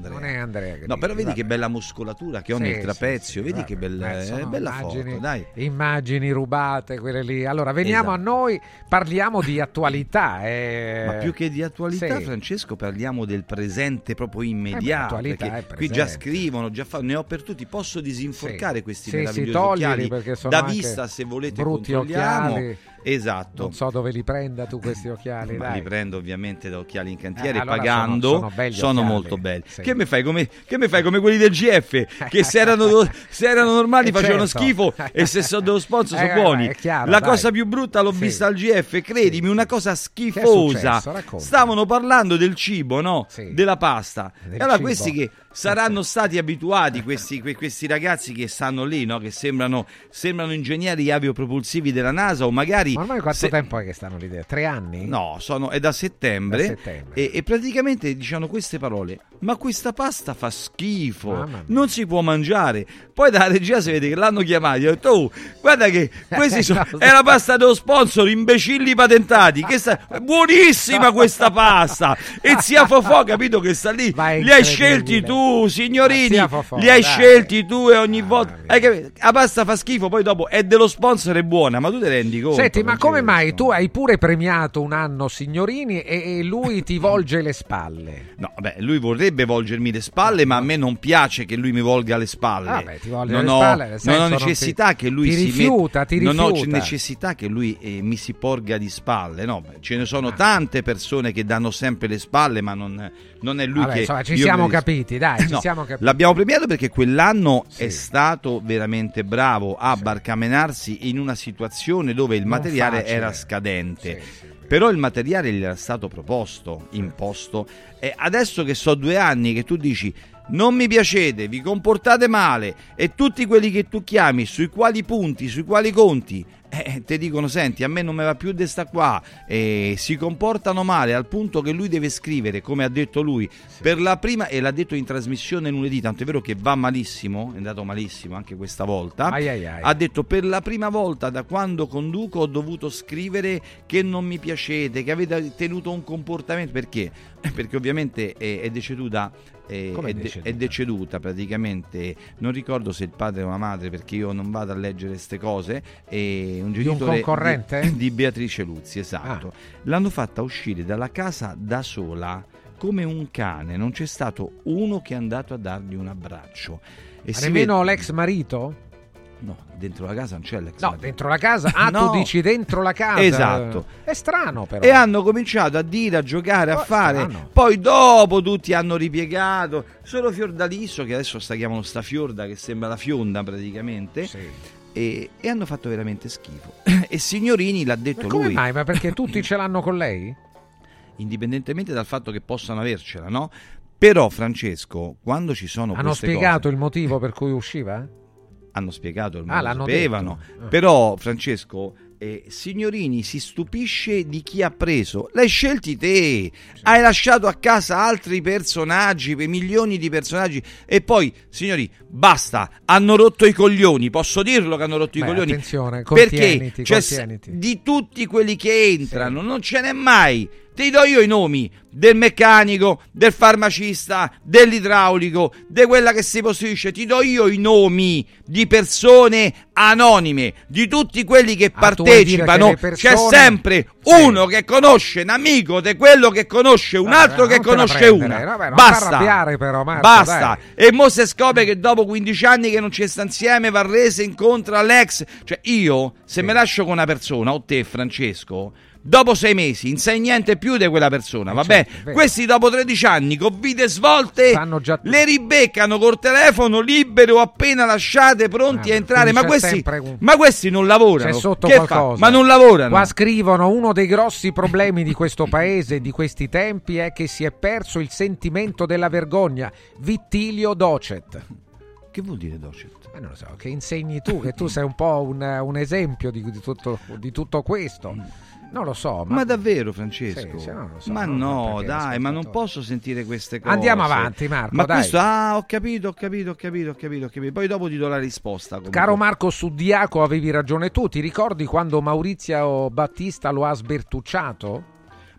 [SPEAKER 26] Andrea.
[SPEAKER 2] Non è Andrea che
[SPEAKER 26] No,
[SPEAKER 2] dici,
[SPEAKER 26] però vedi
[SPEAKER 2] vabbè.
[SPEAKER 26] che bella muscolatura che ho
[SPEAKER 2] Sì,
[SPEAKER 26] nel
[SPEAKER 2] sì,
[SPEAKER 26] trapezio,
[SPEAKER 2] sì,
[SPEAKER 26] vedi
[SPEAKER 2] vabbè.
[SPEAKER 26] che bella,
[SPEAKER 2] Eh, sono
[SPEAKER 26] eh, bella
[SPEAKER 2] immagini,
[SPEAKER 26] foto, dai.
[SPEAKER 2] Immagini rubate, quelle lì. Allora, veniamo
[SPEAKER 26] Esatto.
[SPEAKER 2] a noi, parliamo di attualità. eh.
[SPEAKER 26] Ma più che di attualità,
[SPEAKER 2] Sì.
[SPEAKER 26] Francesco, parliamo del presente proprio immediato.
[SPEAKER 2] Eh beh, attualità
[SPEAKER 26] perché
[SPEAKER 2] è
[SPEAKER 26] qui già
[SPEAKER 2] presente.
[SPEAKER 26] scrivono, già fa, ne ho per tutti. Posso disinforcare
[SPEAKER 2] Sì.
[SPEAKER 26] questi
[SPEAKER 2] Sì, sì,
[SPEAKER 26] meravigliosi
[SPEAKER 2] toglili,
[SPEAKER 26] occhiali
[SPEAKER 2] perché sono
[SPEAKER 26] da
[SPEAKER 2] anche
[SPEAKER 26] vista, se volete
[SPEAKER 2] brutti
[SPEAKER 26] controlliamo.
[SPEAKER 2] occhiali.
[SPEAKER 26] Esatto.
[SPEAKER 2] Non so dove li prenda tu questi occhiali.
[SPEAKER 26] Ma
[SPEAKER 2] dai.
[SPEAKER 26] li prendo ovviamente da Occhiali in Cantiere
[SPEAKER 2] Eh, allora
[SPEAKER 26] pagando,
[SPEAKER 2] sono- sono belli occhiali.
[SPEAKER 26] molto belli.
[SPEAKER 2] Sì.
[SPEAKER 26] Che mi fai come, che mi fai come quelli del G F che se erano, se erano normali
[SPEAKER 2] Eh,
[SPEAKER 26] facevano
[SPEAKER 2] certo.
[SPEAKER 26] schifo e se sono dello sponsor
[SPEAKER 2] Eh,
[SPEAKER 26] sono buoni.
[SPEAKER 2] è chiaro,
[SPEAKER 26] La
[SPEAKER 2] dai.
[SPEAKER 26] cosa più brutta l'ho
[SPEAKER 2] Sì.
[SPEAKER 26] vista al G F, credimi, una cosa schifosa.
[SPEAKER 2] successo? Racconta.
[SPEAKER 26] Stavano parlando del cibo, no?
[SPEAKER 2] Sì.
[SPEAKER 26] Della pasta.
[SPEAKER 2] Del
[SPEAKER 26] E allora
[SPEAKER 2] cibo.
[SPEAKER 26] questi che saranno stati abituati, questi, que- questi ragazzi che stanno lì, no? Che sembrano, sembrano ingegneri aviopropulsivi della NASA o magari...
[SPEAKER 2] Ma ormai quanto
[SPEAKER 26] se-
[SPEAKER 2] tempo è che stanno lì? Tre anni?
[SPEAKER 26] No, sono, è da settembre,
[SPEAKER 2] Da settembre.
[SPEAKER 26] E, e praticamente dicevano queste parole: ma questa pasta fa schifo,
[SPEAKER 2] Mamma mia.
[SPEAKER 26] non si può mangiare. Poi dalla regia si vede che l'hanno chiamati, ho detto: oh, guarda che questi sono,
[SPEAKER 2] No,
[SPEAKER 26] è la pasta dello sponsor, imbecilli patentati, che sta, buonissima questa pasta. E zia Fofò, capito che sta lì,
[SPEAKER 2] Ma è
[SPEAKER 26] li hai
[SPEAKER 2] incredibile.
[SPEAKER 26] scelti tu, signorini,
[SPEAKER 2] Ma zia Fofò,
[SPEAKER 26] li hai
[SPEAKER 2] dai.
[SPEAKER 26] scelti tu e ogni volta... Hai capito? La pasta fa schifo, poi dopo è dello sponsor, è buona, ma tu te rendi conto?
[SPEAKER 2] Senti, ma come
[SPEAKER 26] Francesco?
[SPEAKER 2] mai tu hai pure premiato un anno Signorini e, e lui ti volge le spalle?
[SPEAKER 26] No, beh, lui vorrebbe volgermi le spalle, ma a me non piace che lui mi volga le spalle.
[SPEAKER 2] Ah, beh, ti volge
[SPEAKER 26] non
[SPEAKER 2] le
[SPEAKER 26] ho,
[SPEAKER 2] spalle, nel senso
[SPEAKER 26] non ho
[SPEAKER 2] non ti-
[SPEAKER 26] necessità che lui
[SPEAKER 2] ti
[SPEAKER 26] si
[SPEAKER 2] rifiuta,
[SPEAKER 26] metta-
[SPEAKER 2] ti
[SPEAKER 26] non ho
[SPEAKER 2] rifiuta.
[SPEAKER 26] necessità che lui eh, mi si porga di spalle. No, beh, ce ne sono
[SPEAKER 2] Ah.
[SPEAKER 26] tante persone che danno sempre le spalle, ma non, non è lui
[SPEAKER 2] Vabbè,
[SPEAKER 26] che
[SPEAKER 2] insomma, ci
[SPEAKER 26] io
[SPEAKER 2] siamo
[SPEAKER 26] mi ris-
[SPEAKER 2] capiti, dai, ci
[SPEAKER 26] No,
[SPEAKER 2] siamo capiti.
[SPEAKER 26] l'abbiamo premiato perché quell'anno
[SPEAKER 2] Sì.
[SPEAKER 26] è stato veramente bravo a barcamenarsi in una situazione dove il
[SPEAKER 2] Non
[SPEAKER 26] materiale
[SPEAKER 2] facile.
[SPEAKER 26] era scadente.
[SPEAKER 2] Sì, sì.
[SPEAKER 26] Però il materiale gli era stato proposto, imposto, e adesso che so due anni che tu dici non mi piacete, vi comportate male, e tutti quelli che tu chiami, sui quali punti, sui quali conti, eh, ti dicono senti, a me non mi va più di sta qua, e si comportano male al punto che lui deve scrivere, come ha detto lui, per la prima, e l'ha detto in trasmissione lunedì, tanto è vero che va malissimo, è andato malissimo anche questa volta,
[SPEAKER 2] Ai ai ai.
[SPEAKER 26] ha detto per la prima volta da quando conduco ho dovuto scrivere che non mi piacete, che avete tenuto un comportamento, perché? Perché ovviamente è, è deceduta, eh,
[SPEAKER 2] Come
[SPEAKER 26] è, de-
[SPEAKER 2] deceduta?
[SPEAKER 26] è deceduta praticamente, non ricordo se il padre o la madre, perché io non vado a leggere queste cose, e un
[SPEAKER 2] un
[SPEAKER 26] genitore
[SPEAKER 2] concorrente?
[SPEAKER 26] di, di Beatrice Luzzi, esatto.
[SPEAKER 2] Ah.
[SPEAKER 26] L'hanno fatta uscire dalla casa da sola come un cane, non c'è stato uno che è andato a dargli un abbraccio. E
[SPEAKER 2] Ma
[SPEAKER 26] si
[SPEAKER 2] nemmeno
[SPEAKER 26] vede-
[SPEAKER 2] l'ex marito?
[SPEAKER 26] No, dentro la casa non c'è l'ex
[SPEAKER 2] No,
[SPEAKER 26] marito.
[SPEAKER 2] dentro la casa? Ah,
[SPEAKER 26] No.
[SPEAKER 2] tu dici dentro la casa?
[SPEAKER 26] Esatto.
[SPEAKER 2] È strano però.
[SPEAKER 26] E hanno cominciato a dire, a giocare, a
[SPEAKER 2] Oh,
[SPEAKER 26] fare.
[SPEAKER 2] strano.
[SPEAKER 26] Poi dopo tutti hanno ripiegato. Solo Fiordaliso, che adesso sta chiamando sta Fiorda, che sembra la Fionda praticamente.
[SPEAKER 2] Sì.
[SPEAKER 26] E, e hanno fatto veramente schifo. E Signorini l'ha detto
[SPEAKER 2] Ma come
[SPEAKER 26] lui.
[SPEAKER 2] mai? Ma perché tutti ce l'hanno con lei?
[SPEAKER 26] Indipendentemente dal fatto che possano avercela, no? Però, Francesco, quando ci sono
[SPEAKER 2] Hanno
[SPEAKER 26] queste
[SPEAKER 2] spiegato
[SPEAKER 26] cose,
[SPEAKER 2] il motivo per cui usciva?
[SPEAKER 26] hanno spiegato, ormai
[SPEAKER 2] Ah,
[SPEAKER 26] lo
[SPEAKER 2] l'hanno
[SPEAKER 26] sapevano.
[SPEAKER 2] detto. Ah.
[SPEAKER 26] Però, Francesco, eh, Signorini si stupisce di chi ha preso. L'hai scelti te, hai lasciato a casa altri personaggi, per milioni di personaggi, e poi, signori, basta, hanno rotto i coglioni, posso dirlo che hanno rotto
[SPEAKER 2] Beh,
[SPEAKER 26] i coglioni,
[SPEAKER 2] attenzione,
[SPEAKER 26] perché
[SPEAKER 2] contieniti,
[SPEAKER 26] c'è
[SPEAKER 2] contieniti.
[SPEAKER 26] s- di tutti quelli che entrano, non ce n'è mai. Ti do io i nomi del meccanico, del farmacista, dell'idraulico, di quella che si posisce. Ti do io i nomi di persone anonime, di tutti quelli che
[SPEAKER 2] Ah, tu vuoi dire
[SPEAKER 26] partecipano.
[SPEAKER 2] che le persone-
[SPEAKER 26] C'è sempre
[SPEAKER 2] Sì.
[SPEAKER 26] uno che conosce un amico di quello che conosce un
[SPEAKER 2] Vabbè,
[SPEAKER 26] altro che
[SPEAKER 2] non te la
[SPEAKER 26] conosce
[SPEAKER 2] prendere,
[SPEAKER 26] una.
[SPEAKER 2] vabbè, non
[SPEAKER 26] Basta.
[SPEAKER 2] t'arrabbiare però, Marco,
[SPEAKER 26] Basta.
[SPEAKER 2] dai.
[SPEAKER 26] E mo se scopre che dopo quindici anni che non ci sta insieme, Varrese incontra l'ex. Cioè io, se
[SPEAKER 2] Sì.
[SPEAKER 26] mi lascio con una persona, o te Francesco, dopo sei mesi non sai niente più di quella persona,
[SPEAKER 2] Eh,
[SPEAKER 26] vabbè.
[SPEAKER 2] certo, è vero.
[SPEAKER 26] Questi dopo tredici anni con vite svolte
[SPEAKER 2] Sanno già tutto.
[SPEAKER 26] le ribeccano col telefono libero appena lasciate, pronti
[SPEAKER 2] Ah,
[SPEAKER 26] a entrare.
[SPEAKER 2] quindi
[SPEAKER 26] Ma
[SPEAKER 2] c'è
[SPEAKER 26] questi,
[SPEAKER 2] sempre un-
[SPEAKER 26] ma questi non lavorano.
[SPEAKER 2] C'è sotto
[SPEAKER 26] Che fa?
[SPEAKER 2] qualcosa.
[SPEAKER 26] Ma non lavorano.
[SPEAKER 2] Qua scrivono: uno dei grossi problemi di questo paese, di questi tempi, è che si è perso il sentimento della vergogna. Vittilio Docet.
[SPEAKER 26] Che vuol dire docet?
[SPEAKER 2] Eh, non lo so, che insegni tu, che tu sei un po' un, un esempio di, di tutto, di tutto questo. Non lo so. Ma,
[SPEAKER 26] Ma davvero, Francesco?
[SPEAKER 2] Sì, sì, non lo so,
[SPEAKER 26] ma
[SPEAKER 2] no,
[SPEAKER 26] no,
[SPEAKER 2] perché
[SPEAKER 26] dai, ma non
[SPEAKER 2] ascoltatore.
[SPEAKER 26] posso sentire queste cose.
[SPEAKER 2] Andiamo avanti, Marco,
[SPEAKER 26] Ma
[SPEAKER 2] dai.
[SPEAKER 26] questo, ah, ho capito, ho capito, ho capito, ho capito, ho capito. Poi dopo ti do la risposta. comunque.
[SPEAKER 2] Caro Marco Sudiaco, avevi ragione tu. Ti ricordi quando Maurizio Battista lo ha sbertucciato?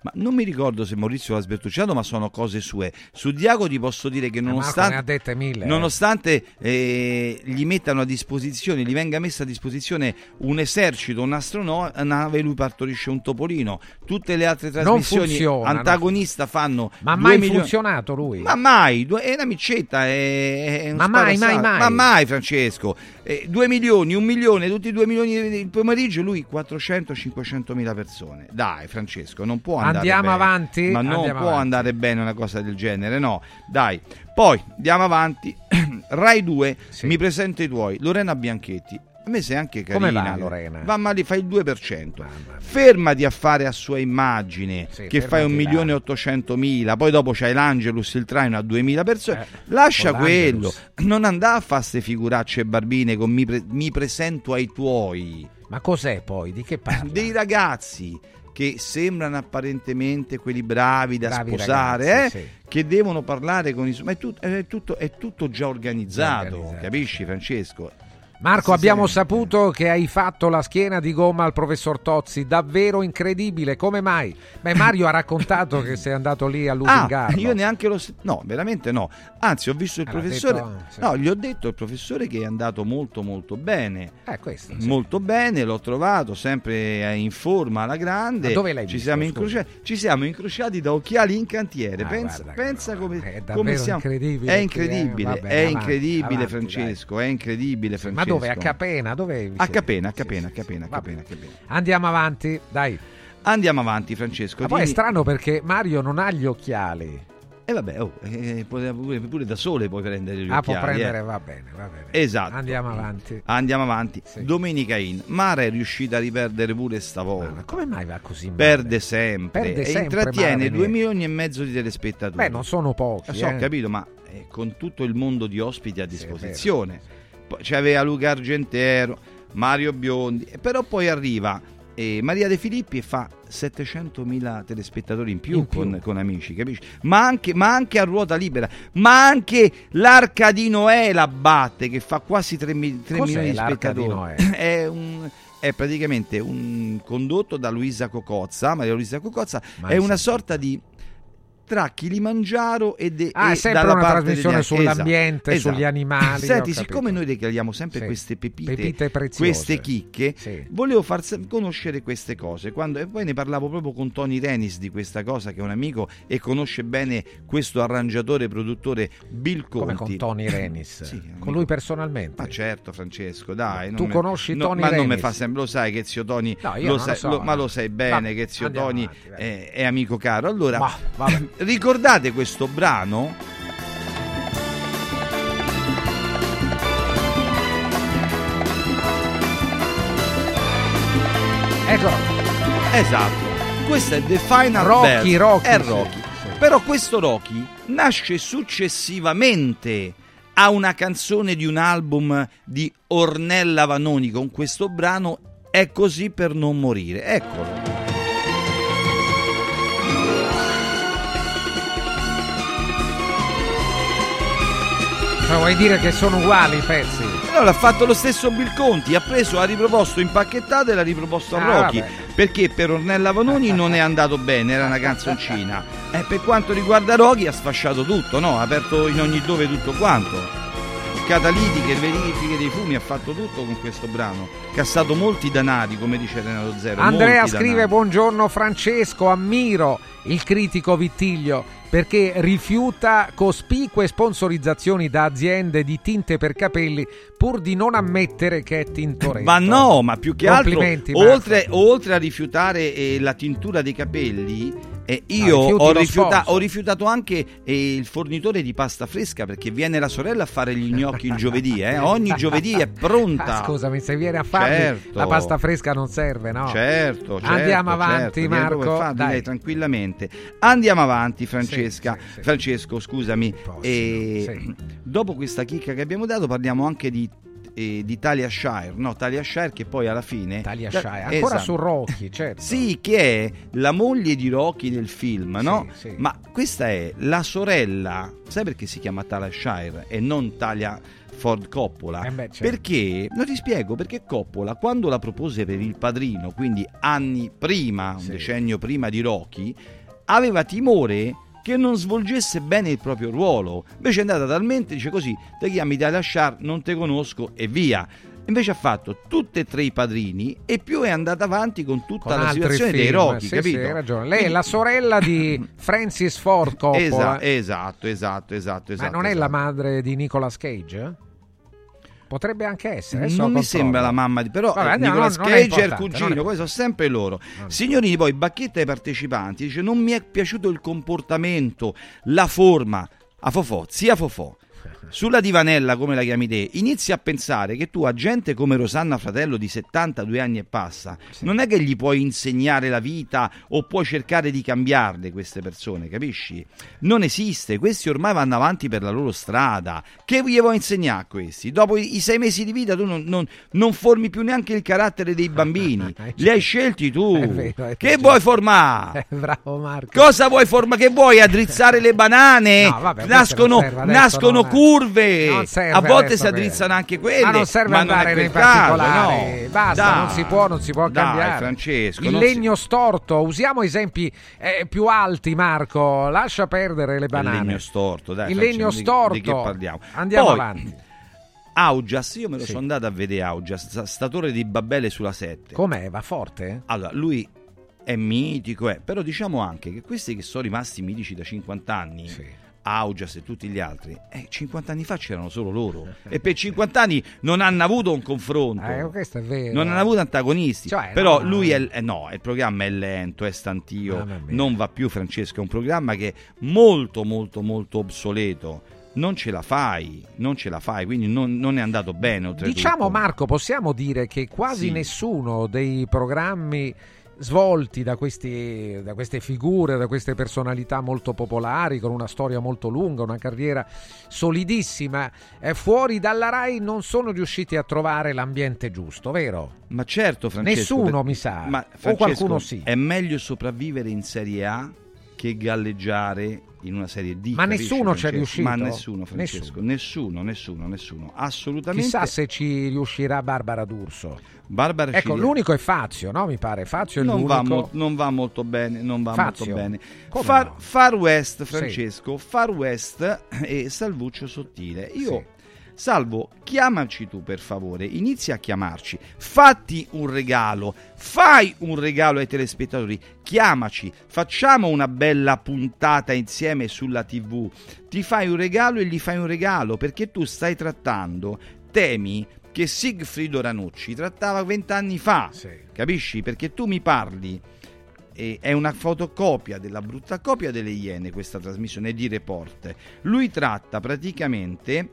[SPEAKER 26] ma non mi ricordo se Maurizio l'ha sbertucciato, ma sono cose sue. Su Diago ti posso dire che nonostante,
[SPEAKER 2] ne ha dette mille,
[SPEAKER 26] nonostante eh, gli mettano a disposizione, gli venga messa a disposizione un esercito, un'astronave, lui partorisce un topolino. Tutte le altre trasmissioni
[SPEAKER 2] funziona,
[SPEAKER 26] antagonista no. fanno
[SPEAKER 2] ma mai
[SPEAKER 26] milioni...
[SPEAKER 2] funzionato lui?
[SPEAKER 26] Ma mai, è una micetta, è, è un
[SPEAKER 2] ma mai, mai, mai,
[SPEAKER 26] ma mai Francesco, eh, due milioni, un milione, tutti i due milioni il pomeriggio, lui quattrocento cinquecentomila persone. Dai Francesco, non può andare
[SPEAKER 2] andiamo
[SPEAKER 26] bene.
[SPEAKER 2] avanti,
[SPEAKER 26] ma non
[SPEAKER 2] andiamo
[SPEAKER 26] può
[SPEAKER 2] avanti.
[SPEAKER 26] andare bene una cosa del genere, no, dai. Poi andiamo avanti. Rai due, sì. Mi presenta i tuoi, Lorena Bianchetti. A me sei anche carina.
[SPEAKER 2] Come va Lorena?
[SPEAKER 26] Va male, fai il due per cento. Fermati a fare a sua immagine,
[SPEAKER 2] sì,
[SPEAKER 26] che fai un milione e ottocentomila, poi dopo c'hai l'Angelus, il traino a duemila persone. Eh, Lascia quello. Non andare a fare ste figuracce e barbine con mi, pre- mi presento ai tuoi.
[SPEAKER 2] Ma cos'è poi? Di che parla?
[SPEAKER 26] Dei ragazzi che sembrano apparentemente quelli bravi da
[SPEAKER 2] bravi
[SPEAKER 26] sposare,
[SPEAKER 2] ragazzi,
[SPEAKER 26] eh?
[SPEAKER 2] sì.
[SPEAKER 26] Che devono parlare con i... Ma è, tut- è, tutto, è tutto già organizzato,
[SPEAKER 2] già organizzato,
[SPEAKER 26] capisci Francesco?
[SPEAKER 2] Marco, abbiamo saputo che hai fatto la schiena di gomma al professor Tozzi, davvero incredibile, come mai? Beh, Mario ha raccontato che sei andato lì a lusingarlo.
[SPEAKER 26] Ah, io neanche lo... No, veramente no. Anzi, ho visto il
[SPEAKER 2] ah,
[SPEAKER 26] professore...
[SPEAKER 2] detto, sì.
[SPEAKER 26] No, gli ho detto al professore che è andato molto molto bene.
[SPEAKER 2] Eh, questo, sì.
[SPEAKER 26] Molto bene, l'ho trovato sempre in forma alla grande.
[SPEAKER 2] Ma dove l'hai
[SPEAKER 26] ci
[SPEAKER 2] visto?
[SPEAKER 26] Siamo incrociati, ci siamo incrociati da occhiali in cantiere.
[SPEAKER 2] Ah,
[SPEAKER 26] pensa
[SPEAKER 2] guarda,
[SPEAKER 26] pensa come,
[SPEAKER 2] è
[SPEAKER 26] come siamo...
[SPEAKER 2] incredibile.
[SPEAKER 26] È incredibile,
[SPEAKER 2] eh, vabbè,
[SPEAKER 26] è
[SPEAKER 2] avanti,
[SPEAKER 26] incredibile
[SPEAKER 2] avanti,
[SPEAKER 26] Francesco, dai. È incredibile Francesco.
[SPEAKER 2] Ma dove? A Capena? Dove
[SPEAKER 26] a Capena, a Capena, a Capena, a Capena, a Capena.
[SPEAKER 2] Andiamo avanti, dai.
[SPEAKER 26] Andiamo avanti Francesco.
[SPEAKER 2] Ma poi è strano perché Mario non ha gli occhiali.
[SPEAKER 26] E eh vabbè, oh, eh, pure, pure da sole puoi prendere gli
[SPEAKER 2] ah,
[SPEAKER 26] occhiali.
[SPEAKER 2] Ah, può prendere,
[SPEAKER 26] eh.
[SPEAKER 2] va bene, va bene.
[SPEAKER 26] Esatto.
[SPEAKER 2] Andiamo avanti.
[SPEAKER 26] Andiamo avanti. Sì. Domenica in. Mara è riuscita a riperdere pure stavolta.
[SPEAKER 2] Ma come mai va così male?
[SPEAKER 26] Perde sempre.
[SPEAKER 2] Perde
[SPEAKER 26] e
[SPEAKER 2] sempre,
[SPEAKER 26] intrattiene due milioni e mezzo di telespettatori.
[SPEAKER 2] Beh, non sono pochi.
[SPEAKER 26] Lo so,
[SPEAKER 2] eh.
[SPEAKER 26] capito, ma eh, con tutto il mondo di ospiti a disposizione. Sì, poi c'aveva Luca Argentero, Mario Biondi, però poi arriva eh, Maria De Filippi e fa settecentomila telespettatori in più, in più. Con, con Amici, capisci? Ma anche, ma anche a ruota libera, ma anche l'Arca di Noè la batte, che fa quasi tre milioni di spettatori.
[SPEAKER 2] Di
[SPEAKER 26] è un... È praticamente un condotto da Luisa Cocozza, Maria Luisa Cocozza, ma è una sorta di tra Kilimangiaro e, de,
[SPEAKER 2] ah,
[SPEAKER 26] e
[SPEAKER 2] è sempre
[SPEAKER 26] dalla
[SPEAKER 2] una
[SPEAKER 26] parte
[SPEAKER 2] trasmissione
[SPEAKER 26] degli...
[SPEAKER 2] sull'ambiente,
[SPEAKER 26] esatto,
[SPEAKER 2] sugli animali.
[SPEAKER 26] Senti, siccome noi regaliamo sempre
[SPEAKER 2] sì.
[SPEAKER 26] queste pepite,
[SPEAKER 2] pepite preziose,
[SPEAKER 26] queste chicche,
[SPEAKER 2] sì.
[SPEAKER 26] volevo far conoscere queste cose. Quando, e poi ne parlavo proprio con Tony Renis di questa cosa, che è un amico e conosce bene questo arrangiatore produttore Bill Conti.
[SPEAKER 2] Come con Tony Renis?
[SPEAKER 26] Sì,
[SPEAKER 2] con lui personalmente?
[SPEAKER 26] Ma certo Francesco, dai.
[SPEAKER 2] Tu
[SPEAKER 26] non
[SPEAKER 2] conosci
[SPEAKER 26] me,
[SPEAKER 2] Tony
[SPEAKER 26] no,
[SPEAKER 2] Renis?
[SPEAKER 26] Ma non mi fa sempre, lo sai che zio Tony,
[SPEAKER 2] no, io
[SPEAKER 26] lo
[SPEAKER 2] non
[SPEAKER 26] sai,
[SPEAKER 2] lo so,
[SPEAKER 26] lo,
[SPEAKER 2] no.
[SPEAKER 26] ma lo sai bene
[SPEAKER 2] va,
[SPEAKER 26] che zio Tony
[SPEAKER 2] avanti,
[SPEAKER 26] è, è amico caro. Allora,
[SPEAKER 2] ma,
[SPEAKER 26] ricordate questo brano?
[SPEAKER 2] Eccolo.
[SPEAKER 26] Esatto. Questo è The Final
[SPEAKER 2] Rocky,
[SPEAKER 26] Best.
[SPEAKER 2] Rocky,
[SPEAKER 26] è
[SPEAKER 2] sì,
[SPEAKER 26] Rocky.
[SPEAKER 2] Sì.
[SPEAKER 26] Però questo Rocky nasce successivamente a una canzone di un album di Ornella Vanoni con questo brano È così per non morire. Eccolo.
[SPEAKER 2] Ma vuoi dire che sono uguali i pezzi?
[SPEAKER 26] No, l'ha fatto lo stesso Bill Conti, ha preso, ha riproposto impacchettato e l'ha riproposto a
[SPEAKER 2] ah,
[SPEAKER 26] Rocky,
[SPEAKER 2] vabbè.
[SPEAKER 26] Perché per Ornella Vanoni non è andato bene, era una canzoncina. E per quanto riguarda Rocky ha sfasciato tutto, no? Ha aperto in ogni dove tutto quanto. Catalitiche, verifiche dei fumi, ha fatto tutto con questo brano. Cassato molti danari, come dice Renato Zero.
[SPEAKER 2] Andrea scrive:
[SPEAKER 26] danari.
[SPEAKER 2] buongiorno Francesco, ammiro il critico Vittiglio perché rifiuta cospicue sponsorizzazioni da aziende di tinte per capelli pur di non ammettere che è Tintoretto.
[SPEAKER 26] Ma no, ma più che altro oltre, oltre a rifiutare eh, la tintura dei capelli, eh, io
[SPEAKER 2] no,
[SPEAKER 26] ho, rifiuta- ho rifiutato anche eh, il fornitore di pasta fresca, perché viene la sorella a fare gli gnocchi il giovedì, eh? Ogni giovedì è pronta.
[SPEAKER 2] Ah, scusami, se viene a farli
[SPEAKER 26] certo.
[SPEAKER 2] la pasta fresca non serve, no?
[SPEAKER 26] Certo, certo.
[SPEAKER 2] Andiamo avanti,
[SPEAKER 26] certo.
[SPEAKER 2] Marco.
[SPEAKER 26] Fate,
[SPEAKER 2] dai.
[SPEAKER 26] lei, tranquillamente. Andiamo avanti, Francesca.
[SPEAKER 2] Sì, sì, sì.
[SPEAKER 26] Francesco, scusami.
[SPEAKER 2] Posso,
[SPEAKER 26] e
[SPEAKER 2] sì.
[SPEAKER 26] Dopo questa chicca che abbiamo dato, parliamo anche di eh, di Talia Shire, no, Talia Shire che poi alla fine
[SPEAKER 2] Talia Shire, ancora
[SPEAKER 26] esatto.
[SPEAKER 2] su Rocky, certo.
[SPEAKER 26] Sì, che è la moglie di Rocky nel film, no?
[SPEAKER 2] Sì, sì.
[SPEAKER 26] Ma questa è la sorella, sai perché si chiama Talia Shire e non Talia Ford Coppola?
[SPEAKER 2] Eh beh, certo.
[SPEAKER 26] Perché, non ti spiego, perché Coppola quando la propose per Il Padrino, quindi anni prima,
[SPEAKER 2] Sì.
[SPEAKER 26] un decennio prima di Rocky, aveva timore che non svolgesse bene il proprio ruolo. Invece è andata talmente, dice così, te chiami Talia Shire, non te conosco e via. Invece ha fatto tutti e tre i padrini e più è andata avanti con tutta
[SPEAKER 2] Con
[SPEAKER 26] la
[SPEAKER 2] altri
[SPEAKER 26] situazione
[SPEAKER 2] film,
[SPEAKER 26] dei Rocky,
[SPEAKER 2] sì,
[SPEAKER 26] capito?
[SPEAKER 2] sì, hai ragione. Lei è la sorella di Francis Ford Coppola.
[SPEAKER 26] Esa- esatto, esatto, esatto, esatto.
[SPEAKER 2] Ma non è
[SPEAKER 26] esatto.
[SPEAKER 2] la madre di Nicolas Cage? Potrebbe anche essere. adesso
[SPEAKER 26] Non mi
[SPEAKER 2] controllo.
[SPEAKER 26] sembra la mamma di però
[SPEAKER 2] Vabbè,
[SPEAKER 26] eh,
[SPEAKER 2] andiamo,
[SPEAKER 26] Nicolas
[SPEAKER 2] non- non è
[SPEAKER 26] Cage è il
[SPEAKER 2] importante, non
[SPEAKER 26] cugino,
[SPEAKER 2] è-
[SPEAKER 26] poi sono sempre loro. Signorini, poi bacchetta ai partecipanti, dice non mi è piaciuto il comportamento, la forma, a Fofò, zia Fofò. Sulla divanella, come la chiami te, inizi a pensare che tu a gente come Rosanna Fratello di settantadue anni e passa, non è che gli puoi insegnare la vita o puoi cercare di cambiarle queste persone, capisci? Non esiste, questi ormai vanno avanti per la loro strada. Che gli vuoi insegnare a questi? Dopo i, i sei mesi di vita tu non, non- non formi più neanche il carattere dei bambini, li hai scelti tu.
[SPEAKER 2] È vero, è
[SPEAKER 26] Che
[SPEAKER 2] vero.
[SPEAKER 26] vuoi formare?
[SPEAKER 2] Eh, bravo Marco.
[SPEAKER 26] Cosa vuoi formare? Che vuoi addrizzare le banane?
[SPEAKER 2] No, vabbè, questo
[SPEAKER 26] nascono
[SPEAKER 2] non serve adesso,
[SPEAKER 26] nascono
[SPEAKER 2] non è-
[SPEAKER 26] curve.
[SPEAKER 2] non serve
[SPEAKER 26] A volte
[SPEAKER 2] adesso
[SPEAKER 26] si addrizzano
[SPEAKER 2] per-
[SPEAKER 26] anche quelle.
[SPEAKER 2] Ma non serve
[SPEAKER 26] ma non
[SPEAKER 2] andare
[SPEAKER 26] è
[SPEAKER 2] nei
[SPEAKER 26] quel caso,
[SPEAKER 2] particolari.
[SPEAKER 26] no.
[SPEAKER 2] Basta,
[SPEAKER 26] Dai,
[SPEAKER 2] non si può, non si può
[SPEAKER 26] dai,
[SPEAKER 2] cambiare.
[SPEAKER 26] Francesco,
[SPEAKER 2] Il
[SPEAKER 26] non
[SPEAKER 2] legno storto, usiamo esempi eh, più alti, Marco. Lascia perdere le
[SPEAKER 26] si... Il
[SPEAKER 2] banane.
[SPEAKER 26] legno storto, dai.
[SPEAKER 2] Il
[SPEAKER 26] Francesco,
[SPEAKER 2] legno
[SPEAKER 26] di-
[SPEAKER 2] storto.
[SPEAKER 26] Di, che parliamo?
[SPEAKER 2] Andiamo
[SPEAKER 26] Poi,
[SPEAKER 2] avanti.
[SPEAKER 26] Augias, io me lo
[SPEAKER 2] Sì.
[SPEAKER 26] sono andato a vedere Augias, sta- statore di Babele sulla sette.
[SPEAKER 2] Com'è? Va forte?
[SPEAKER 26] Allora, lui è mitico, eh, però diciamo anche che questi che sono rimasti mitici da cinquanta anni, Augias e tutti gli altri, eh, cinquanta anni fa c'erano solo loro e per cinquanta anni non hanno avuto un confronto,
[SPEAKER 2] Eh, questo è vero.
[SPEAKER 26] non hanno avuto antagonisti.
[SPEAKER 2] Cioè,
[SPEAKER 26] però
[SPEAKER 2] no,
[SPEAKER 26] lui è, eh, no, il programma è lento, è stantio,
[SPEAKER 2] Mamma mia.
[SPEAKER 26] non va più, Francesco, è un programma che è molto molto molto obsoleto. Non ce la fai, non ce la fai, quindi non, non è andato bene oltretutto.
[SPEAKER 2] Diciamo, Marco, possiamo dire che quasi
[SPEAKER 26] Sì.
[SPEAKER 2] nessuno dei programmi svolti da, questi, da queste figure, da queste personalità molto popolari, con una storia molto lunga, una carriera solidissima, eh, fuori dalla Rai non sono riusciti a trovare l'ambiente giusto, vero?
[SPEAKER 26] Ma certo, Francesco.
[SPEAKER 2] Nessuno,
[SPEAKER 26] per-
[SPEAKER 2] mi sa.
[SPEAKER 26] Ma,
[SPEAKER 2] O
[SPEAKER 26] Francesco,
[SPEAKER 2] qualcuno sì.
[SPEAKER 26] È meglio sopravvivere in Serie A che galleggiare in una Serie D.
[SPEAKER 2] Ma
[SPEAKER 26] capisci,
[SPEAKER 2] nessuno c'è
[SPEAKER 26] Francesco?
[SPEAKER 2] riuscito?
[SPEAKER 26] Ma nessuno, Francesco. Nessuno, nessuno, nessuno. Assolutamente.
[SPEAKER 2] Chissà se ci riuscirà Barbara D'Urso.
[SPEAKER 26] Barbara
[SPEAKER 2] Ecco,
[SPEAKER 26] Ciglia-
[SPEAKER 2] l'unico è Fazio, no? Mi pare. Fazio è
[SPEAKER 26] non
[SPEAKER 2] l'unico.
[SPEAKER 26] va, mo- non va molto bene, non va
[SPEAKER 2] Fazio?
[SPEAKER 26] molto bene.
[SPEAKER 2] Come
[SPEAKER 26] Far,
[SPEAKER 2] no?
[SPEAKER 26] Far West,
[SPEAKER 2] Sì.
[SPEAKER 26] Francesco, Far West e Salvuccio Sottile. Io,
[SPEAKER 2] Sì.
[SPEAKER 26] Salvo, chiamaci tu per favore, inizia a chiamarci, fatti un regalo, fai un regalo ai telespettatori, chiamaci, facciamo una bella puntata insieme sulla tivù, ti fai un regalo e gli fai un regalo, perché tu stai trattando temi che Sigfrido Ranucci trattava vent'anni fa, capisci? Perché tu mi parli, e è una fotocopia della brutta copia delle Iene questa trasmissione di Report, lui tratta praticamente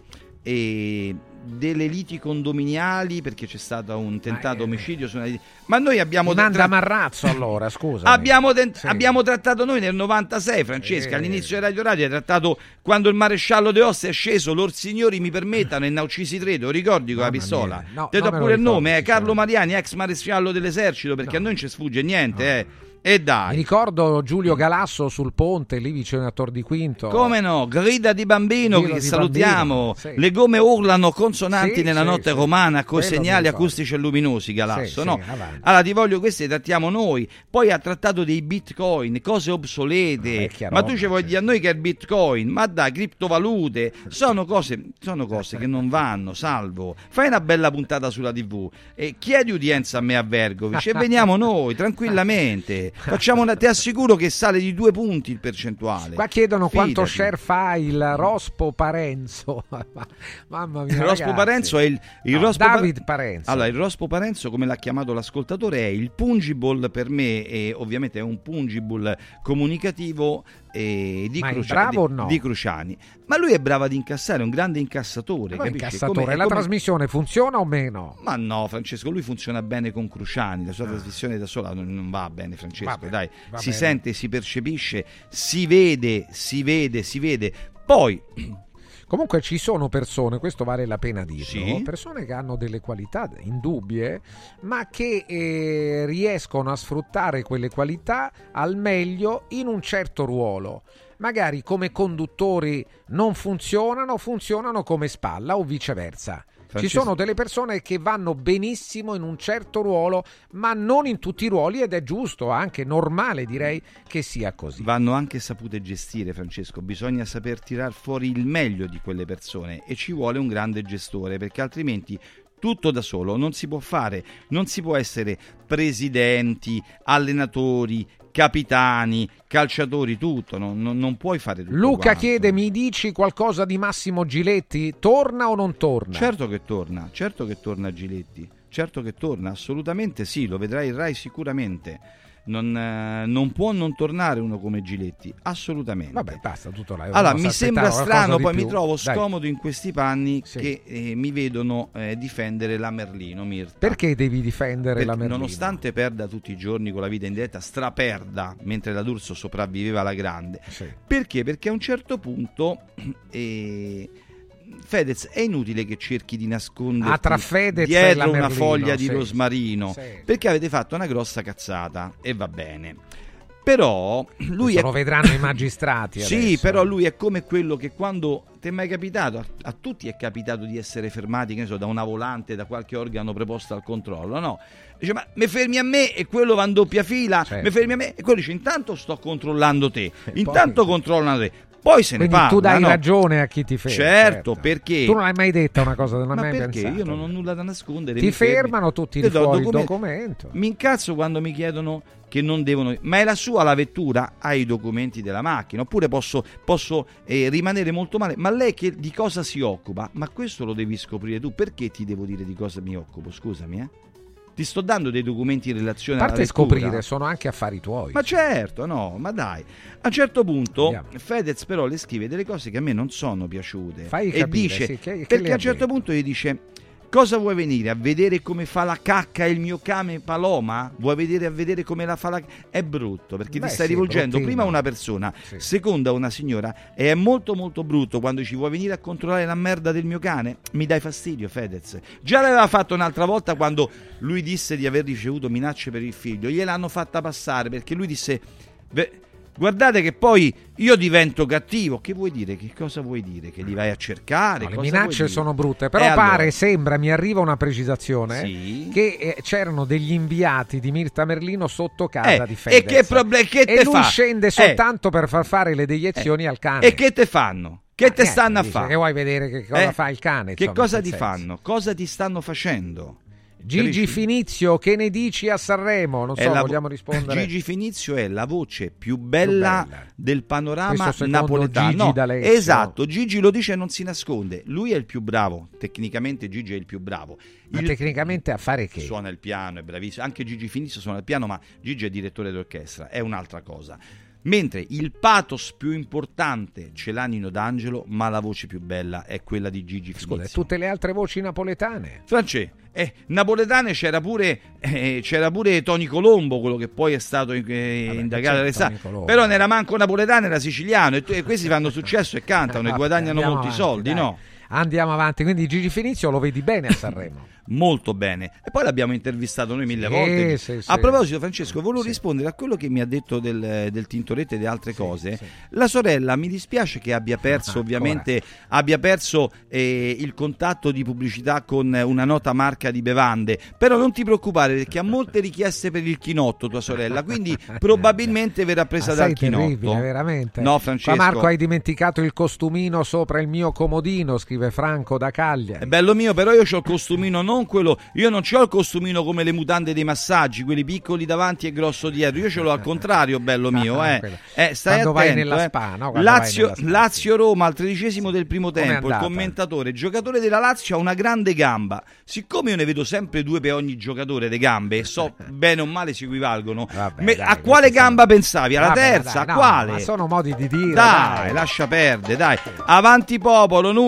[SPEAKER 26] e delle liti condominiali perché c'è stato un tentato omicidio su una... ma noi abbiamo
[SPEAKER 2] Mi manda
[SPEAKER 26] tra-
[SPEAKER 2] Marrazzo allora, scusa.
[SPEAKER 26] abbiamo, tent-
[SPEAKER 2] Sì.
[SPEAKER 26] abbiamo trattato noi nel novantasei, Francesca,
[SPEAKER 2] Sì.
[SPEAKER 26] all'inizio di Radio Radio hai trattato quando il maresciallo De Ossa è sceso, lor signori mi permettano, e ne ha uccisi tre, te lo ricordi con la
[SPEAKER 2] Mamma
[SPEAKER 26] pistola?
[SPEAKER 2] mia. No,
[SPEAKER 26] te
[SPEAKER 2] non
[SPEAKER 26] do
[SPEAKER 2] me lo
[SPEAKER 26] pure il
[SPEAKER 2] ricordo,
[SPEAKER 26] nome, è
[SPEAKER 2] sì,
[SPEAKER 26] Carlo Mariani, ex maresciallo dell'esercito, perché a noi non ci sfugge niente, eh. E
[SPEAKER 2] Mi
[SPEAKER 26] dai,
[SPEAKER 2] ricordo Giulio Galasso sul ponte lì vicino a Tor di Quinto.
[SPEAKER 26] come no, grida di bambino
[SPEAKER 2] Grido
[SPEAKER 26] che
[SPEAKER 2] di
[SPEAKER 26] salutiamo,
[SPEAKER 2] bambino, sì.
[SPEAKER 26] le gomme urlano consonanti
[SPEAKER 2] Sì,
[SPEAKER 26] nella
[SPEAKER 2] sì,
[SPEAKER 26] notte
[SPEAKER 2] sì.
[SPEAKER 26] romana con
[SPEAKER 2] Quello mi
[SPEAKER 26] segnali
[SPEAKER 2] ricordo.
[SPEAKER 26] acustici e luminosi, Galasso,
[SPEAKER 2] Sì,
[SPEAKER 26] no?
[SPEAKER 2] sì, avanti.
[SPEAKER 26] Allora ti voglio, queste le trattiamo noi, poi ha trattato dei bitcoin, cose obsolete,
[SPEAKER 2] Vecchia
[SPEAKER 26] ma
[SPEAKER 2] roba,
[SPEAKER 26] tu ci vuoi
[SPEAKER 2] sì.
[SPEAKER 26] dire a noi che è il bitcoin, ma dai, criptovalute, sono cose, sono cose che non vanno, Salvo, fai una bella puntata sulla tivù e chiedi udienza a me a Vergovic e veniamo noi, tranquillamente, facciamo una, ti assicuro che sale di due punti il percentuale.
[SPEAKER 2] Qua chiedono quanto
[SPEAKER 26] Fidati.
[SPEAKER 2] share fa il Rospo Parenzo. Mamma mia.
[SPEAKER 26] Il Rospo
[SPEAKER 2] ragazzi.
[SPEAKER 26] Parenzo è il, il
[SPEAKER 2] No,
[SPEAKER 26] Rospo
[SPEAKER 2] David
[SPEAKER 26] Pa-
[SPEAKER 2] Parenzo.
[SPEAKER 26] Allora, il Rospo Parenzo, come l'ha chiamato l'ascoltatore, è il pungible per me, e ovviamente è un pungible comunicativo eh, di,
[SPEAKER 2] Ma è
[SPEAKER 26] Crucia-
[SPEAKER 2] bravo
[SPEAKER 26] di-
[SPEAKER 2] o no?
[SPEAKER 26] di Cruciani. Ma lui è bravo ad incassare, è un grande incassatore.
[SPEAKER 2] Ma
[SPEAKER 26] capisci?
[SPEAKER 2] incassatore,
[SPEAKER 26] Come-
[SPEAKER 2] la
[SPEAKER 26] come-
[SPEAKER 2] trasmissione funziona o meno?
[SPEAKER 26] Ma no, Francesco, lui funziona bene con Cruciani, la sua trasmissione da sola non, non va bene, Francesco,
[SPEAKER 2] Vabbè,
[SPEAKER 26] dai,
[SPEAKER 2] va
[SPEAKER 26] si
[SPEAKER 2] bene.
[SPEAKER 26] sente, si percepisce, si vede, si vede, si vede. Poi
[SPEAKER 2] Comunque ci sono persone, questo vale la pena dirlo,
[SPEAKER 26] Sì.
[SPEAKER 2] persone che hanno delle qualità indubbie, ma che eh, riescono a sfruttare quelle qualità al meglio in un certo ruolo. Magari come conduttori non funzionano, funzionano come spalla o viceversa. Ci sono delle persone che vanno benissimo in un certo ruolo, ma non in tutti i ruoli, ed è giusto, anche normale direi che sia così.
[SPEAKER 26] Vanno anche sapute gestire, Francesco, bisogna saper tirar fuori il meglio di quelle persone e ci vuole un grande gestore, perché altrimenti tutto da solo non si può fare, non si può essere presidenti, allenatori, capitani, calciatori, tutto, non, non, non puoi fare tutto.
[SPEAKER 2] Luca
[SPEAKER 26] quanto.
[SPEAKER 2] chiede, mi dici qualcosa di Massimo Giletti? Torna o non torna?
[SPEAKER 26] Certo che torna, certo che torna Giletti, certo che torna, assolutamente sì, lo vedrai in Rai sicuramente. Non, eh, non può non tornare uno come Giletti, assolutamente.
[SPEAKER 2] Vabbè, basta, tutto là.
[SPEAKER 26] Allora, mi sembra strano, poi
[SPEAKER 2] più.
[SPEAKER 26] mi trovo
[SPEAKER 2] Dai.
[SPEAKER 26] scomodo in questi panni
[SPEAKER 2] Sì.
[SPEAKER 26] che eh, mi vedono eh, difendere la Merlino, Mirta.
[SPEAKER 2] Perché devi difendere
[SPEAKER 26] Perché
[SPEAKER 2] la Merlino?
[SPEAKER 26] Nonostante perda tutti i giorni con la vita in diretta, straperda, mentre la D'Urso sopravviveva alla grande.
[SPEAKER 2] Sì.
[SPEAKER 26] Perché? Perché a un certo punto eh, Fedez, è inutile che cerchi di nasconderti
[SPEAKER 2] Ah, tra Fedez e
[SPEAKER 26] dietro
[SPEAKER 2] la
[SPEAKER 26] una
[SPEAKER 2] Merlino,
[SPEAKER 26] foglia di
[SPEAKER 2] sì,
[SPEAKER 26] rosmarino,
[SPEAKER 2] sì.
[SPEAKER 26] perché avete fatto una grossa cazzata e va bene. Però lui
[SPEAKER 2] Questo
[SPEAKER 26] è...
[SPEAKER 2] lo vedranno i magistrati
[SPEAKER 26] Sì,
[SPEAKER 2] adesso.
[SPEAKER 26] però lui è come quello che quando ti è mai capitato, a, a tutti è capitato di essere fermati, che ne so, da una volante, da qualche organo preposto al controllo, no? Dice, ma mi fermi a me e quello va in doppia fila,
[SPEAKER 2] Certo.
[SPEAKER 26] mi fermi a me e quello dice, intanto sto controllando te,
[SPEAKER 2] E
[SPEAKER 26] intanto
[SPEAKER 2] poi-
[SPEAKER 26] controllano te. Poi se
[SPEAKER 2] Quindi
[SPEAKER 26] ne parla,
[SPEAKER 2] tu dai
[SPEAKER 26] no?
[SPEAKER 2] ragione a chi ti ferma.
[SPEAKER 26] Certo, perché
[SPEAKER 2] Tu non hai mai detta una cosa, non hai
[SPEAKER 26] ma
[SPEAKER 2] mai
[SPEAKER 26] perché
[SPEAKER 2] pensato.
[SPEAKER 26] io non ho nulla da nascondere.
[SPEAKER 2] Ti
[SPEAKER 26] mi fermi.
[SPEAKER 2] fermano, tu tiri
[SPEAKER 26] Io do
[SPEAKER 2] fuori il
[SPEAKER 26] documento.
[SPEAKER 2] documento.
[SPEAKER 26] Mi incazzo quando mi chiedono che non devono, ma è la sua la vettura, ha i documenti della macchina, oppure posso, posso eh, rimanere molto male, ma lei che, di cosa si occupa? Ma questo lo devi scoprire tu, perché ti devo dire di cosa mi occupo, scusami, eh? Ti sto dando dei documenti in relazione
[SPEAKER 2] A
[SPEAKER 26] alla
[SPEAKER 2] parte
[SPEAKER 26] vettura.
[SPEAKER 2] scoprire, sono anche affari tuoi.
[SPEAKER 26] Ma certo, no, ma dai. A un certo punto
[SPEAKER 2] Andiamo.
[SPEAKER 26] Fedez però le scrive delle cose che a me non sono piaciute.
[SPEAKER 2] Fai
[SPEAKER 26] e
[SPEAKER 2] capire,
[SPEAKER 26] dice,
[SPEAKER 2] sì, che- che
[SPEAKER 26] perché
[SPEAKER 2] le
[SPEAKER 26] a
[SPEAKER 2] ha
[SPEAKER 26] un certo
[SPEAKER 2] detto?
[SPEAKER 26] punto gli dice, cosa vuoi venire? A vedere come fa la cacca il mio cane Paloma? Vuoi vedere a vedere come la fa la... È brutto, perché
[SPEAKER 2] Beh,
[SPEAKER 26] ti stai
[SPEAKER 2] sì,
[SPEAKER 26] rivolgendo
[SPEAKER 2] bruttino.
[SPEAKER 26] prima a una persona,
[SPEAKER 2] Sì.
[SPEAKER 26] seconda a una signora, e è molto molto brutto quando ci vuoi venire a controllare la merda del mio cane. Mi dai fastidio, Fedez. Già l'aveva fatto un'altra volta quando lui disse di aver ricevuto minacce per il figlio, gliel'hanno fatta passare perché lui disse... "Beh, guardate che poi io divento cattivo". Che vuoi dire? Che cosa vuoi dire? Che li vai a cercare?
[SPEAKER 2] No, le
[SPEAKER 26] Cosa
[SPEAKER 2] minacce
[SPEAKER 26] vuoi dire?
[SPEAKER 2] sono brutte, però
[SPEAKER 26] E
[SPEAKER 2] pare,
[SPEAKER 26] allora?
[SPEAKER 2] sembra, mi arriva una precisazione
[SPEAKER 26] Sì.
[SPEAKER 2] che eh, c'erano degli inviati di Mirta Merlino sotto casa
[SPEAKER 26] Eh,
[SPEAKER 2] di Fedez.
[SPEAKER 26] e che proble- che
[SPEAKER 2] E
[SPEAKER 26] te
[SPEAKER 2] lui
[SPEAKER 26] fa?
[SPEAKER 2] scende
[SPEAKER 26] Eh.
[SPEAKER 2] soltanto per far fare le deiezioni
[SPEAKER 26] Eh.
[SPEAKER 2] al cane.
[SPEAKER 26] E che te fanno? Che te
[SPEAKER 2] Eh,
[SPEAKER 26] stanno a
[SPEAKER 2] dice,
[SPEAKER 26] fare?
[SPEAKER 2] Che vuoi vedere che cosa
[SPEAKER 26] Eh?
[SPEAKER 2] fa il cane?
[SPEAKER 26] Che
[SPEAKER 2] insomma,
[SPEAKER 26] cosa
[SPEAKER 2] in
[SPEAKER 26] ti
[SPEAKER 2] quel senso.
[SPEAKER 26] fanno? Cosa ti stanno facendo?
[SPEAKER 2] Gigi
[SPEAKER 26] Capisci?
[SPEAKER 2] Finizio, che ne dici a Sanremo? Non
[SPEAKER 26] È
[SPEAKER 2] so,
[SPEAKER 26] la vo-
[SPEAKER 2] vogliamo rispondere?
[SPEAKER 26] Gigi Finizio è la voce più bella,
[SPEAKER 2] Più bella.
[SPEAKER 26] del panorama
[SPEAKER 2] Questo secondo
[SPEAKER 26] napoletano.
[SPEAKER 2] Gigi
[SPEAKER 26] No,
[SPEAKER 2] D'Alessio.
[SPEAKER 26] esatto, Gigi lo dice e non si nasconde. Lui è il più bravo, tecnicamente Gigi è il più bravo.
[SPEAKER 2] Ma
[SPEAKER 26] Il-
[SPEAKER 2] tecnicamente a fare che?
[SPEAKER 26] Suona il piano, è bravissimo. Anche Gigi Finizio suona il piano, ma Gigi è direttore d'orchestra, è un'altra cosa. Mentre il pathos più importante ce l'ha Nino D'Angelo, ma la voce più bella è quella di Gigi Finizio.
[SPEAKER 2] Scusa, e tutte le altre voci napoletane?
[SPEAKER 26] Francesco, eh, napoletane c'era pure, eh, c'era pure Tony Colombo, quello che poi è stato eh,
[SPEAKER 2] Vabbè,
[SPEAKER 26] indagato
[SPEAKER 2] c'è
[SPEAKER 26] dalle sa-
[SPEAKER 2] Tony Colombo.
[SPEAKER 26] però non era manco napoletano, era siciliano e, tu- e questi fanno successo e cantano e
[SPEAKER 2] Vabbè,
[SPEAKER 26] guadagnano
[SPEAKER 2] andiamo
[SPEAKER 26] molti
[SPEAKER 2] avanti,
[SPEAKER 26] soldi,
[SPEAKER 2] dai.
[SPEAKER 26] no?
[SPEAKER 2] Andiamo avanti, quindi Gigi Finizio lo vedi bene a Sanremo.
[SPEAKER 26] Molto bene. E poi l'abbiamo intervistato noi mille
[SPEAKER 2] Sì,
[SPEAKER 26] volte.
[SPEAKER 2] sì,
[SPEAKER 26] a
[SPEAKER 2] sì.
[SPEAKER 26] proposito, Francesco, volevo
[SPEAKER 2] Sì.
[SPEAKER 26] rispondere a quello che mi ha detto del, del Tintoretto e di altre
[SPEAKER 2] Sì,
[SPEAKER 26] cose.
[SPEAKER 2] sì.
[SPEAKER 26] La sorella mi dispiace che abbia perso,
[SPEAKER 2] Ah,
[SPEAKER 26] ovviamente, abbia perso eh, il contatto di pubblicità con una nota marca di bevande. Però non ti preoccupare, perché ha molte richieste per il chinotto, tua sorella. Quindi probabilmente verrà presa
[SPEAKER 2] Ma
[SPEAKER 26] dal
[SPEAKER 2] sei
[SPEAKER 26] chinotto.
[SPEAKER 2] terribile, veramente.
[SPEAKER 26] No, Francesco.
[SPEAKER 2] Qua Marco, hai dimenticato il costumino sopra il mio comodino, scrive Franco da Cagliari.
[SPEAKER 26] È bello mio, però io ho il costumino, non quello. Io non c'ho il costumino come le mutande dei massaggi, quelli piccoli davanti e grosso dietro. Io ce l'ho al contrario, bello mio, eh.
[SPEAKER 2] Quello.
[SPEAKER 26] eh stai
[SPEAKER 2] Quando vai
[SPEAKER 26] attento,
[SPEAKER 2] nella
[SPEAKER 26] eh.
[SPEAKER 2] spa, no? Quando
[SPEAKER 26] Lazio,
[SPEAKER 2] vai nella spa,
[SPEAKER 26] Lazio-Roma al tredicesimo del primo
[SPEAKER 2] Com'è
[SPEAKER 26] tempo. Il
[SPEAKER 2] andata?
[SPEAKER 26] commentatore, giocatore della Lazio, ha una grande gamba. Siccome io ne vedo sempre due per ogni giocatore le gambe, e so bene o male si equivalgono.
[SPEAKER 2] Vabbè,
[SPEAKER 26] me-
[SPEAKER 2] dai,
[SPEAKER 26] a quale
[SPEAKER 2] questi
[SPEAKER 26] gamba pensavi? Alla
[SPEAKER 2] Vabbè,
[SPEAKER 26] terza?
[SPEAKER 2] dai,
[SPEAKER 26] a
[SPEAKER 2] no,
[SPEAKER 26] quale?
[SPEAKER 2] ma sono modi di dire.
[SPEAKER 26] Dai,
[SPEAKER 2] dai.
[SPEAKER 26] lascia perdere, dai. Avanti popolo, Nunzia, due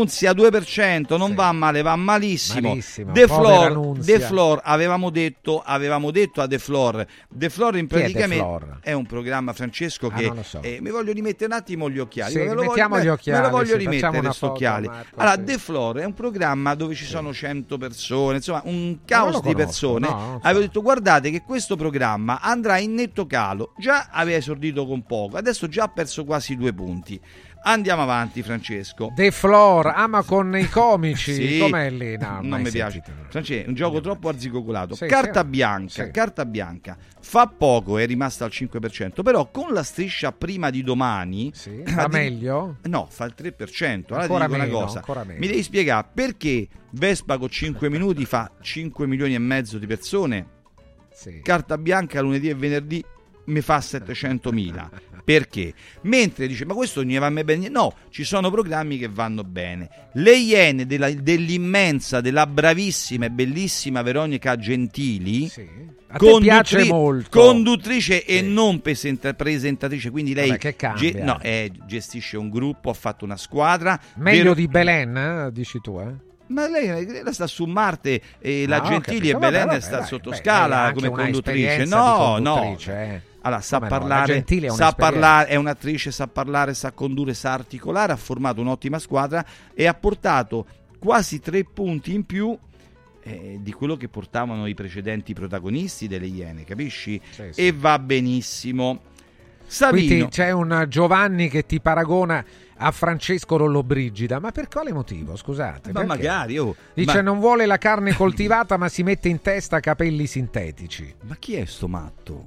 [SPEAKER 26] due per cento, non sì. va male, va malissimo.
[SPEAKER 2] Malissimo.
[SPEAKER 26] De Flor, De Flor, avevamo detto, avevamo detto a De Flor, De Flor in praticamente è, è un programma, Francesco,
[SPEAKER 2] ah,
[SPEAKER 26] che
[SPEAKER 2] so.
[SPEAKER 26] eh, mi voglio rimettere un attimo gli occhiali.
[SPEAKER 2] Sì,
[SPEAKER 26] me lo
[SPEAKER 2] mettiamo
[SPEAKER 26] voglio,
[SPEAKER 2] gli occhiali,
[SPEAKER 26] me lo voglio
[SPEAKER 2] sì,
[SPEAKER 26] rimettere questi occhiali.
[SPEAKER 2] Marco,
[SPEAKER 26] allora,
[SPEAKER 2] sì.
[SPEAKER 26] De Flor è un programma dove ci
[SPEAKER 2] sì.
[SPEAKER 26] sono cento persone, insomma, un caos di
[SPEAKER 2] conosco,
[SPEAKER 26] persone.
[SPEAKER 2] no, so.
[SPEAKER 26] Avevo detto, guardate che questo programma andrà in netto calo. Già aveva esordito con poco, adesso già ha perso quasi due punti. Andiamo avanti, Francesco.
[SPEAKER 2] De Flor, ama con i comici.
[SPEAKER 26] Sì,
[SPEAKER 2] com'è lì? No,
[SPEAKER 26] non mi piace. Francesco, è un gioco troppo arzigocolato.
[SPEAKER 2] Sì,
[SPEAKER 26] carta
[SPEAKER 2] sì.
[SPEAKER 26] bianca,
[SPEAKER 2] Sì.
[SPEAKER 26] carta bianca. Fa poco, è rimasta al cinque per cento, però con la striscia prima di domani
[SPEAKER 2] sì. va meglio?
[SPEAKER 26] No, fa il tre per cento. Allora
[SPEAKER 2] Ancora
[SPEAKER 26] ti dico
[SPEAKER 2] meno,
[SPEAKER 26] una cosa.
[SPEAKER 2] ancora meno.
[SPEAKER 26] Mi devi spiegare perché Vespa con cinque minuti fa cinque milioni e mezzo di persone.
[SPEAKER 2] Sì.
[SPEAKER 26] Carta bianca lunedì e venerdì mi fa settecentomila. Perché? Mentre dice, ma questo non gli va mai bene. No, ci sono programmi che vanno bene. Le Iene della, dell'immensa, della bravissima e bellissima Veronica Gentili,
[SPEAKER 2] sì. A te piace molto.
[SPEAKER 26] Conduttrice
[SPEAKER 2] sì.
[SPEAKER 26] e non presenta- presentatrice, quindi lei
[SPEAKER 2] Vabbè, che cambia.
[SPEAKER 26] ge- no, eh, gestisce un gruppo, ha fatto una squadra.
[SPEAKER 2] Meglio
[SPEAKER 26] Vero-
[SPEAKER 2] di Belen, eh? Dici tu, eh?
[SPEAKER 26] Ma lei, lei sta su Marte e la
[SPEAKER 2] Ah,
[SPEAKER 26] Gentili
[SPEAKER 2] ho
[SPEAKER 26] e
[SPEAKER 2] capito.
[SPEAKER 26] Belen
[SPEAKER 2] Vabbè,
[SPEAKER 26] sta
[SPEAKER 2] dai,
[SPEAKER 26] sotto
[SPEAKER 2] beh,
[SPEAKER 26] scala
[SPEAKER 2] lei ha anche
[SPEAKER 26] come
[SPEAKER 2] una
[SPEAKER 26] conduttrice.
[SPEAKER 2] esperienza
[SPEAKER 26] No,
[SPEAKER 2] di
[SPEAKER 26] no.
[SPEAKER 2] conduttrice, eh.
[SPEAKER 26] Allora, sa
[SPEAKER 2] Come no? La
[SPEAKER 26] parlare,
[SPEAKER 2] Gentili è
[SPEAKER 26] sa
[SPEAKER 2] un'esperienza.
[SPEAKER 26] parlare, è un'attrice, sa parlare, sa condurre, sa articolare, ha formato un'ottima squadra e ha portato quasi tre punti in più eh, di quello che portavano i precedenti protagonisti delle Iene, capisci?
[SPEAKER 2] Sì, sì.
[SPEAKER 26] E va benissimo.
[SPEAKER 2] Qui
[SPEAKER 26] Savino,
[SPEAKER 2] ti- c'è un Giovanni che ti paragona a Francesco Lollobrigida, ma per quale motivo? Scusate.
[SPEAKER 26] ma
[SPEAKER 2] perché?
[SPEAKER 26] magari, oh,
[SPEAKER 2] Dice
[SPEAKER 26] ma,
[SPEAKER 2] non vuole la carne coltivata ma si mette in testa capelli sintetici.
[SPEAKER 26] ma chi è sto matto?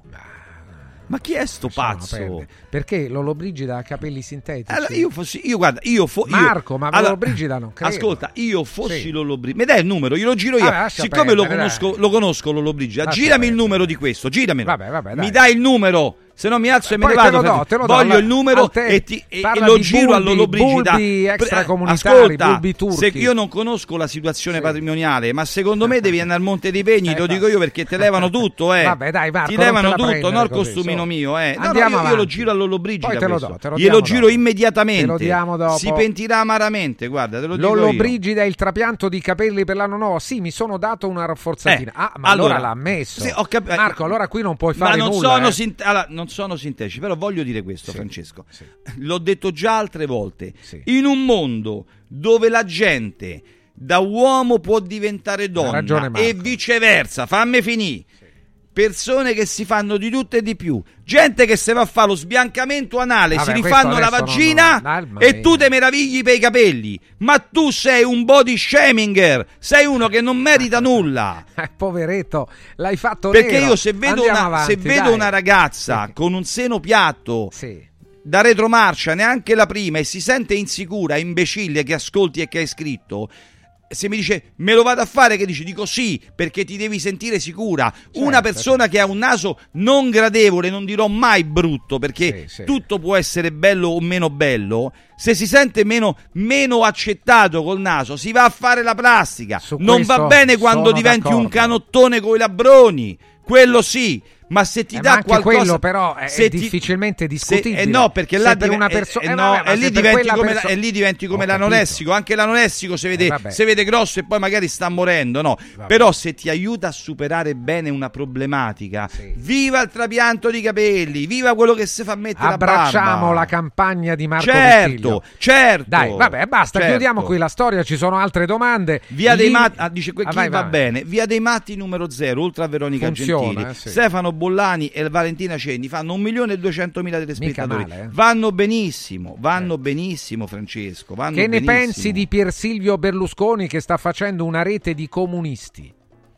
[SPEAKER 26] Ma chi è sto pazzo?
[SPEAKER 2] Perde. Perché Lollobrigida ha capelli sintetici?
[SPEAKER 26] Allora, io fossi, io guarda, io fo, io-
[SPEAKER 2] Marco, ma
[SPEAKER 26] allora,
[SPEAKER 2] Lollobrigida non credo.
[SPEAKER 26] Ascolta, io fossi
[SPEAKER 2] Sì.
[SPEAKER 26] Lollobrigida, mi dai il numero, glielo giro io.
[SPEAKER 2] Vabbè, lascia
[SPEAKER 26] Siccome lo
[SPEAKER 2] perdere,
[SPEAKER 26] conosco,
[SPEAKER 2] dai.
[SPEAKER 26] lo conosco Lollobrigida,
[SPEAKER 2] Lascia
[SPEAKER 26] girami
[SPEAKER 2] perdere.
[SPEAKER 26] il numero di questo, giramelo.
[SPEAKER 2] Vabbè, vabbè, dai.
[SPEAKER 26] Mi dai il numero, se no mi alzo e me
[SPEAKER 2] Poi
[SPEAKER 26] ne
[SPEAKER 2] te
[SPEAKER 26] vado.
[SPEAKER 2] lo do,
[SPEAKER 26] Fabio.
[SPEAKER 2] te lo do,
[SPEAKER 26] Voglio
[SPEAKER 2] alla-
[SPEAKER 26] il numero
[SPEAKER 2] al te-
[SPEAKER 26] e, ti, e, e
[SPEAKER 2] parla
[SPEAKER 26] lo
[SPEAKER 2] di
[SPEAKER 26] giro a
[SPEAKER 2] bulbi,
[SPEAKER 26] Lollobrigida.
[SPEAKER 2] bulbi extracomunitari,
[SPEAKER 26] Ascolta,
[SPEAKER 2] bulbi turchi.
[SPEAKER 26] se io non conosco la situazione
[SPEAKER 2] Sì.
[SPEAKER 26] patrimoniale, ma secondo me devi andare al Monte dei Pegni,
[SPEAKER 2] Eh,
[SPEAKER 26] te lo
[SPEAKER 2] va.
[SPEAKER 26] dico io perché te levano tutto, eh.
[SPEAKER 2] Vabbè, dai, Marco,
[SPEAKER 26] ti
[SPEAKER 2] non
[SPEAKER 26] levano
[SPEAKER 2] te la
[SPEAKER 26] tutto,
[SPEAKER 2] prendere
[SPEAKER 26] no il
[SPEAKER 2] così,
[SPEAKER 26] costumino
[SPEAKER 2] su.
[SPEAKER 26] mio, eh. No, no,
[SPEAKER 2] Andiamo
[SPEAKER 26] io, io lo
[SPEAKER 2] avanti.
[SPEAKER 26] giro a Lollobrigida.
[SPEAKER 2] Poi te lo
[SPEAKER 26] questo.
[SPEAKER 2] do, te lo
[SPEAKER 26] Glielo
[SPEAKER 2] diamo
[SPEAKER 26] giro
[SPEAKER 2] dopo.
[SPEAKER 26] immediatamente.
[SPEAKER 2] Te lo diamo dopo.
[SPEAKER 26] Si pentirà amaramente, guarda, te lo dico io.
[SPEAKER 2] Lollobrigida e il trapianto di capelli per l'anno nuovo. Sì, mi sono dato una rafforzatina.
[SPEAKER 26] Eh,
[SPEAKER 2] ah, ma allora,
[SPEAKER 26] allora,
[SPEAKER 2] l'ha messo.
[SPEAKER 26] sì, ho cap-
[SPEAKER 2] Marco, allora qui non puoi
[SPEAKER 26] Ma
[SPEAKER 2] fare
[SPEAKER 26] non
[SPEAKER 2] nulla.
[SPEAKER 26] sono,
[SPEAKER 2] eh.
[SPEAKER 26] sint- allora, non sono sintetici, però voglio dire questo,
[SPEAKER 2] Sì,
[SPEAKER 26] Francesco.
[SPEAKER 2] sì.
[SPEAKER 26] L'ho detto già altre volte.
[SPEAKER 2] Sì.
[SPEAKER 26] In un mondo dove la gente da uomo può diventare donna
[SPEAKER 2] ragione, Marco.
[SPEAKER 26] e viceversa, fammi finire. Persone che si fanno di tutto e di più, gente che se va a fare lo sbiancamento anale,
[SPEAKER 2] Vabbè,
[SPEAKER 26] si
[SPEAKER 2] questo
[SPEAKER 26] rifanno la
[SPEAKER 2] adesso
[SPEAKER 26] vagina
[SPEAKER 2] non- non- alma
[SPEAKER 26] e
[SPEAKER 2] mia.
[SPEAKER 26] tu te meravigli per i capelli, ma tu sei un body shaminger, sei uno che non merita nulla.
[SPEAKER 2] Eh, poveretto, l'hai fatto
[SPEAKER 26] Perché
[SPEAKER 2] nero.
[SPEAKER 26] io se vedo,
[SPEAKER 2] Andiamo
[SPEAKER 26] una,
[SPEAKER 2] avanti,
[SPEAKER 26] se vedo
[SPEAKER 2] dai.
[SPEAKER 26] una ragazza
[SPEAKER 2] Sì.
[SPEAKER 26] con un seno piatto
[SPEAKER 2] Sì.
[SPEAKER 26] da retromarcia, neanche la prima, e si sente insicura, imbecille che ascolti e che hai scritto, se mi dice me lo vado a fare, che dici? Dico sì, perché ti devi sentire sicura. Una persona che ha un naso non gradevole, non dirò mai brutto, perché
[SPEAKER 2] Sì, sì.
[SPEAKER 26] tutto può essere bello o meno bello, se si sente meno, meno accettato col naso si va a fare la plastica.
[SPEAKER 2] Su
[SPEAKER 26] Non va
[SPEAKER 2] questo
[SPEAKER 26] bene quando
[SPEAKER 2] sono
[SPEAKER 26] diventi un
[SPEAKER 2] d'accordo.
[SPEAKER 26] canottone coi labbroni, quello sì. Ma se ti
[SPEAKER 2] Eh, ma
[SPEAKER 26] dà
[SPEAKER 2] anche
[SPEAKER 26] qualcosa,
[SPEAKER 2] quello però è
[SPEAKER 26] se ti-
[SPEAKER 2] difficilmente discutibile.
[SPEAKER 26] se- eh no, perché
[SPEAKER 2] Se
[SPEAKER 26] là
[SPEAKER 2] per
[SPEAKER 26] dive-
[SPEAKER 2] una
[SPEAKER 26] eh,
[SPEAKER 2] perso-
[SPEAKER 26] eh
[SPEAKER 2] eh,
[SPEAKER 26] no,
[SPEAKER 2] vabbè, ma
[SPEAKER 26] e lì
[SPEAKER 2] se per
[SPEAKER 26] diventi
[SPEAKER 2] quella
[SPEAKER 26] come,
[SPEAKER 2] perso-
[SPEAKER 26] la- e lì diventi come
[SPEAKER 2] Ho
[SPEAKER 26] l'anoressico. Anche l'anoressico si
[SPEAKER 2] Eh,
[SPEAKER 26] vede,
[SPEAKER 2] vabbè.
[SPEAKER 26] si vede grosso e poi magari sta morendo, no? Però se ti aiuta a superare bene una problematica, viva il trapianto di capelli, viva quello che si fa mettere la barba.
[SPEAKER 2] Abbracciamo la campagna di Marco
[SPEAKER 26] Certo,
[SPEAKER 2] Vittiglio.
[SPEAKER 26] certo.
[SPEAKER 2] Dai, vabbè, basta,
[SPEAKER 26] certo.
[SPEAKER 2] chiudiamo qui la storia, ci sono altre domande.
[SPEAKER 26] Via dei
[SPEAKER 2] Lì-
[SPEAKER 26] Matti, ah, dice que-
[SPEAKER 2] Ah,
[SPEAKER 26] chi
[SPEAKER 2] vai,
[SPEAKER 26] va
[SPEAKER 2] vai.
[SPEAKER 26] bene. Via dei Matti numero zero, oltre a Veronica
[SPEAKER 2] Funziona,
[SPEAKER 26] Gentili,
[SPEAKER 2] eh, sì.
[SPEAKER 26] Stefano Bollani e Valentina Cenni fanno un milione e duecentomila telespettatori.
[SPEAKER 2] Mica male, eh.
[SPEAKER 26] Vanno benissimo, vanno benissimo, Francesco. Vanno
[SPEAKER 2] Che ne
[SPEAKER 26] benissimo.
[SPEAKER 2] pensi di Pier Silvio Berlusconi che sta facendo una rete di comunisti?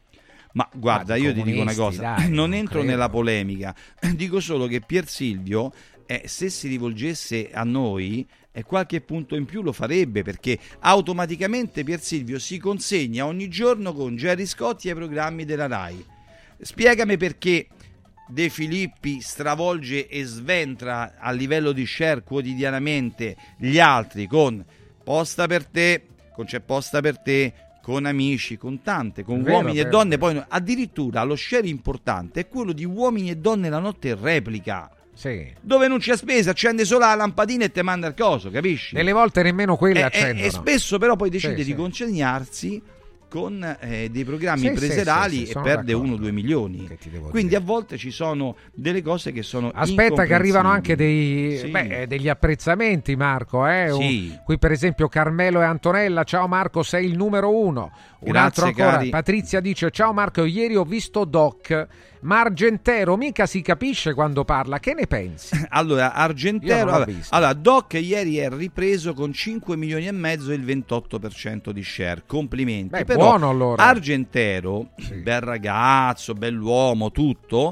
[SPEAKER 26] Ma guarda,
[SPEAKER 2] Ma di
[SPEAKER 26] io ti dico una
[SPEAKER 2] comunisti,
[SPEAKER 26] cosa,
[SPEAKER 2] dai,
[SPEAKER 26] non
[SPEAKER 2] non
[SPEAKER 26] entro
[SPEAKER 2] credo.
[SPEAKER 26] nella polemica, dico solo che Pier Silvio, eh, se si rivolgesse a noi, eh, qualche punto in più lo farebbe, perché automaticamente Pier Silvio si consegna ogni giorno con Gerry Scotti ai programmi della RAI. Spiegami perché De Filippi stravolge e sventra a livello di share quotidianamente gli altri con Posta per te, con C'è Posta per te, con Amici, con tante, con
[SPEAKER 2] Vero,
[SPEAKER 26] uomini e
[SPEAKER 2] vero,
[SPEAKER 26] donne. Poi no- addirittura lo share importante è quello di Uomini e donne la notte in replica.
[SPEAKER 2] Sì.
[SPEAKER 26] Dove non c'è spesa, accende solo la lampadina e te manda il coso, capisci?
[SPEAKER 2] Delle volte nemmeno quelle
[SPEAKER 26] e,
[SPEAKER 2] accendono.
[SPEAKER 26] E, e spesso però poi decide
[SPEAKER 2] sì,
[SPEAKER 26] di
[SPEAKER 2] sì.
[SPEAKER 26] consegnarsi con eh, dei programmi
[SPEAKER 2] sì,
[SPEAKER 26] preserali
[SPEAKER 2] sì, sì, sì,
[SPEAKER 26] e perde
[SPEAKER 2] d'accordo.
[SPEAKER 26] uno o due milioni. Quindi a volte ci sono delle cose che sono
[SPEAKER 2] aspetta che arrivano anche dei,
[SPEAKER 26] sì.
[SPEAKER 2] beh, degli apprezzamenti, Marco, eh?
[SPEAKER 26] Sì.
[SPEAKER 2] Un, qui per esempio Carmelo e Antonella, ciao Marco, sei il numero uno. Un
[SPEAKER 26] Grazie,
[SPEAKER 2] altro ancora,
[SPEAKER 26] cari.
[SPEAKER 2] Patrizia dice ciao Marco, ieri ho visto Doc, ma Argentero mica si capisce quando parla, che ne pensi?
[SPEAKER 26] Allora, Argentero, allora,
[SPEAKER 2] visto.
[SPEAKER 26] allora, Doc ieri è ripreso con cinque milioni e mezzo e il ventotto per cento di share. Complimenti.
[SPEAKER 2] Beh,
[SPEAKER 26] Però,
[SPEAKER 2] buono allora.
[SPEAKER 26] Argentero, sì. bel ragazzo, bell'uomo, tutto,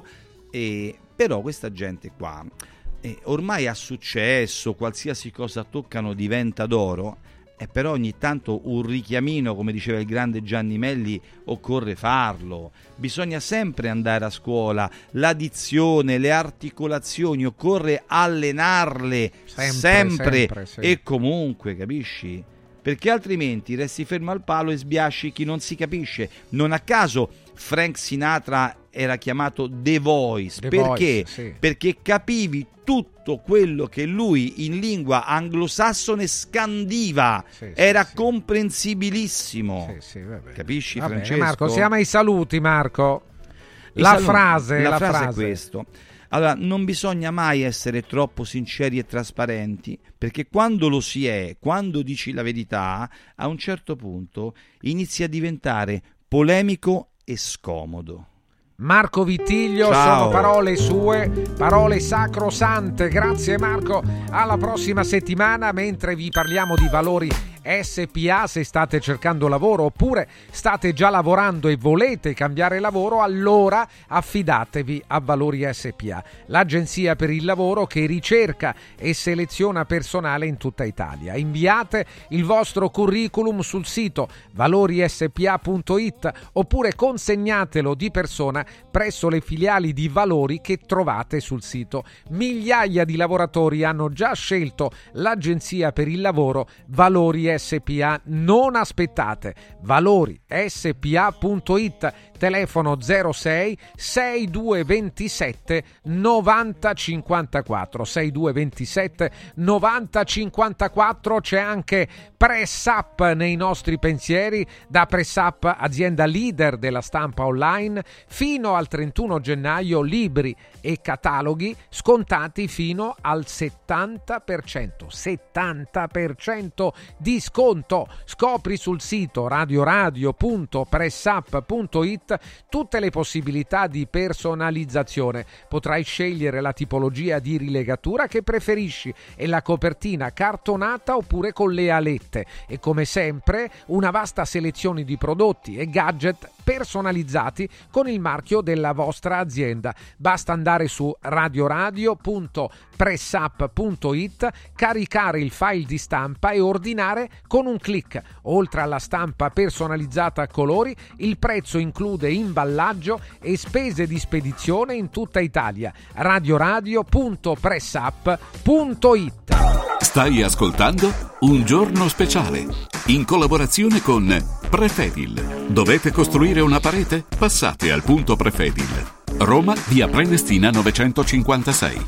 [SPEAKER 26] e, però questa gente qua eh, ormai ha successo, qualsiasi cosa toccano diventa d'oro. E però ogni tanto un richiamino, come diceva il grande Gianni Melli, occorre farlo. Bisogna sempre andare a scuola, la dizione, le articolazioni, occorre allenarle sempre, sempre, sempre sì. E comunque, capisci? Perché altrimenti resti fermo al palo e sbiasci chi non si capisce. Non a caso Frank Sinatra era chiamato The Voice.
[SPEAKER 2] The
[SPEAKER 26] perché?
[SPEAKER 2] Voice, sì.
[SPEAKER 26] Perché capivi tutto quello che lui in lingua anglosassone scandiva,
[SPEAKER 2] sì,
[SPEAKER 26] era
[SPEAKER 2] sì,
[SPEAKER 26] comprensibilissimo.
[SPEAKER 2] Sì, sì, vabbè.
[SPEAKER 26] Capisci,
[SPEAKER 2] vabbè,
[SPEAKER 26] Francesco?
[SPEAKER 2] Marco, siamo ai saluti, Marco.
[SPEAKER 26] I
[SPEAKER 2] La
[SPEAKER 26] saluti.
[SPEAKER 2] frase,
[SPEAKER 26] la,
[SPEAKER 2] la
[SPEAKER 26] frase,
[SPEAKER 2] frase
[SPEAKER 26] è questo. Allora, non bisogna mai essere troppo sinceri e trasparenti, perché quando lo si è, quando dici la verità, a un certo punto inizia a diventare polemico e scomodo.
[SPEAKER 2] Marco Vittiglio,
[SPEAKER 26] Ciao.
[SPEAKER 2] sono parole sue, parole sacrosante. Grazie Marco, alla prossima settimana, mentre vi parliamo di Valori S P A. Se state cercando lavoro oppure state già lavorando e volete cambiare lavoro, allora affidatevi a Valori S P A, l'agenzia per il lavoro che ricerca e seleziona personale in tutta Italia. Inviate il vostro curriculum sul sito valori s p a punto i t oppure consegnatelo di persona presso le filiali di Valori che trovate sul sito. Migliaia di lavoratori hanno già scelto l'agenzia per il lavoro Valori S P A. Non aspettate, valori s p a punto i t, telefono zero sei sessantadue ventisette novanta cinquantaquattro sessantadue ventisette novanta cinquantaquattro. C'è anche Press Up nei nostri pensieri. Da Press Up, azienda leader della stampa online, fino al trentuno gennaio libri e cataloghi scontati fino al settanta per cento settanta per cento di sconto. Scopri sul sito radioradio punto pressup punto i t tutte le possibilità di personalizzazione. Potrai scegliere la tipologia di rilegatura che preferisci e la copertina cartonata oppure con le alette, e come sempre una vasta selezione di prodotti e gadget personalizzati con il marchio della vostra azienda. Basta andare su radioradio punto pressup punto i t, caricare il file di stampa e ordinare con un click. Oltre alla stampa personalizzata a colori, il prezzo include imballaggio e spese di spedizione in tutta Italia. radioradio punto pressup punto i t.
[SPEAKER 1] Stai ascoltando Un Giorno Speciale in collaborazione con Prefedil. Dovete costruire una parete? Passate al punto Prefedil. Roma, via Prenestina novecentocinquantasei.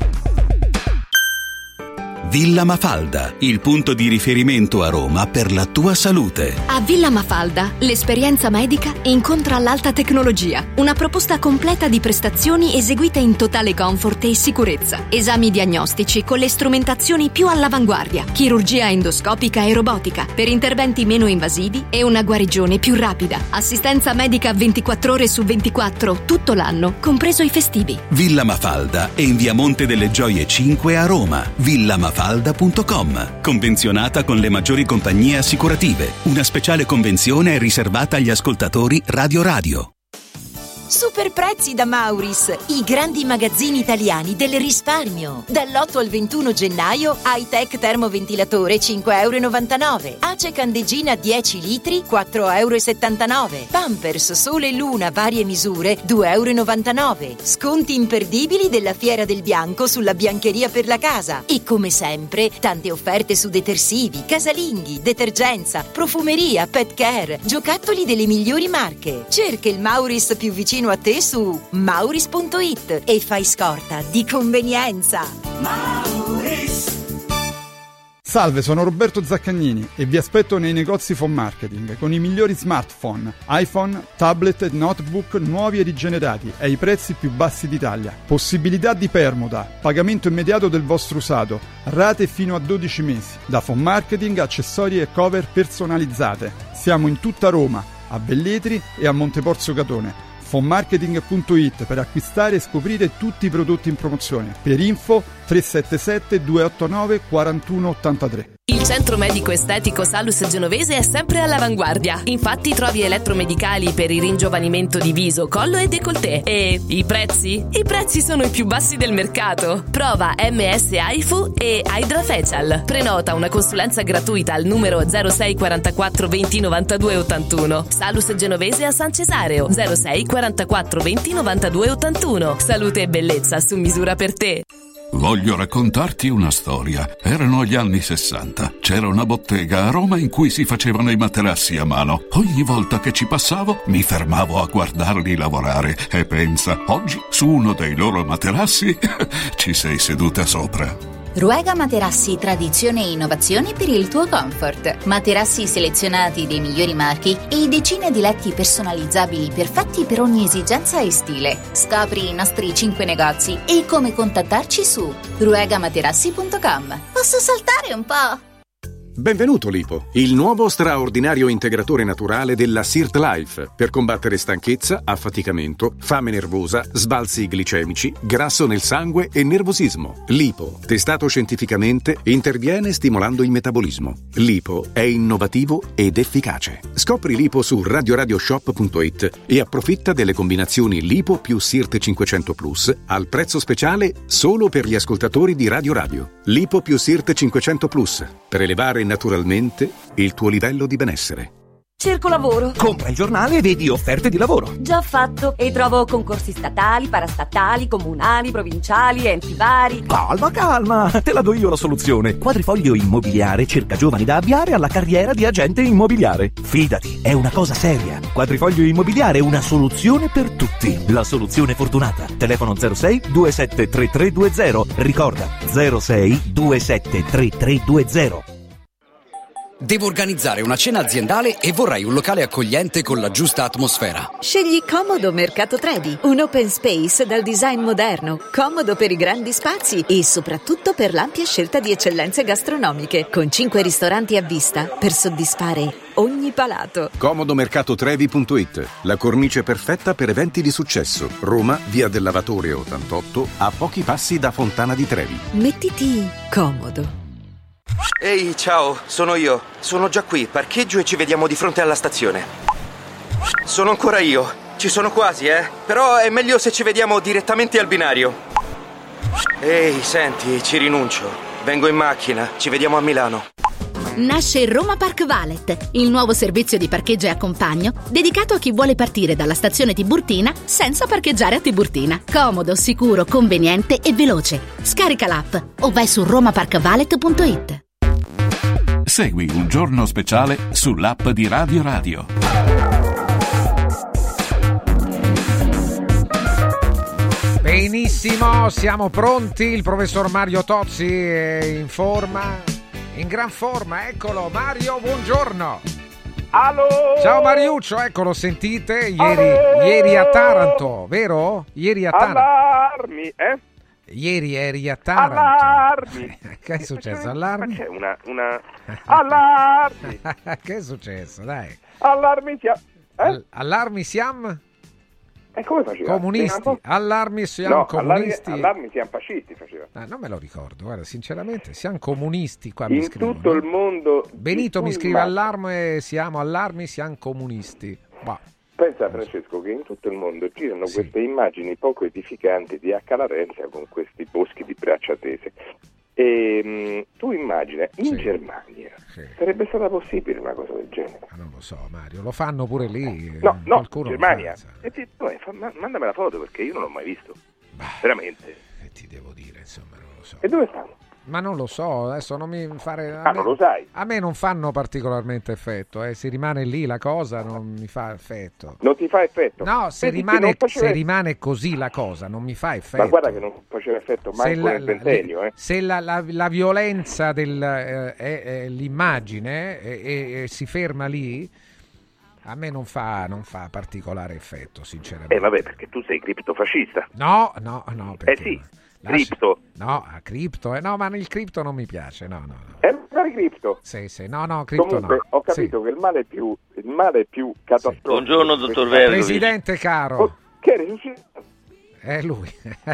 [SPEAKER 3] Villa Mafalda, il punto di riferimento a Roma per la tua salute.
[SPEAKER 6] A Villa Mafalda l'esperienza medica incontra l'alta tecnologia. Una proposta completa di prestazioni eseguite in totale comfort e sicurezza. Esami diagnostici con le strumentazioni più all'avanguardia. Chirurgia endoscopica e robotica per interventi meno invasivi e una guarigione più rapida. Assistenza medica ventiquattro ore su ventiquattro tutto l'anno, compreso i festivi.
[SPEAKER 3] Villa Mafalda è in via Monte delle Gioie cinque a Roma. Villa Mafalda Falda.com, convenzionata con le maggiori compagnie assicurative. Una speciale convenzione è riservata agli ascoltatori Radio Radio.
[SPEAKER 22] Super prezzi da Mauris, i grandi magazzini italiani del risparmio. Dall'otto al ventuno gennaio, Hightech termoventilatore cinque virgola novantanove euro, Ace candeggina dieci litri quattro virgola settantanove euro, Pampers Sole e Luna varie misure due virgola novantanove euro. Sconti imperdibili della Fiera del Bianco sulla biancheria per la casa. E come sempre, tante offerte su detersivi, casalinghi, detergenza, profumeria, pet care, giocattoli delle migliori marche. Cerca il Mauris più vicino vicino a te su Mauris punto it e fai scorta di convenienza.
[SPEAKER 4] Mauris. Salve, sono Roberto Zaccagnini e vi aspetto nei negozi Phone Marketing con i migliori smartphone, iPhone, tablet e notebook nuovi e rigenerati ai prezzi più bassi d'Italia. Possibilità di permuta, pagamento immediato del vostro usato, rate fino a dodici mesi. Da Phone Marketing, accessori e cover personalizzate. Siamo in tutta Roma, a Velletri e a Monteporzio Catone. phone marketing punto it per acquistare e scoprire tutti i prodotti in promozione. Per info tre sette sette due otto nove quattro uno otto tre.
[SPEAKER 8] Il centro medico estetico Salus Genovese è sempre all'avanguardia. Infatti trovi elettromedicali per il ringiovanimento di viso, collo e décolleté. E i prezzi? I prezzi sono i più bassi del mercato. Prova M S AIFU e Hydra Facial. Prenota una consulenza gratuita al numero zero sei quarantaquattro venti novantadue ottantuno. Salus Genovese a San Cesareo zero sei quarantaquattro venti novantadue ottantuno. Salute e bellezza su misura per te.
[SPEAKER 1] Voglio raccontarti una storia. Erano gli anni sessanta. C'era una bottega a Roma in cui si facevano i materassi a mano. Ogni volta che ci passavo mi fermavo a guardarli lavorare e pensa, oggi su uno dei loro materassi ci sei seduta sopra.
[SPEAKER 12] Ruega Materassi, tradizione e innovazione per il tuo comfort. Materassi selezionati dei migliori marchi e decine di letti personalizzabili perfetti per ogni esigenza e stile. Scopri i nostri cinque negozi e come contattarci su ruega materassi punto com. Posso saltare un po'?
[SPEAKER 15] Benvenuto Lipo, il nuovo straordinario integratore naturale della Sirt Life per combattere stanchezza, affaticamento, fame nervosa, sbalzi glicemici, grasso nel sangue e nervosismo. Lipo, testato scientificamente, interviene stimolando il metabolismo. Lipo è innovativo ed efficace. Scopri Lipo su radio radio shop punto it e approfitta delle combinazioni Lipo più Sirt cinquecento Plus al prezzo speciale solo per gli ascoltatori di Radio Radio. Lipo più Sirt cinquecento Plus per elevare naturalmente il tuo livello di benessere.
[SPEAKER 13] Cerco lavoro.
[SPEAKER 24] Compra il giornale e vedi offerte di lavoro.
[SPEAKER 13] Già fatto. E trovo concorsi statali, parastatali, comunali, provinciali, enti vari.
[SPEAKER 24] Calma, calma. Te la do io la soluzione. Quadrifoglio Immobiliare cerca giovani da avviare alla carriera di agente immobiliare. Fidati, è una cosa seria. Quadrifoglio Immobiliare è una soluzione per tutti. La soluzione fortunata. Telefono zero sei due sette tre tre due zero. Ricorda, zero sei due sette tre tre due zero.
[SPEAKER 25] Devo organizzare una cena aziendale e vorrei un locale accogliente con la giusta atmosfera.
[SPEAKER 16] Scegli Comodo Mercato Trevi, un open space dal design moderno, comodo per i grandi spazi e soprattutto per l'ampia scelta di eccellenze gastronomiche, con cinque ristoranti a vista per soddisfare ogni palato.
[SPEAKER 15] comodo mercato trevi punto it, la cornice perfetta per eventi di successo. Roma, via del Lavatore ottantotto, a pochi passi da Fontana di Trevi.
[SPEAKER 16] Mettiti comodo.
[SPEAKER 27] Ehi, ciao, sono io. Sono già qui, parcheggio e ci vediamo di fronte alla stazione. Sono ancora io. Ci sono quasi, eh. Però è meglio se ci vediamo direttamente al binario. Ehi, senti, ci rinuncio. Vengo in macchina, ci vediamo a Milano.
[SPEAKER 6] Nasce Roma Park Valet, il nuovo servizio di parcheggio e accompagno dedicato a chi vuole partire dalla stazione Tiburtina senza parcheggiare a Tiburtina. Comodo, sicuro, conveniente e veloce. Scarica l'app o vai su roma park valet punto it.
[SPEAKER 1] Segui Un Giorno Speciale sull'app di Radio Radio.
[SPEAKER 2] Benissimo, siamo pronti. Il professor Mario Tozzi è in forma, in gran forma. Eccolo, Mario, buongiorno.
[SPEAKER 28] Allo!
[SPEAKER 2] Ciao Mariuccio, eccolo, sentite, ieri, ieri a Taranto, vero? Ieri a Taranto.
[SPEAKER 28] Allarmi, eh?
[SPEAKER 2] Ieri eri a Taranto.
[SPEAKER 28] Allarmi.
[SPEAKER 2] Che è successo? Allarmi?
[SPEAKER 28] Ma c'è una, una... Allarmi.
[SPEAKER 2] Che è successo? Dai.
[SPEAKER 28] Allarmi siam... Eh?
[SPEAKER 2] Allarmi siam?
[SPEAKER 28] E come faceva?
[SPEAKER 2] Comunisti. Allarmi siamo
[SPEAKER 28] no,
[SPEAKER 2] comunisti.
[SPEAKER 28] Allarmi, allarmi siamo fascisti faceva.
[SPEAKER 2] Ah, non me lo ricordo, guarda, sinceramente, siamo comunisti qua.
[SPEAKER 28] In
[SPEAKER 2] mi scrivono,
[SPEAKER 28] tutto il mondo.
[SPEAKER 2] Benito mi scrive allarme, siamo allarmi, siamo comunisti. Bah.
[SPEAKER 28] Pensa Francesco che in tutto il mondo girano sì. queste immagini poco edificanti di H. Larenza con questi boschi di braccia tese. E mh, tu immagina, in
[SPEAKER 2] sì.
[SPEAKER 28] Germania
[SPEAKER 2] sì.
[SPEAKER 28] sarebbe stata possibile una cosa del genere?
[SPEAKER 2] Ma non lo so, Mario, lo fanno pure lì.
[SPEAKER 28] No, no,
[SPEAKER 2] qualcuno
[SPEAKER 28] Germania. E ti, no, fa, mandami la foto perché io non l'ho mai visto. Bah, veramente.
[SPEAKER 2] E ti devo dire, insomma, non lo so.
[SPEAKER 28] E dove stanno?
[SPEAKER 2] Ma non lo so, adesso non mi fare...
[SPEAKER 28] Ah, me, non lo sai?
[SPEAKER 2] A me non fanno particolarmente effetto, eh. Se rimane lì la cosa non mi fa effetto.
[SPEAKER 28] Non ti fa effetto?
[SPEAKER 2] No, se, rimane, faceva... se rimane così la cosa non mi fa effetto.
[SPEAKER 28] Ma guarda che non faceva effetto mai nel ventennio, eh.
[SPEAKER 2] Se la, la, la violenza del, eh, è, è l'immagine e eh, eh, si ferma lì, a me non fa, non fa particolare effetto, sinceramente.
[SPEAKER 28] Eh vabbè, perché tu sei criptofascista.
[SPEAKER 2] No, no, no.
[SPEAKER 28] Eh sì. Cripto?
[SPEAKER 2] No, a cripto, eh, no, ma il cripto non mi piace, no, no. no.
[SPEAKER 28] È il cripto?
[SPEAKER 2] Sì, sì, no, no, cripto
[SPEAKER 28] Comunque,
[SPEAKER 2] no.
[SPEAKER 28] ho capito sì. che il male più, il male più catastrofico. Sì.
[SPEAKER 5] Buongiorno, dottor Verdi.
[SPEAKER 2] Presidente caro.
[SPEAKER 28] Oh, che è
[SPEAKER 2] È lui.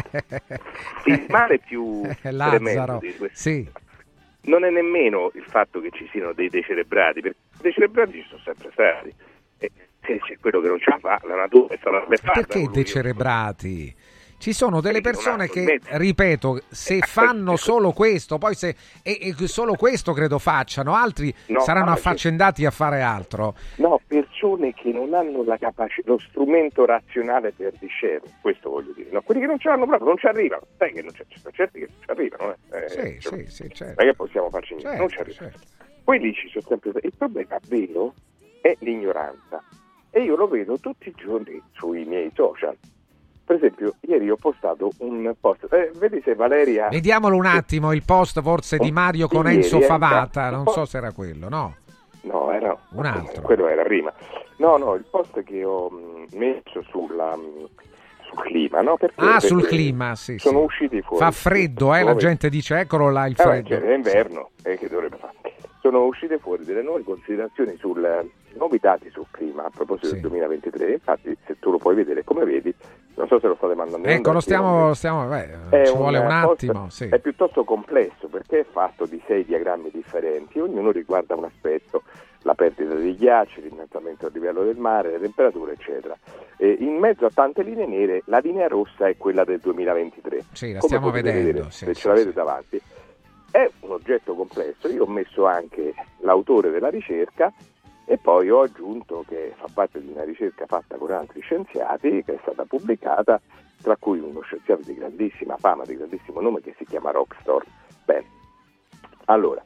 [SPEAKER 28] Il male più
[SPEAKER 2] Lazzaro,
[SPEAKER 28] di questo
[SPEAKER 2] sì.
[SPEAKER 28] non è nemmeno il fatto che ci siano dei decerebrati, perché i decerebrati ci sono sempre stati. E se c'è quello che non ce la fa, la natura è stata beffata.
[SPEAKER 2] Perché decerebrati? Ci sono delle persone che, ripeto, se fanno solo questo, poi se e, e solo questo credo facciano, altri
[SPEAKER 28] no,
[SPEAKER 2] saranno
[SPEAKER 28] no,
[SPEAKER 2] affaccendati a fare altro.
[SPEAKER 28] No, persone che non hanno la capacità, lo strumento razionale per discernere, questo voglio dire. No, quelli che non ce l'hanno proprio, non ci arrivano. Sai che non c'è, ci sono certi che non ci arrivano. Eh. Eh,
[SPEAKER 2] sì,
[SPEAKER 28] cioè,
[SPEAKER 2] sì, sì, certo.
[SPEAKER 28] Non è che possiamo farci niente,
[SPEAKER 2] certo,
[SPEAKER 28] non ci arrivano.
[SPEAKER 2] Certo.
[SPEAKER 28] Poi lì ci sono sempre... Il problema vero è l'ignoranza. E io lo vedo tutti i giorni sui miei social. Per esempio, ieri ho postato un post, eh, vedi se Valeria...
[SPEAKER 2] Vediamolo un attimo, il post forse di Mario con
[SPEAKER 28] ieri,
[SPEAKER 2] Enzo
[SPEAKER 28] eh,
[SPEAKER 2] Favata, non so se era quello, no?
[SPEAKER 28] No, era
[SPEAKER 2] un altro.
[SPEAKER 28] Quello era prima. No, no, il post che ho mh, messo sulla, mh, sul clima, no? Perché,
[SPEAKER 2] ah,
[SPEAKER 28] perché
[SPEAKER 2] sul clima, sì.
[SPEAKER 28] Sono
[SPEAKER 2] sì.
[SPEAKER 28] usciti fuori.
[SPEAKER 2] Fa freddo, eh, la gente dice, eccolo là il freddo.
[SPEAKER 28] Eh, cioè, è inverno, sì. eh, che dovrebbe fare. Sono uscite fuori delle nuove considerazioni sul... nuovi dati sul clima a proposito sì. del duemilaventitré, infatti se tu lo puoi vedere come vedi, non so se lo state mandando
[SPEAKER 2] ecco lo stiamo, stiamo beh, ci vuole un attimo sì.
[SPEAKER 28] È piuttosto complesso perché è fatto di sei diagrammi differenti, ognuno riguarda un aspetto, la perdita dei ghiacci, l'innalzamento del livello del mare, le temperature eccetera, e in mezzo a tante linee nere la linea rossa è quella del duemilaventitré,
[SPEAKER 2] sì, la
[SPEAKER 28] come
[SPEAKER 2] stiamo vedendo
[SPEAKER 28] vedere,
[SPEAKER 2] sì,
[SPEAKER 28] se
[SPEAKER 2] sì,
[SPEAKER 28] ce l'avete
[SPEAKER 2] sì.
[SPEAKER 28] davanti. È un oggetto complesso, io ho messo anche l'autore della ricerca e poi ho aggiunto che fa parte di una ricerca fatta con altri scienziati che è stata pubblicata, tra cui uno scienziato di grandissima fama, di grandissimo nome che si chiama Rockstorm. Bene, allora,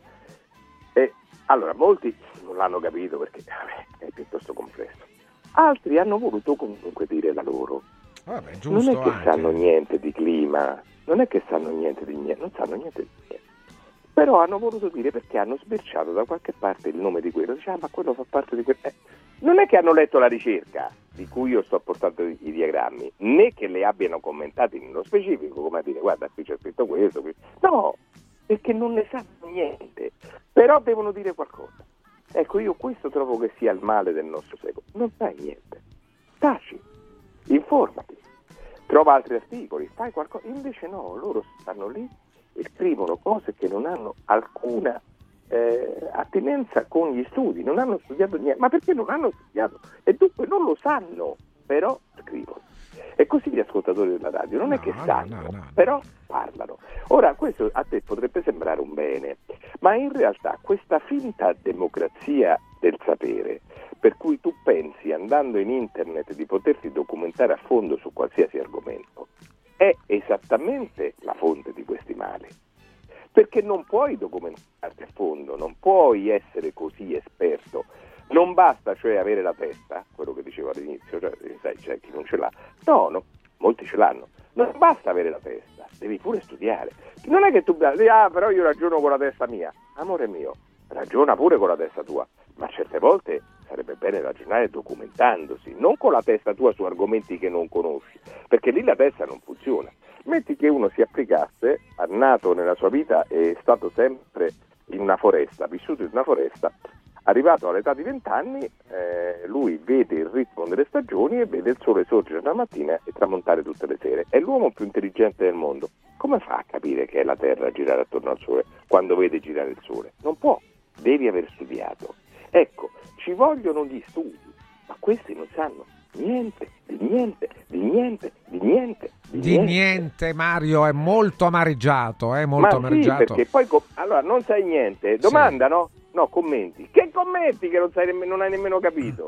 [SPEAKER 28] eh, allora molti non l'hanno capito perché vabbè, è piuttosto complesso, altri hanno voluto comunque dire la loro.
[SPEAKER 2] Vabbè, giusto,
[SPEAKER 28] non è che
[SPEAKER 2] anche.
[SPEAKER 28] sanno niente di clima, non è che sanno niente di niente, non sanno niente di niente. Però hanno voluto dire perché hanno sbirciato da qualche parte il nome di quello, diciamo, ah, ma quello fa parte di quello. Eh, non è che hanno letto la ricerca di cui io sto portando i, i diagrammi, né che le abbiano commentati nello specifico, come a dire guarda qui c'è scritto questo, qui. No, perché non ne sanno niente, però devono dire qualcosa. Ecco, io questo trovo che sia il male del nostro secolo, non sai niente, taci, informati, trova altri articoli, fai qualcosa, invece no, loro stanno lì e scrivono cose che non hanno alcuna eh, attinenza con gli studi, non hanno studiato niente, ma perché non hanno studiato e dunque non lo sanno, però scrivono. E così gli ascoltatori della radio non
[SPEAKER 2] no,
[SPEAKER 28] è che
[SPEAKER 2] no,
[SPEAKER 28] sanno,
[SPEAKER 2] no, no, no.
[SPEAKER 28] però parlano. Ora questo a te potrebbe sembrare un bene, ma in realtà questa finta democrazia del sapere, per cui tu pensi andando in internet di poterti documentare a fondo su qualsiasi argomento, è esattamente la fonte di questi mali, perché non puoi documentarti a fondo, non puoi essere così esperto, non basta cioè avere la testa, quello che dicevo all'inizio, cioè, sai, c'è chi non ce l'ha, no, no, molti ce l'hanno, non basta avere la testa, devi pure studiare, non è che tu dici, ah però io ragiono con la testa mia, amore mio, ragiona pure con la testa tua, ma certe volte sarebbe bene ragionare documentandosi, non con la testa tua su argomenti che non conosci, perché lì la testa non funziona. Metti che uno si applicasse, è nato nella sua vita e è stato sempre in una foresta, vissuto in una foresta, arrivato all'età di vent'anni, eh, lui vede il ritmo delle stagioni e vede il sole sorgere la mattina e tramontare tutte le sere. È l'uomo più intelligente del mondo. Come fa a capire che è la Terra a girare attorno al sole quando vede girare il sole? Non può, devi aver studiato. Ecco, ci vogliono gli studi, ma questi non sanno niente, di niente, di niente, di niente, di,
[SPEAKER 2] di
[SPEAKER 28] niente.
[SPEAKER 2] niente. Mario è molto amareggiato, è molto
[SPEAKER 28] ma
[SPEAKER 2] amareggiato.
[SPEAKER 28] Sì, perché poi com- allora non sai niente, domanda sì. no? No, commenti. Che commenti che non, sai nemm- non hai nemmeno capito?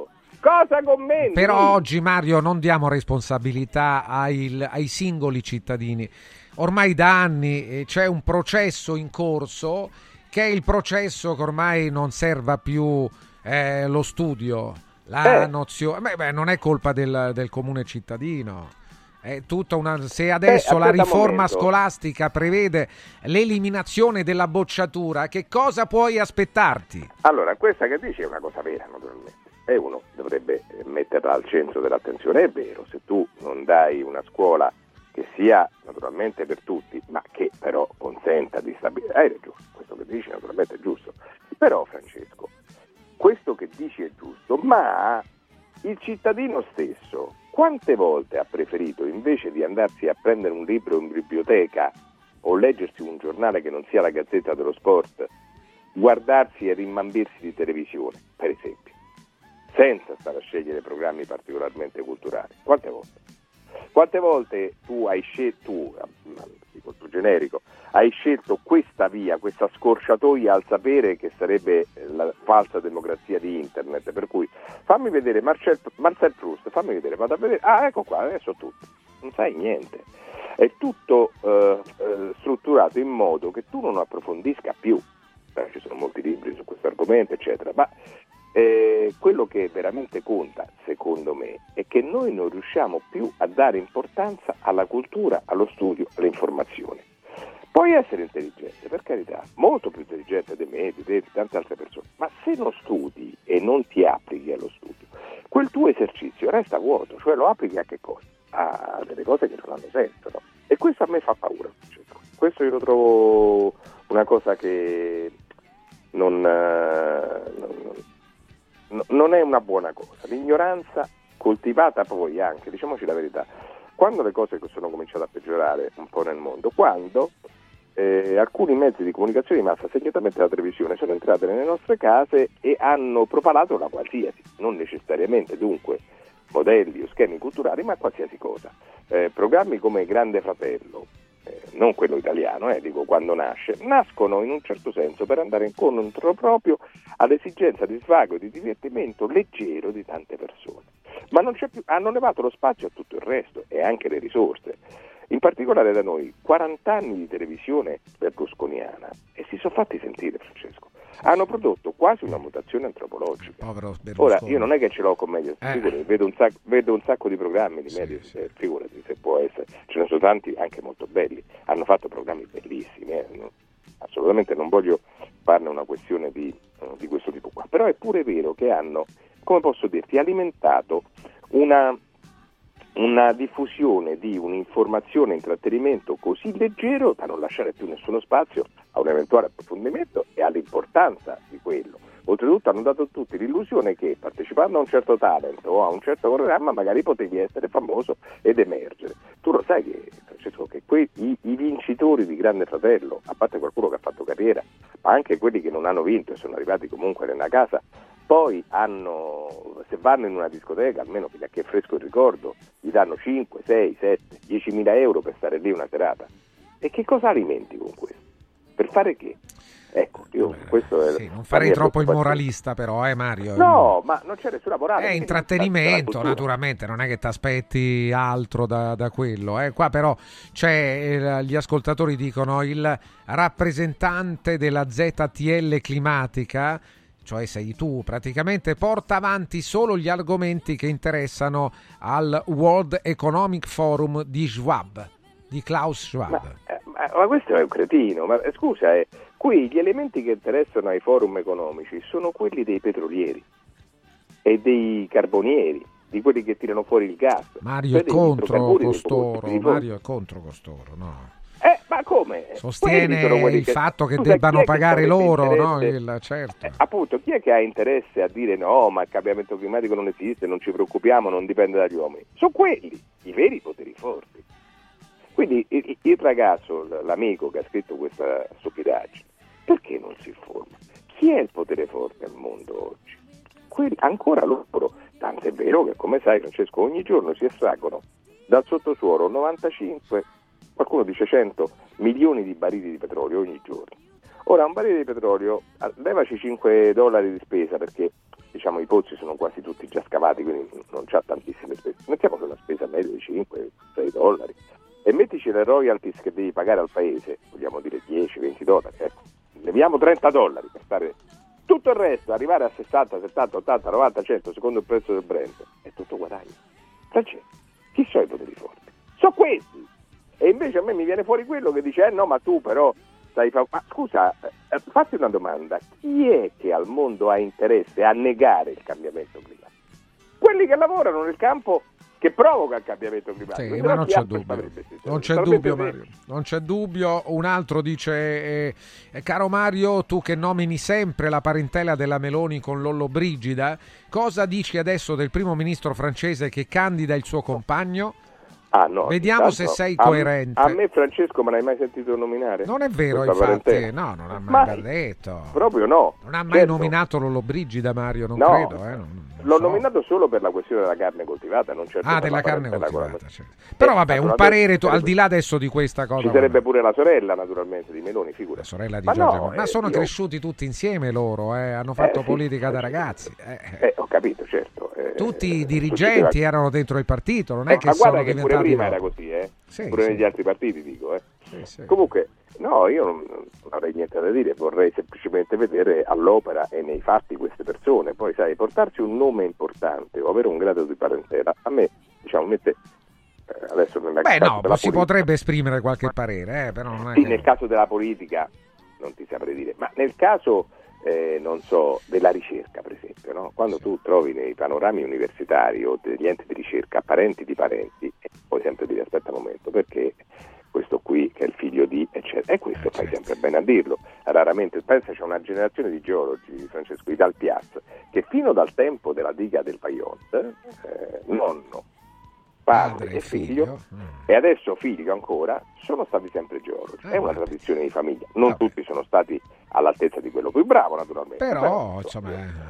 [SPEAKER 28] Cosa commenti?
[SPEAKER 2] Però oggi, Mario, non diamo responsabilità ai, ai singoli cittadini. Ormai da anni eh, c'è un processo in corso, che è il processo che ormai non serva più eh, lo studio, la
[SPEAKER 28] Eh.
[SPEAKER 2] nozione. Beh, beh, non è colpa del, del comune cittadino. È tutta una, se adesso
[SPEAKER 28] Beh,
[SPEAKER 2] la
[SPEAKER 28] aspetta un
[SPEAKER 2] riforma
[SPEAKER 28] momento.
[SPEAKER 2] scolastica prevede l'eliminazione della bocciatura, che cosa puoi aspettarti?
[SPEAKER 28] Allora, questa che dici è una cosa vera, naturalmente. E uno dovrebbe metterla al centro dell'attenzione. È vero, se tu non dai una scuola che sia naturalmente per tutti, ma che però consenta di stabilire, hai ragione, questo che dici naturalmente è giusto. Però, Francesco, questo che dici è giusto, ma il cittadino stesso quante volte ha preferito, invece di andarsi a prendere un libro in biblioteca o leggersi un giornale che non sia la Gazzetta dello Sport, guardarsi e rimbambirsi di televisione, per esempio, senza stare a scegliere programmi particolarmente culturali? Quante volte? Quante volte tu hai scelto, tu, dico il tuo generico, hai scelto questa via, questa scorciatoia al sapere che sarebbe la falsa democrazia di internet, per cui fammi vedere Marcel, Marcel Proust, fammi vedere, vado a vedere, ah ecco qua, adesso tutto, non sai niente, è tutto eh, eh, strutturato in modo che tu non approfondisca più. Beh, ci sono molti libri su questo argomento eccetera, ma Eh, quello che veramente conta, secondo me, è che noi non riusciamo più a dare importanza alla cultura, allo studio, alle informazioni. Puoi essere intelligente, per carità, molto più intelligente di me, di te, di tante altre persone, ma se non studi e non ti applichi allo studio, quel tuo esercizio resta vuoto, cioè lo applichi a che cosa? A delle cose che non hanno senso, no? E questo a me fa paura, Francesco. Questo io lo trovo una cosa che non... Eh, non non è una buona cosa. L'ignoranza coltivata poi anche, diciamoci la verità, quando le cose sono cominciate a peggiorare un po' nel mondo, quando eh, alcuni mezzi di comunicazione di massa, segnatamente la televisione, sono entrate nelle nostre case e hanno propalato la qualsiasi, non necessariamente dunque modelli o schemi culturali, ma qualsiasi cosa. Eh, programmi come Grande Fratello, Eh, non quello italiano, eh, dico quando nasce, nascono in un certo senso per andare incontro proprio all'esigenza di svago e di divertimento leggero di tante persone, ma non c'è più, hanno levato lo spazio a tutto il resto e anche le risorse, in particolare da noi, quaranta anni di televisione berlusconiana e si sono fatti sentire, Francesco, hanno prodotto quasi una mutazione antropologica. Ora, io non è che ce l'ho con Mediaset, eh. figurati, vedo, un sacco, vedo un sacco di programmi di Mediaset, sì, sì. Figurati se può essere, ce ne sono tanti anche molto belli, hanni fatto programmi bellissimi, eh. no, assolutamente non voglio farne una questione di, di questo tipo qua, però è pure vero che hanno, come posso dirti, alimentato una... una diffusione di un'informazione e intrattenimento così leggero da non lasciare più nessuno spazio a un eventuale approfondimento e all'importanza di quello. Oltretutto hanno dato a tutti l'illusione che partecipando a un certo talent o a un certo programma magari potevi essere famoso ed emergere. Tu lo sai che, Francesco, che quei, i, i vincitori di Grande Fratello, a parte qualcuno che ha fatto carriera, ma anche quelli che non hanno vinto e sono arrivati comunque nella casa, poi hanno, se vanno in una discoteca, almeno che è fresco il ricordo, gli danno cinque, sei, sette, diecimila euro per stare lì una serata. E che cosa alimenti con questo? Per fare che? Ecco, io questo è...
[SPEAKER 2] Sì, non farei troppo il moralista però, eh Mario?
[SPEAKER 28] No, ma non c'è nessuna morale.
[SPEAKER 2] È intrattenimento, naturalmente, non è che ti aspetti altro da, da quello. Eh. Qua però c'è, eh, gli ascoltatori dicono, il rappresentante della Z T L climatica, cioè sei tu, praticamente porta avanti solo gli argomenti che interessano al World Economic Forum di Schwab, di Klaus Schwab.
[SPEAKER 28] Ma, eh, ma, ma questo è un cretino, ma eh, scusa, eh, qui gli elementi che interessano ai forum economici sono quelli dei petrolieri e dei carbonieri, di quelli che tirano fuori il gas.
[SPEAKER 2] Mario è contro costoro, Mario è contro costoro, no?
[SPEAKER 28] Eh, ma come?
[SPEAKER 2] Sostiene il che... fatto che Scusa, debbano pagare loro, no? Il, certo.
[SPEAKER 28] Eh, appunto, chi è che ha interesse a dire no, ma il cambiamento climatico non esiste, non ci preoccupiamo, non dipende dagli uomini? Sono quelli, i veri poteri forti. Quindi il, il ragazzo, l'amico che ha scritto questa stupidaggine, perché non si informa? Chi è il potere forte al mondo oggi? Quelli, ancora loro, tanto è vero che, come sai Francesco, ogni giorno si estraggono dal sottosuolo novantacinque, qualcuno dice cento milioni di barili di petrolio ogni giorno. Ora un barile di petrolio, levaci cinque dollari di spesa perché diciamo diciamo i pozzi sono quasi tutti già scavati, quindi non c'ha tantissime spese. Mettiamo che una spesa media di cinque sei dollari e mettici le royalties che devi pagare al paese, vogliamo dire dieci venti dollari, ecco, leviamo trenta dollari per stare, tutto il resto, arrivare a sessanta, settanta, ottanta, novanta, cento secondo il prezzo del Brent, è tutto guadagno. Francesco, chi sono i poteri forti? Sono questi! E invece a me mi viene fuori quello che dice, eh no, ma tu però stai fa... Ma scusa, eh, fatti una domanda, chi è che al mondo ha interesse a negare il cambiamento climatico? Quelli che lavorano nel campo che provoca il cambiamento climatico.
[SPEAKER 2] Sì, ma non c'è dubbio, non c'è dubbio Mario, non c'è dubbio. Un altro dice, eh, eh, caro Mario, tu che nomini sempre la parentela della Meloni con Lollobrigida, cosa dici adesso del primo ministro francese che candida il suo compagno?
[SPEAKER 28] Ah, no,
[SPEAKER 2] Vediamo se sei coerente.
[SPEAKER 28] A me Francesco me l'hai mai sentito nominare?
[SPEAKER 2] Non è vero, infatti, no, non ha mai, mai detto.
[SPEAKER 28] Proprio no.
[SPEAKER 2] Non ha mai certo. nominato Lollobrigida, Mario, non
[SPEAKER 28] no,
[SPEAKER 2] credo. Eh, non, non
[SPEAKER 28] l'ho
[SPEAKER 2] so.
[SPEAKER 28] nominato solo per la questione della carne coltivata, non certo
[SPEAKER 2] Ah,
[SPEAKER 28] per
[SPEAKER 2] della
[SPEAKER 28] la
[SPEAKER 2] carne coltivata,
[SPEAKER 28] con...
[SPEAKER 2] certo. Però vabbè,
[SPEAKER 28] eh,
[SPEAKER 2] un parere, tu, al di là adesso di questa cosa.
[SPEAKER 28] Ci sarebbe pure la sorella, naturalmente, di Meloni, figura.
[SPEAKER 2] La sorella di
[SPEAKER 28] ma
[SPEAKER 2] Giorgia
[SPEAKER 28] no,
[SPEAKER 2] Ma
[SPEAKER 28] eh,
[SPEAKER 2] sono
[SPEAKER 28] io...
[SPEAKER 2] cresciuti tutti insieme loro, eh, hanno fatto
[SPEAKER 28] eh,
[SPEAKER 2] politica
[SPEAKER 28] sì,
[SPEAKER 2] da
[SPEAKER 28] sì,
[SPEAKER 2] ragazzi.
[SPEAKER 28] Sì.
[SPEAKER 2] Eh.
[SPEAKER 28] Eh, ho capito, certo. Eh,
[SPEAKER 2] tutti i
[SPEAKER 28] eh,
[SPEAKER 2] dirigenti
[SPEAKER 28] succedeva...
[SPEAKER 2] erano dentro il partito, non è
[SPEAKER 28] eh,
[SPEAKER 2] che
[SPEAKER 28] ma
[SPEAKER 2] sono
[SPEAKER 28] guarda che
[SPEAKER 2] diventati
[SPEAKER 28] pure prima
[SPEAKER 2] no.
[SPEAKER 28] era così, eh.
[SPEAKER 2] Sì,
[SPEAKER 28] pure
[SPEAKER 2] sì.
[SPEAKER 28] negli altri partiti, dico, eh.
[SPEAKER 2] Sì, sì.
[SPEAKER 28] Comunque, no, io non, non avrei niente da dire, vorrei semplicemente vedere all'opera e nei fatti queste persone. Poi, sai, portarsi un nome importante o avere un grado di parentela, a me, diciamo, mette eh, adesso nella
[SPEAKER 2] Beh, no, si
[SPEAKER 28] politica,
[SPEAKER 2] potrebbe esprimere qualche parere, eh, però non è
[SPEAKER 28] sì,
[SPEAKER 2] che...
[SPEAKER 28] nel caso della politica non ti saprei dire, ma nel caso eh, non so, della ricerca, per esempio, no? Quando tu trovi nei panorami universitari o degli enti di ricerca parenti di parenti, e puoi sempre dire aspetta un momento, perché questo qui che è il figlio di eccetera, e questo eh, fai certo. sempre bene a dirlo. Raramente, pensa, c'è una generazione di geologi, Francesco, di Dal Piaz, che fino dal tempo della diga del Vajont, eh, nonno, padre, padre e figlio, figlio mm. e adesso figlio ancora, sono stati sempre geologi. Eh, è una tradizione di famiglia. Non vabbè. tutti sono stati all'altezza di quello più bravo, naturalmente.
[SPEAKER 2] Però,
[SPEAKER 28] però
[SPEAKER 2] insomma...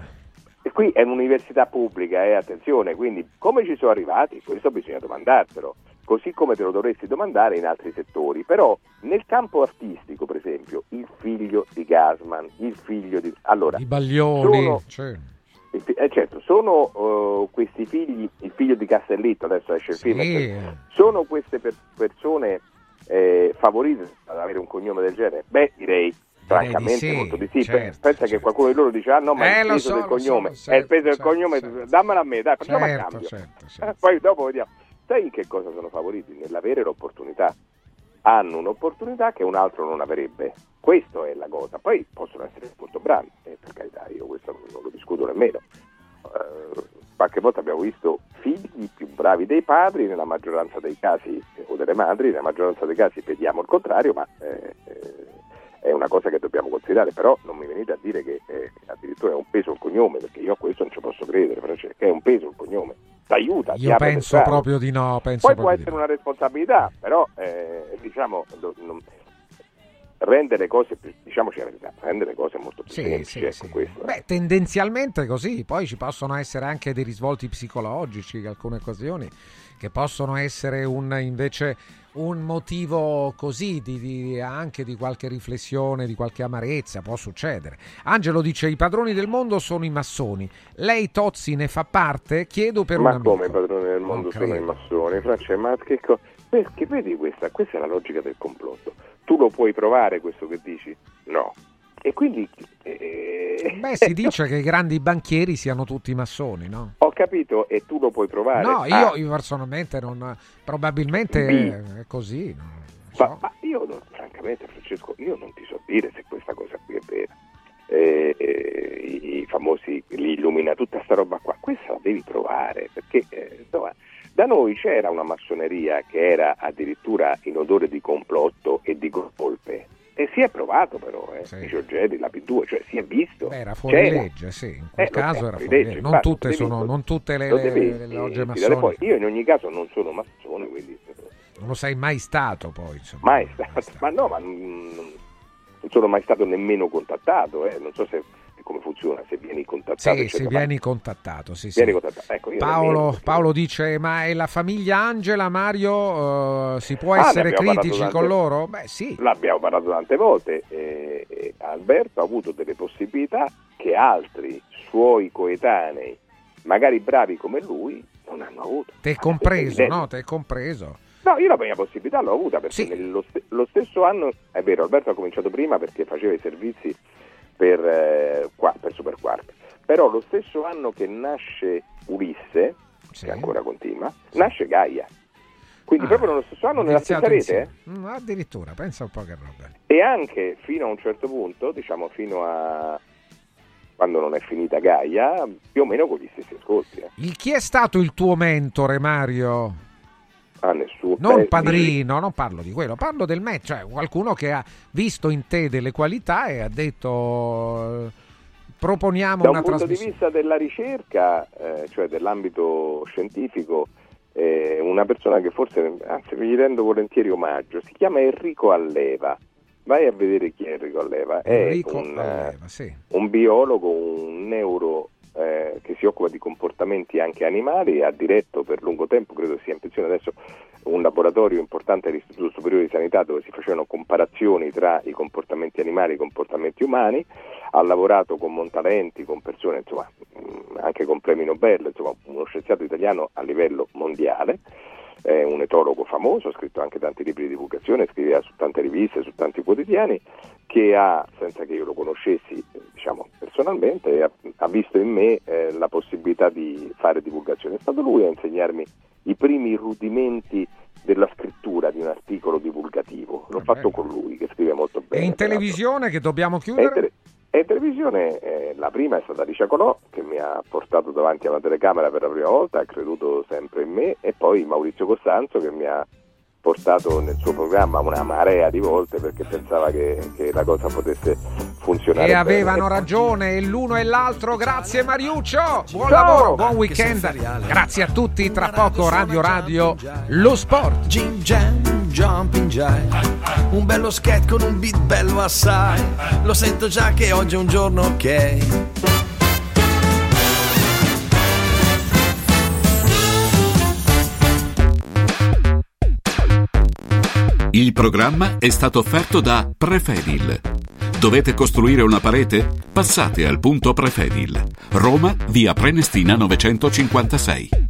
[SPEAKER 28] E qui è un'università pubblica, eh, attenzione, quindi come ci sono arrivati? Questo bisogna domandarselo, così come te lo dovresti domandare in altri settori. Però nel campo artistico, per esempio, il figlio di Gassman, il figlio di... Allora,
[SPEAKER 2] i Baglioni,
[SPEAKER 28] sono...
[SPEAKER 2] cioè...
[SPEAKER 28] Eh, certo, sono uh, questi figli, il figlio di Castellitto, adesso esce il
[SPEAKER 2] sì.
[SPEAKER 28] film, sono queste per- persone eh, favorite ad avere un cognome del genere? Beh, direi francamente
[SPEAKER 2] di sì,
[SPEAKER 28] molto di sì.
[SPEAKER 2] certo,
[SPEAKER 28] Pensa
[SPEAKER 2] certo.
[SPEAKER 28] che qualcuno di loro dice ah no, ma
[SPEAKER 2] eh,
[SPEAKER 28] è il peso
[SPEAKER 2] so,
[SPEAKER 28] del cognome
[SPEAKER 2] so,
[SPEAKER 28] è il peso
[SPEAKER 2] certo,
[SPEAKER 28] del cognome,
[SPEAKER 2] certo.
[SPEAKER 28] dammela a me, dai, facciamo
[SPEAKER 2] certo,
[SPEAKER 28] a cambio.
[SPEAKER 2] Certo, certo.
[SPEAKER 28] Poi dopo vediamo. Sai in che cosa sono favoriti? Nell'avere l'opportunità. Hanno un'opportunità che un altro non avrebbe. Questo è la cosa. Poi possono essere molto bravi, eh, per carità, io questo non lo discuto nemmeno. Uh, qualche volta abbiamo visto figli più bravi dei padri, nella maggioranza dei casi, o delle madri, nella maggioranza dei casi vediamo il contrario, ma eh, eh, è una cosa che dobbiamo considerare. Però non mi venite a dire che eh, addirittura è un peso il cognome, perché io a questo non ci posso credere, Francesco, che è un peso il cognome, ti aiuta,
[SPEAKER 2] io
[SPEAKER 28] ti
[SPEAKER 2] penso proprio di no, penso
[SPEAKER 28] poi
[SPEAKER 2] proprio
[SPEAKER 28] può
[SPEAKER 2] di
[SPEAKER 28] essere
[SPEAKER 2] no.
[SPEAKER 28] una responsabilità, però eh, diciamo do, non, rendere cose più, diciamoci la verità, rendere cose molto più
[SPEAKER 2] sì,
[SPEAKER 28] semplici,
[SPEAKER 2] sì,
[SPEAKER 28] ecco
[SPEAKER 2] sì.
[SPEAKER 28] questo.
[SPEAKER 2] Beh, tendenzialmente così, poi ci possono essere anche dei risvolti psicologici in alcune occasioni che possono essere un invece un motivo così di, di anche di qualche riflessione, di qualche amarezza, può succedere. Angelo dice i padroni del mondo sono i massoni, lei Tozzi ne fa parte? Chiedo per
[SPEAKER 28] ma
[SPEAKER 2] un amico.
[SPEAKER 28] Ma come i padroni del mondo sono i massoni? Francesco, ma che co- perché vedi questa? Questa è la logica del complotto. Tu lo puoi provare questo che dici? No. E quindi eh,
[SPEAKER 2] beh, si dice che i grandi banchieri siano tutti massoni, no?
[SPEAKER 28] Ho capito, e tu lo puoi provare.
[SPEAKER 2] No, io,
[SPEAKER 28] ah.
[SPEAKER 2] io personalmente non, probabilmente
[SPEAKER 28] B.
[SPEAKER 2] è così, non so.
[SPEAKER 28] ma, ma io non, francamente Francesco, io non ti so dire se questa cosa qui è vera. Eh, eh, i, i famosi li illumina tutta sta roba qua, questa la devi provare, perché eh, insomma, da noi c'era una massoneria che era addirittura in odore di complotto e di colpe. E si è provato però, eh, sì. I Giorgetti, la P due, cioè si è visto.
[SPEAKER 2] Beh, era fuori
[SPEAKER 28] c'era.
[SPEAKER 2] legge, sì, in quel
[SPEAKER 28] eh,
[SPEAKER 2] caso era
[SPEAKER 28] fuori
[SPEAKER 2] fuori
[SPEAKER 28] legge.
[SPEAKER 2] legge. Non
[SPEAKER 28] Infatti,
[SPEAKER 2] tutte,
[SPEAKER 28] devi,
[SPEAKER 2] sono, non tutte le,
[SPEAKER 28] devi,
[SPEAKER 2] le, le logge massoniche.
[SPEAKER 28] Poi, io in ogni caso non sono massone, quindi...
[SPEAKER 2] Non lo sei mai stato poi, insomma.
[SPEAKER 28] Mai stato, mai stato. Ma no, ma non, non sono mai stato nemmeno contattato, eh. Non so se come funziona, se vieni contattato.
[SPEAKER 2] Sì, se vieni contattato, sì,
[SPEAKER 28] vieni
[SPEAKER 2] sì.
[SPEAKER 28] contattato. Ecco, io
[SPEAKER 2] Paolo,
[SPEAKER 28] nemmeno,
[SPEAKER 2] Paolo dice, ma è la famiglia Angela, Mario, uh, si può
[SPEAKER 28] ah,
[SPEAKER 2] essere critici
[SPEAKER 28] tante,
[SPEAKER 2] con loro? Beh sì.
[SPEAKER 28] L'abbiamo parlato tante volte, eh, eh, Alberto ha avuto delle possibilità che altri suoi coetanei, magari bravi come lui, non hanno avuto.
[SPEAKER 2] Te compreso, no? Te compreso.
[SPEAKER 28] No, io la mia possibilità l'ho avuta perché
[SPEAKER 2] Sì.
[SPEAKER 28] nello st- lo stesso anno, è vero, Alberto ha cominciato prima perché faceva i servizi per, eh, qua, per Superquark, però lo stesso anno che nasce Ulisse,
[SPEAKER 2] Sì.
[SPEAKER 28] che ancora continua, nasce Gaia. Quindi
[SPEAKER 2] Ah,
[SPEAKER 28] proprio nello stesso anno nella stessa
[SPEAKER 2] iniziato
[SPEAKER 28] rete,
[SPEAKER 2] insieme. Mm, addirittura, pensa un po' che roba.
[SPEAKER 28] eh? E anche fino a un certo punto, diciamo fino a quando non è finita Gaia, più o meno con gli stessi ascolti. Eh.
[SPEAKER 2] Il, chi è stato il tuo mentore, Mario?
[SPEAKER 28] Ah, nessuno.
[SPEAKER 2] Non
[SPEAKER 28] Beh,
[SPEAKER 2] padrino, non parlo di quello, parlo del me, cioè qualcuno che ha visto in te delle qualità e ha detto eh, proponiamo
[SPEAKER 28] Da
[SPEAKER 2] una
[SPEAKER 28] un punto di
[SPEAKER 2] trasmissione.
[SPEAKER 28] vista della ricerca, eh, cioè dell'ambito scientifico, eh, una persona che forse, anzi gli rendo volentieri omaggio, si chiama Enrico Alleva. Vai a vedere chi è Enrico Alleva. È
[SPEAKER 2] Enrico
[SPEAKER 28] un,
[SPEAKER 2] Alleva, sì.
[SPEAKER 28] un biologo, un neuro eh, che si occupa di comportamenti anche animali e ha diretto per lungo tempo, credo sia in pensione adesso, un laboratorio importante all'Istituto Superiore di Sanità dove si facevano comparazioni tra i comportamenti animali e i comportamenti umani. Ha lavorato con Montalenti, con persone, insomma, anche con premi Nobel, insomma, uno scienziato italiano a livello mondiale. È un etologo famoso, ha scritto anche tanti libri di divulgazione, scriveva su tante riviste, su tanti quotidiani, che ha, senza che io lo conoscessi diciamo personalmente, ha, ha visto in me eh, la possibilità di fare divulgazione. È stato lui a insegnarmi i primi rudimenti della scrittura di un articolo divulgativo. L'ho fatto con lui, che scrive molto bene.
[SPEAKER 2] E in televisione che dobbiamo
[SPEAKER 28] E
[SPEAKER 2] chiudere?
[SPEAKER 28] in, tele- e in televisione eh, la prima è stata Alicia Colò, che mi ha portato davanti a una telecamera per la prima volta, ha creduto sempre in me, e poi Maurizio Costanzo, che mi ha portato nel suo programma una marea di volte perché pensava che, che la cosa potesse funzionare
[SPEAKER 2] E
[SPEAKER 28] bene.
[SPEAKER 2] avevano ragione l'uno e l'altro. Grazie Mariuccio, buon
[SPEAKER 28] Ciao!
[SPEAKER 2] lavoro, buon weekend. Grazie a tutti, tra poco Radio Radio lo sport.
[SPEAKER 5] Jim Jam, Jumping Jive, un bello sketch con un beat bello assai. Lo sento già che oggi è un giorno ok.
[SPEAKER 1] Il programma è stato offerto da Prefedil. Dovete costruire una parete? Passate al punto Prefedil. Roma, via Prenestina novecentocinquantasei.